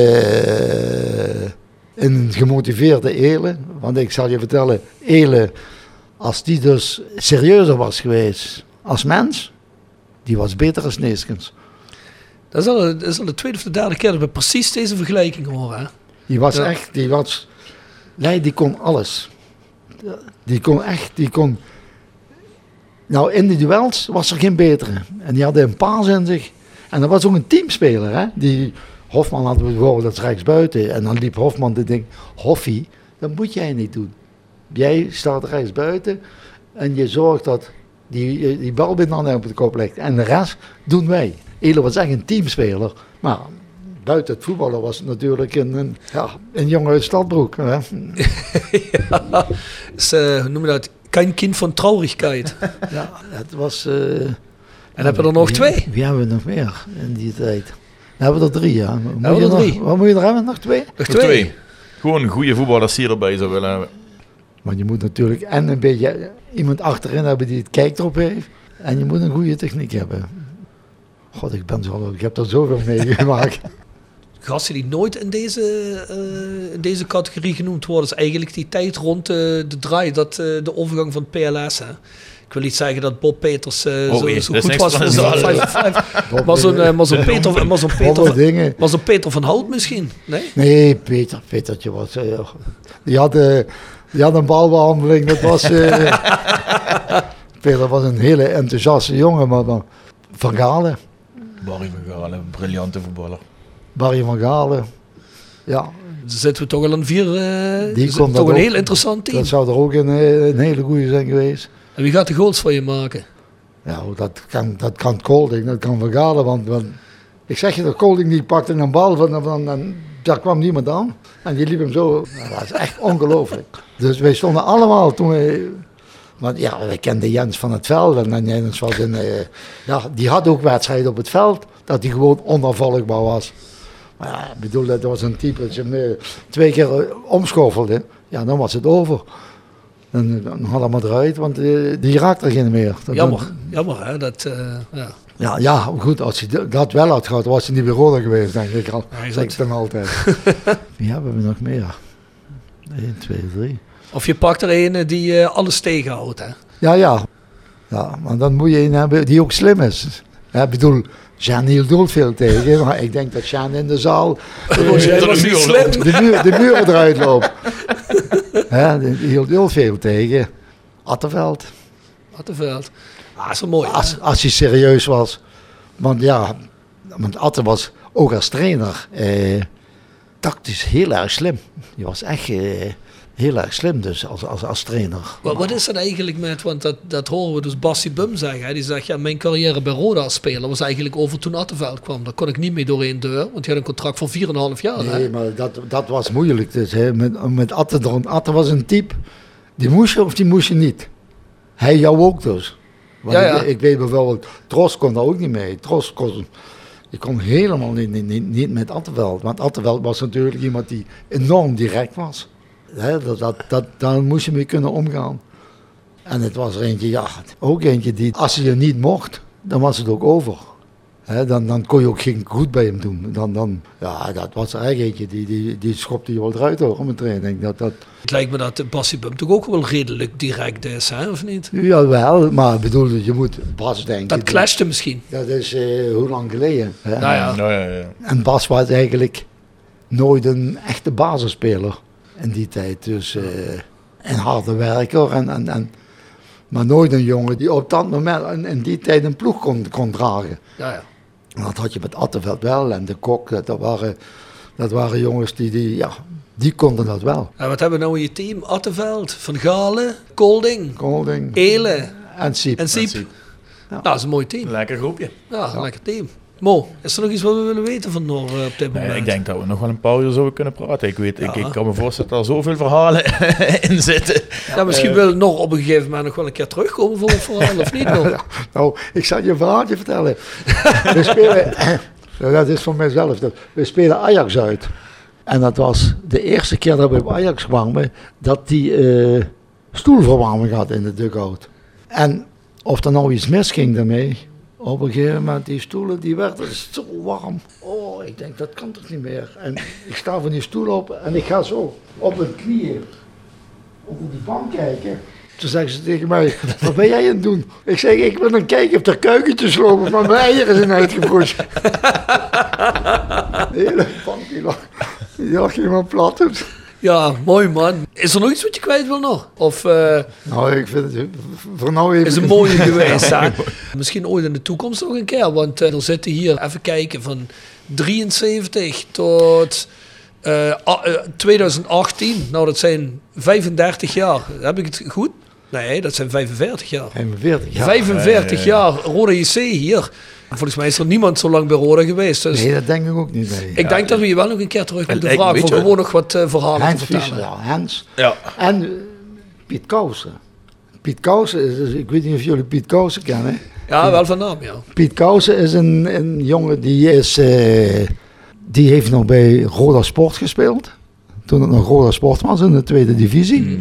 In een gemotiveerde Ele, want ik zal je vertellen, Ele, als die dus serieuzer was geweest als mens, die was beter als Neeskens. Dat is al de tweede of de derde keer dat we precies deze vergelijking horen. Hè? Die was echt, die kon alles. Die kon. Nou, in die duels was er geen betere. En die hadden een paas in zich. En dat was ook een teamspeler, hè. Die Hofman hadden we bijvoorbeeld als rechtsbuiten. En dan liep Hofman te denken, Hoffie, dat moet jij niet doen. Jij staat rechtsbuiten en je zorgt dat die bal bij de op de kop legt. En de rest doen wij. Elo was echt een teamspeler. Maar buiten het voetballen was het natuurlijk een jongen uit Stadbroek. Hè? Ja, dus, hoe noem je dat? Geen kind van traurigheid. Ja, het was... en hebben we er nog 2? Wie hebben we nog meer in die tijd? We hebben er 3, ja. Wat moet je er hebben? Nog 2? Nog 2. Gewoon een goede voetballers die erbij zou willen hebben. Want je moet natuurlijk en een beetje iemand achterin hebben die het kijk erop heeft. En je moet een goede techniek hebben. God, ik heb er zoveel meegemaakt. Gasten die nooit in deze categorie genoemd worden, is eigenlijk die tijd rond de draai, de overgang van het PLS. Hè. Ik wil niet zeggen dat Bob Peters zo goed was. Maar zo'n Peter van Hout misschien? Nee, Petertje was... die had een balbehandeling. Dat was... Peter was een hele enthousiaste jongen, maar Van Galen. Barry van Galen, een briljante voetballer. Barry van Galen, ja. Dan zitten we toch al aan 4... Die komt toch een heel interessant team. Dat zou er ook een hele goede zijn geweest. En wie gaat de goals voor je maken? Ja, dat kan Kolding, dat kan Van Galen, want ik zeg je dat Kolding niet pakte een bal, daar kwam niemand aan. En die liep hem zo, dat is echt ongelooflijk. Dus wij stonden allemaal toen want ja, wij kenden Jens van het veld en Jens was die had ook wedstrijden op het veld, dat hij gewoon onafvolgbaar was. Maar ja, ik bedoel, dat was een type, als je hem 2 keer omschoffelde, ja, dan was het over. Dan had hij maar eruit, want die raakte er geen meer. Jammer hè, dat... Ja, goed, als hij dat wel had gehad, was hij niet bij Roda geweest, denk ik al. Zeg ik dan altijd. Wie hebben we nog meer? 1, 2, 3. Of je pakt er een die alles tegenhoudt, hè? Ja, maar dan moet je een hebben die ook slim is. Ik bedoel, Jean hield heel veel tegen, maar ik denk dat Jean in de zaal de muren eruit loopt. Die hield heel veel tegen. Attenveld. Ah, zo mooi. Als hij serieus was. Want Atte was ook als trainer tactisch heel erg slim. Die was echt heel erg slim dus als trainer. Wat is dat eigenlijk met, want dat horen we dus Bassie Bum zeggen. Hè? Die zegt, ja, mijn carrière bij Roda als speler was eigenlijk over toen Attenveld kwam. Daar kon ik niet mee door één deur, want hij had een contract van 4,5 jaar. Nee, hè? maar dat was moeilijk dus. Hè? Met Atte erom. Atte was een type, die moest je of die moest je niet. Hij jou ook dus. Want ik weet bijvoorbeeld, Tros kon daar ook niet mee. Ik kon helemaal niet met Attenveld. Want Attenveld was natuurlijk iemand die enorm direct was. Daar moest je mee kunnen omgaan. En het was er eentje, die, als je niet mocht, dan was het ook over. Dan kon je ook geen goed bij hem doen. Dat was er eigenlijk eentje, die schopte je wel eruit hoor, om een training. Het lijkt me dat Bassie Bum toch ook wel redelijk direct is, hè, of niet? Jawel, maar bedoel, je moet Bas denken. Dat clashte misschien. Dat is hoe lang geleden. Hè? Nou ja. En Bas was eigenlijk nooit een echte basisspeler in die tijd. Dus een harde werker, maar nooit een jongen die op dat moment in die tijd een ploeg kon dragen. Ja. En dat had je met Attenveld wel en de Kok, dat waren jongens die konden dat wel. En wat hebben we nou in je team? Attenveld, Van Galen, Kolding, Ehle en Siep. Ja. Nou, dat is een mooi team. Lekker groepje. Ja, een lekker team. Mo, is er nog iets wat we willen weten van Noor op dit moment? Ik denk dat we nog wel een paar uur zouden kunnen praten. Ik kan me voorstellen dat er zoveel verhalen in zitten. Ja, misschien wil Noor op een gegeven moment nog wel een keer terugkomen voor een verhaal, of niet, Noor? Nou, ik zal je een verhaaltje vertellen. We spelen, dat is voor mijzelf, we spelen Ajax uit. En dat was de eerste keer dat we op Ajax kwamen, dat die stoelverwarming had in de dugout. En of er nou iets misging daarmee... Op een gegeven moment, die stoelen, die werden zo warm. Oh, ik denk, dat kan toch niet meer. En ik sta van die stoel op en ik ga zo op mijn knieën over die bank kijken. Toen zeggen ze tegen mij, wat ben jij aan het doen? Ik zeg, ik ben aan het kijken of er kuikentjes lopen, maar mijn eieren zijn uitgepoetst. De hele bank, die lag helemaal plat. Ja, Ja, mooi man. Is er nog iets wat je kwijt wil nog? Of Nou, ik vind het voor nou even... is een mooie geweest. Hè? Misschien ooit in de toekomst nog een keer. Want er zitten hier, even kijken, van 73 tot 2018. Nou, dat zijn 35 jaar. Heb ik het goed? Nee, dat zijn 45 jaar. 45 jaar. 45 jaar Roda JC hier. Volgens mij is er niemand zo lang bij Roda geweest. Dus Nee, dat denk ik ook niet. Nee. ik denk dat we je wel nog een keer terug moeten lijkt me vragen. een Voor beetje- gewoon nog wat verhalen Hans te vertellen. Fischer, ja. Hans. Ja. En Piet Kousen. Piet Kousen is, ik weet niet of jullie Piet Kousen kennen. Ja, wel van naam, ja. Piet Kousen is een jongen die heeft nog bij Roda Sport gespeeld. Toen het nog Roda Sport was in de tweede divisie.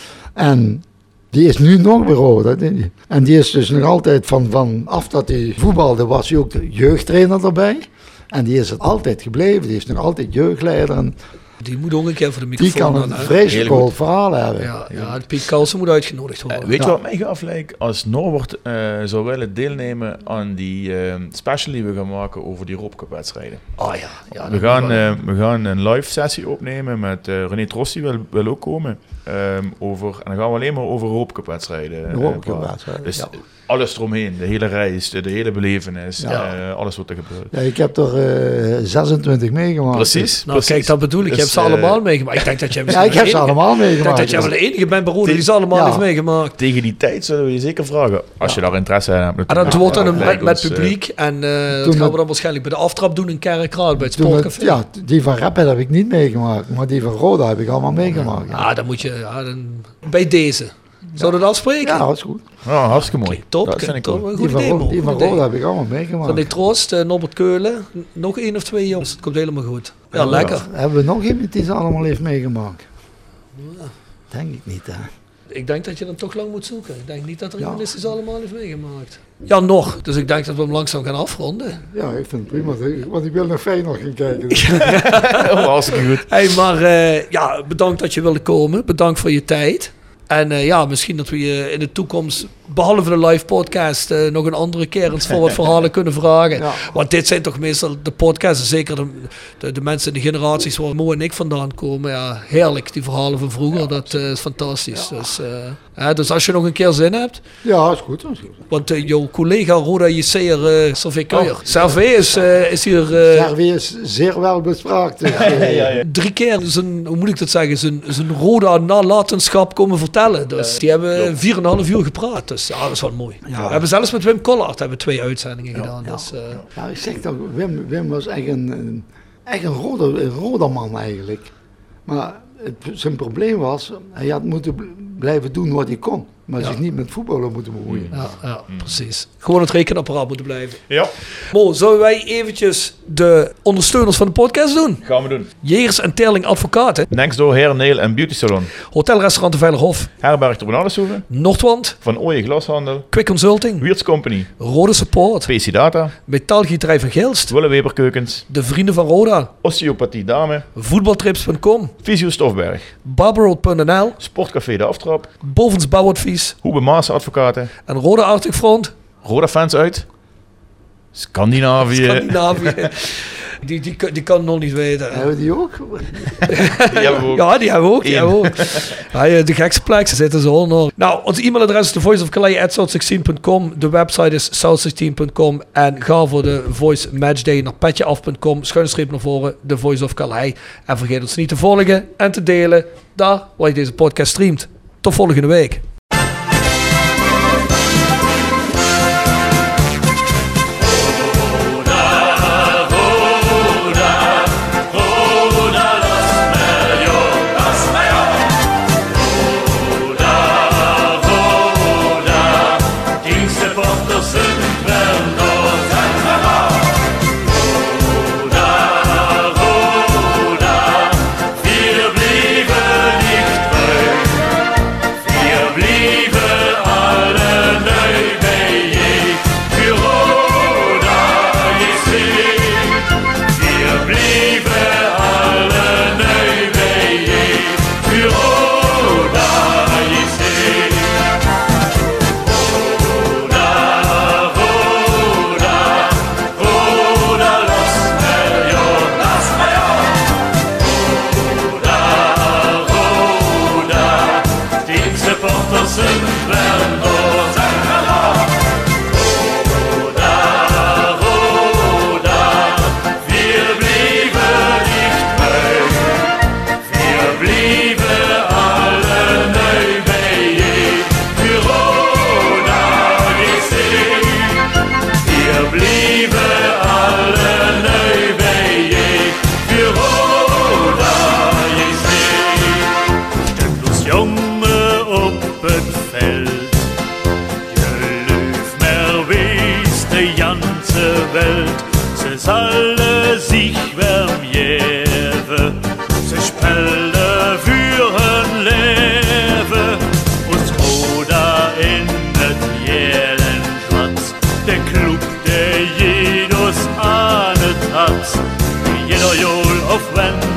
En die is nu nog bij Roda. En die is dus nog altijd vanaf dat hij voetbalde, was hij ook de jeugdtrainer erbij. En die is het altijd gebleven. Die is nog altijd jeugdleider. En Die moet ook een keer voor de die microfoon kan aan, een hè? vreselijk groot verhaal hebben. Ja, Piet Kalsen moet uitgenodigd worden. Weet je wat mij gaaf lijkt? Als Norbert zou willen deelnemen aan die special die we gaan maken over die Rob Cup wedstrijden. Oh ja. We gaan een live sessie opnemen met René Trossi wil ook komen. En dan gaan we alleen maar over Rob Cup wedstrijden. Dus ja. alles eromheen, de hele reis, de hele belevenis, alles wat er gebeurt. Ja, ik heb er 26 meegemaakt. Precies. Nou, kijk, dat bedoel ik. Je Dus, hebt ze allemaal meegemaakt. Ik denk dat jij Ja, ik heb ze allemaal Ik denk meegemaakt. dat jij wel de enige bent bij Roda die ze allemaal Ja. heeft meegemaakt. Tegen die tijd zullen we je zeker vragen, als je daar interesse in hebt. En dat wordt dan met Lijkt ons, publiek. En dat gaan we dan waarschijnlijk bij de aftrap doen in Kerkraad, bij het sportcafé. Ja, die van Rapid heb ik niet meegemaakt, maar die van Roda heb ik allemaal meegemaakt. Ah, dan moet je bij deze. Zou dat afspreken? Ja, dat is goed. Ja, hartstikke mooi. Top, Dat vind ik top. ook. Een Die goed idee, van, man. die van Goed idee. Roda heb ik allemaal meegemaakt. Van die Troost, Norbert Keulen, nog 1 of 2 jongens. Het komt helemaal goed. Ja, lekker. Hebben we nog iemand die ze allemaal heeft meegemaakt? Denk ik niet, hè. Ik denk dat je dan toch lang moet zoeken. Ik denk niet dat er Ja. iemand is die ze allemaal heeft meegemaakt. Ja, nog. Dus ik denk dat we hem langzaam gaan afronden. Ja, ik vind het prima, want ik wil naar Feyenoord gaan kijken. Hartstikke goed. Hey, maar ja, bedankt dat je wilde komen. Bedankt voor je tijd. En ja, misschien dat we je in de toekomst, behalve de live podcast, nog een andere keer eens voor wat verhalen kunnen vragen. Ja. Want dit zijn toch meestal de podcasts, zeker de mensen in de generaties waar Mo en ik vandaan komen. Ja, heerlijk, die verhalen van vroeger, dat is fantastisch. Ja. Dus als je nog een keer zin hebt, Ja, is goed. Dat is goed. want jouw collega Roda JC'er Servé Kuijer. Servé is hier Servé is zeer wel bespraakt. Dus, 3 keer zijn, hoe moet ik dat zeggen, zijn Roda nalatenschap komen vertellen. Dus die hebben 4,5 uur gepraat. Dus ja, dat is wel mooi. Ja. We hebben zelfs met Wim Collard 2 uitzendingen gedaan. Dus, Ja, ik zeg dat Wim was echt een Roda man eigenlijk. Maar zijn probleem was, hij had moeten blijven doen wat hij kon. Maar zich niet met voetballen moeten bemoeien. ja, precies. Gewoon het rekenapparaat moeten blijven. Ja, Mo, zullen wij eventjes de ondersteuners van de podcast doen? gaan we doen. Jegers en Terling Advocaten, Next Door Hair, Nail en Beauty Salon. Hotelrestaurant de Veilerhof, Herberg de Bonadeshoeve. Noordwand, Van Ooyen Glashandel. Quick Consulting, Weirds Company. Rode Support, PC Data. Metaalgieterij van Gilst, Willeweber Keukens. de Vrienden van Roda, Osteopathie Dame. voetbaltrips.com, Fysio Stofberg. barberroad.nl, Sportcafé De Aftrap. Bovens Bouwadvies Hoebe Maas Advocaten. en Roda Arctic Front, Roda Fans uit. Scandinavië. Scandinavië. Die kan het nog niet weten. Hebben we die ook? Die hebben we ook. Ja, die hebben we ook. Die hebben we ook. Ja, de gekste plekken zitten ze al nog. Nou, onze e-mailadres is thevoiceofcalais@south16.com. De website is south16.com. En ga voor de Voice Matchday naar petjeaf.com. Schuinstreep naar voren, The Voice of Calais. En vergeet ons niet te volgen en te delen daar waar je deze podcast streamt. Tot volgende week. Wir zich warm geven. Ze spelen voor hun leven. Ons Roda in het jelen glad. De club die jedes aan het had. Jeder Jol of wenn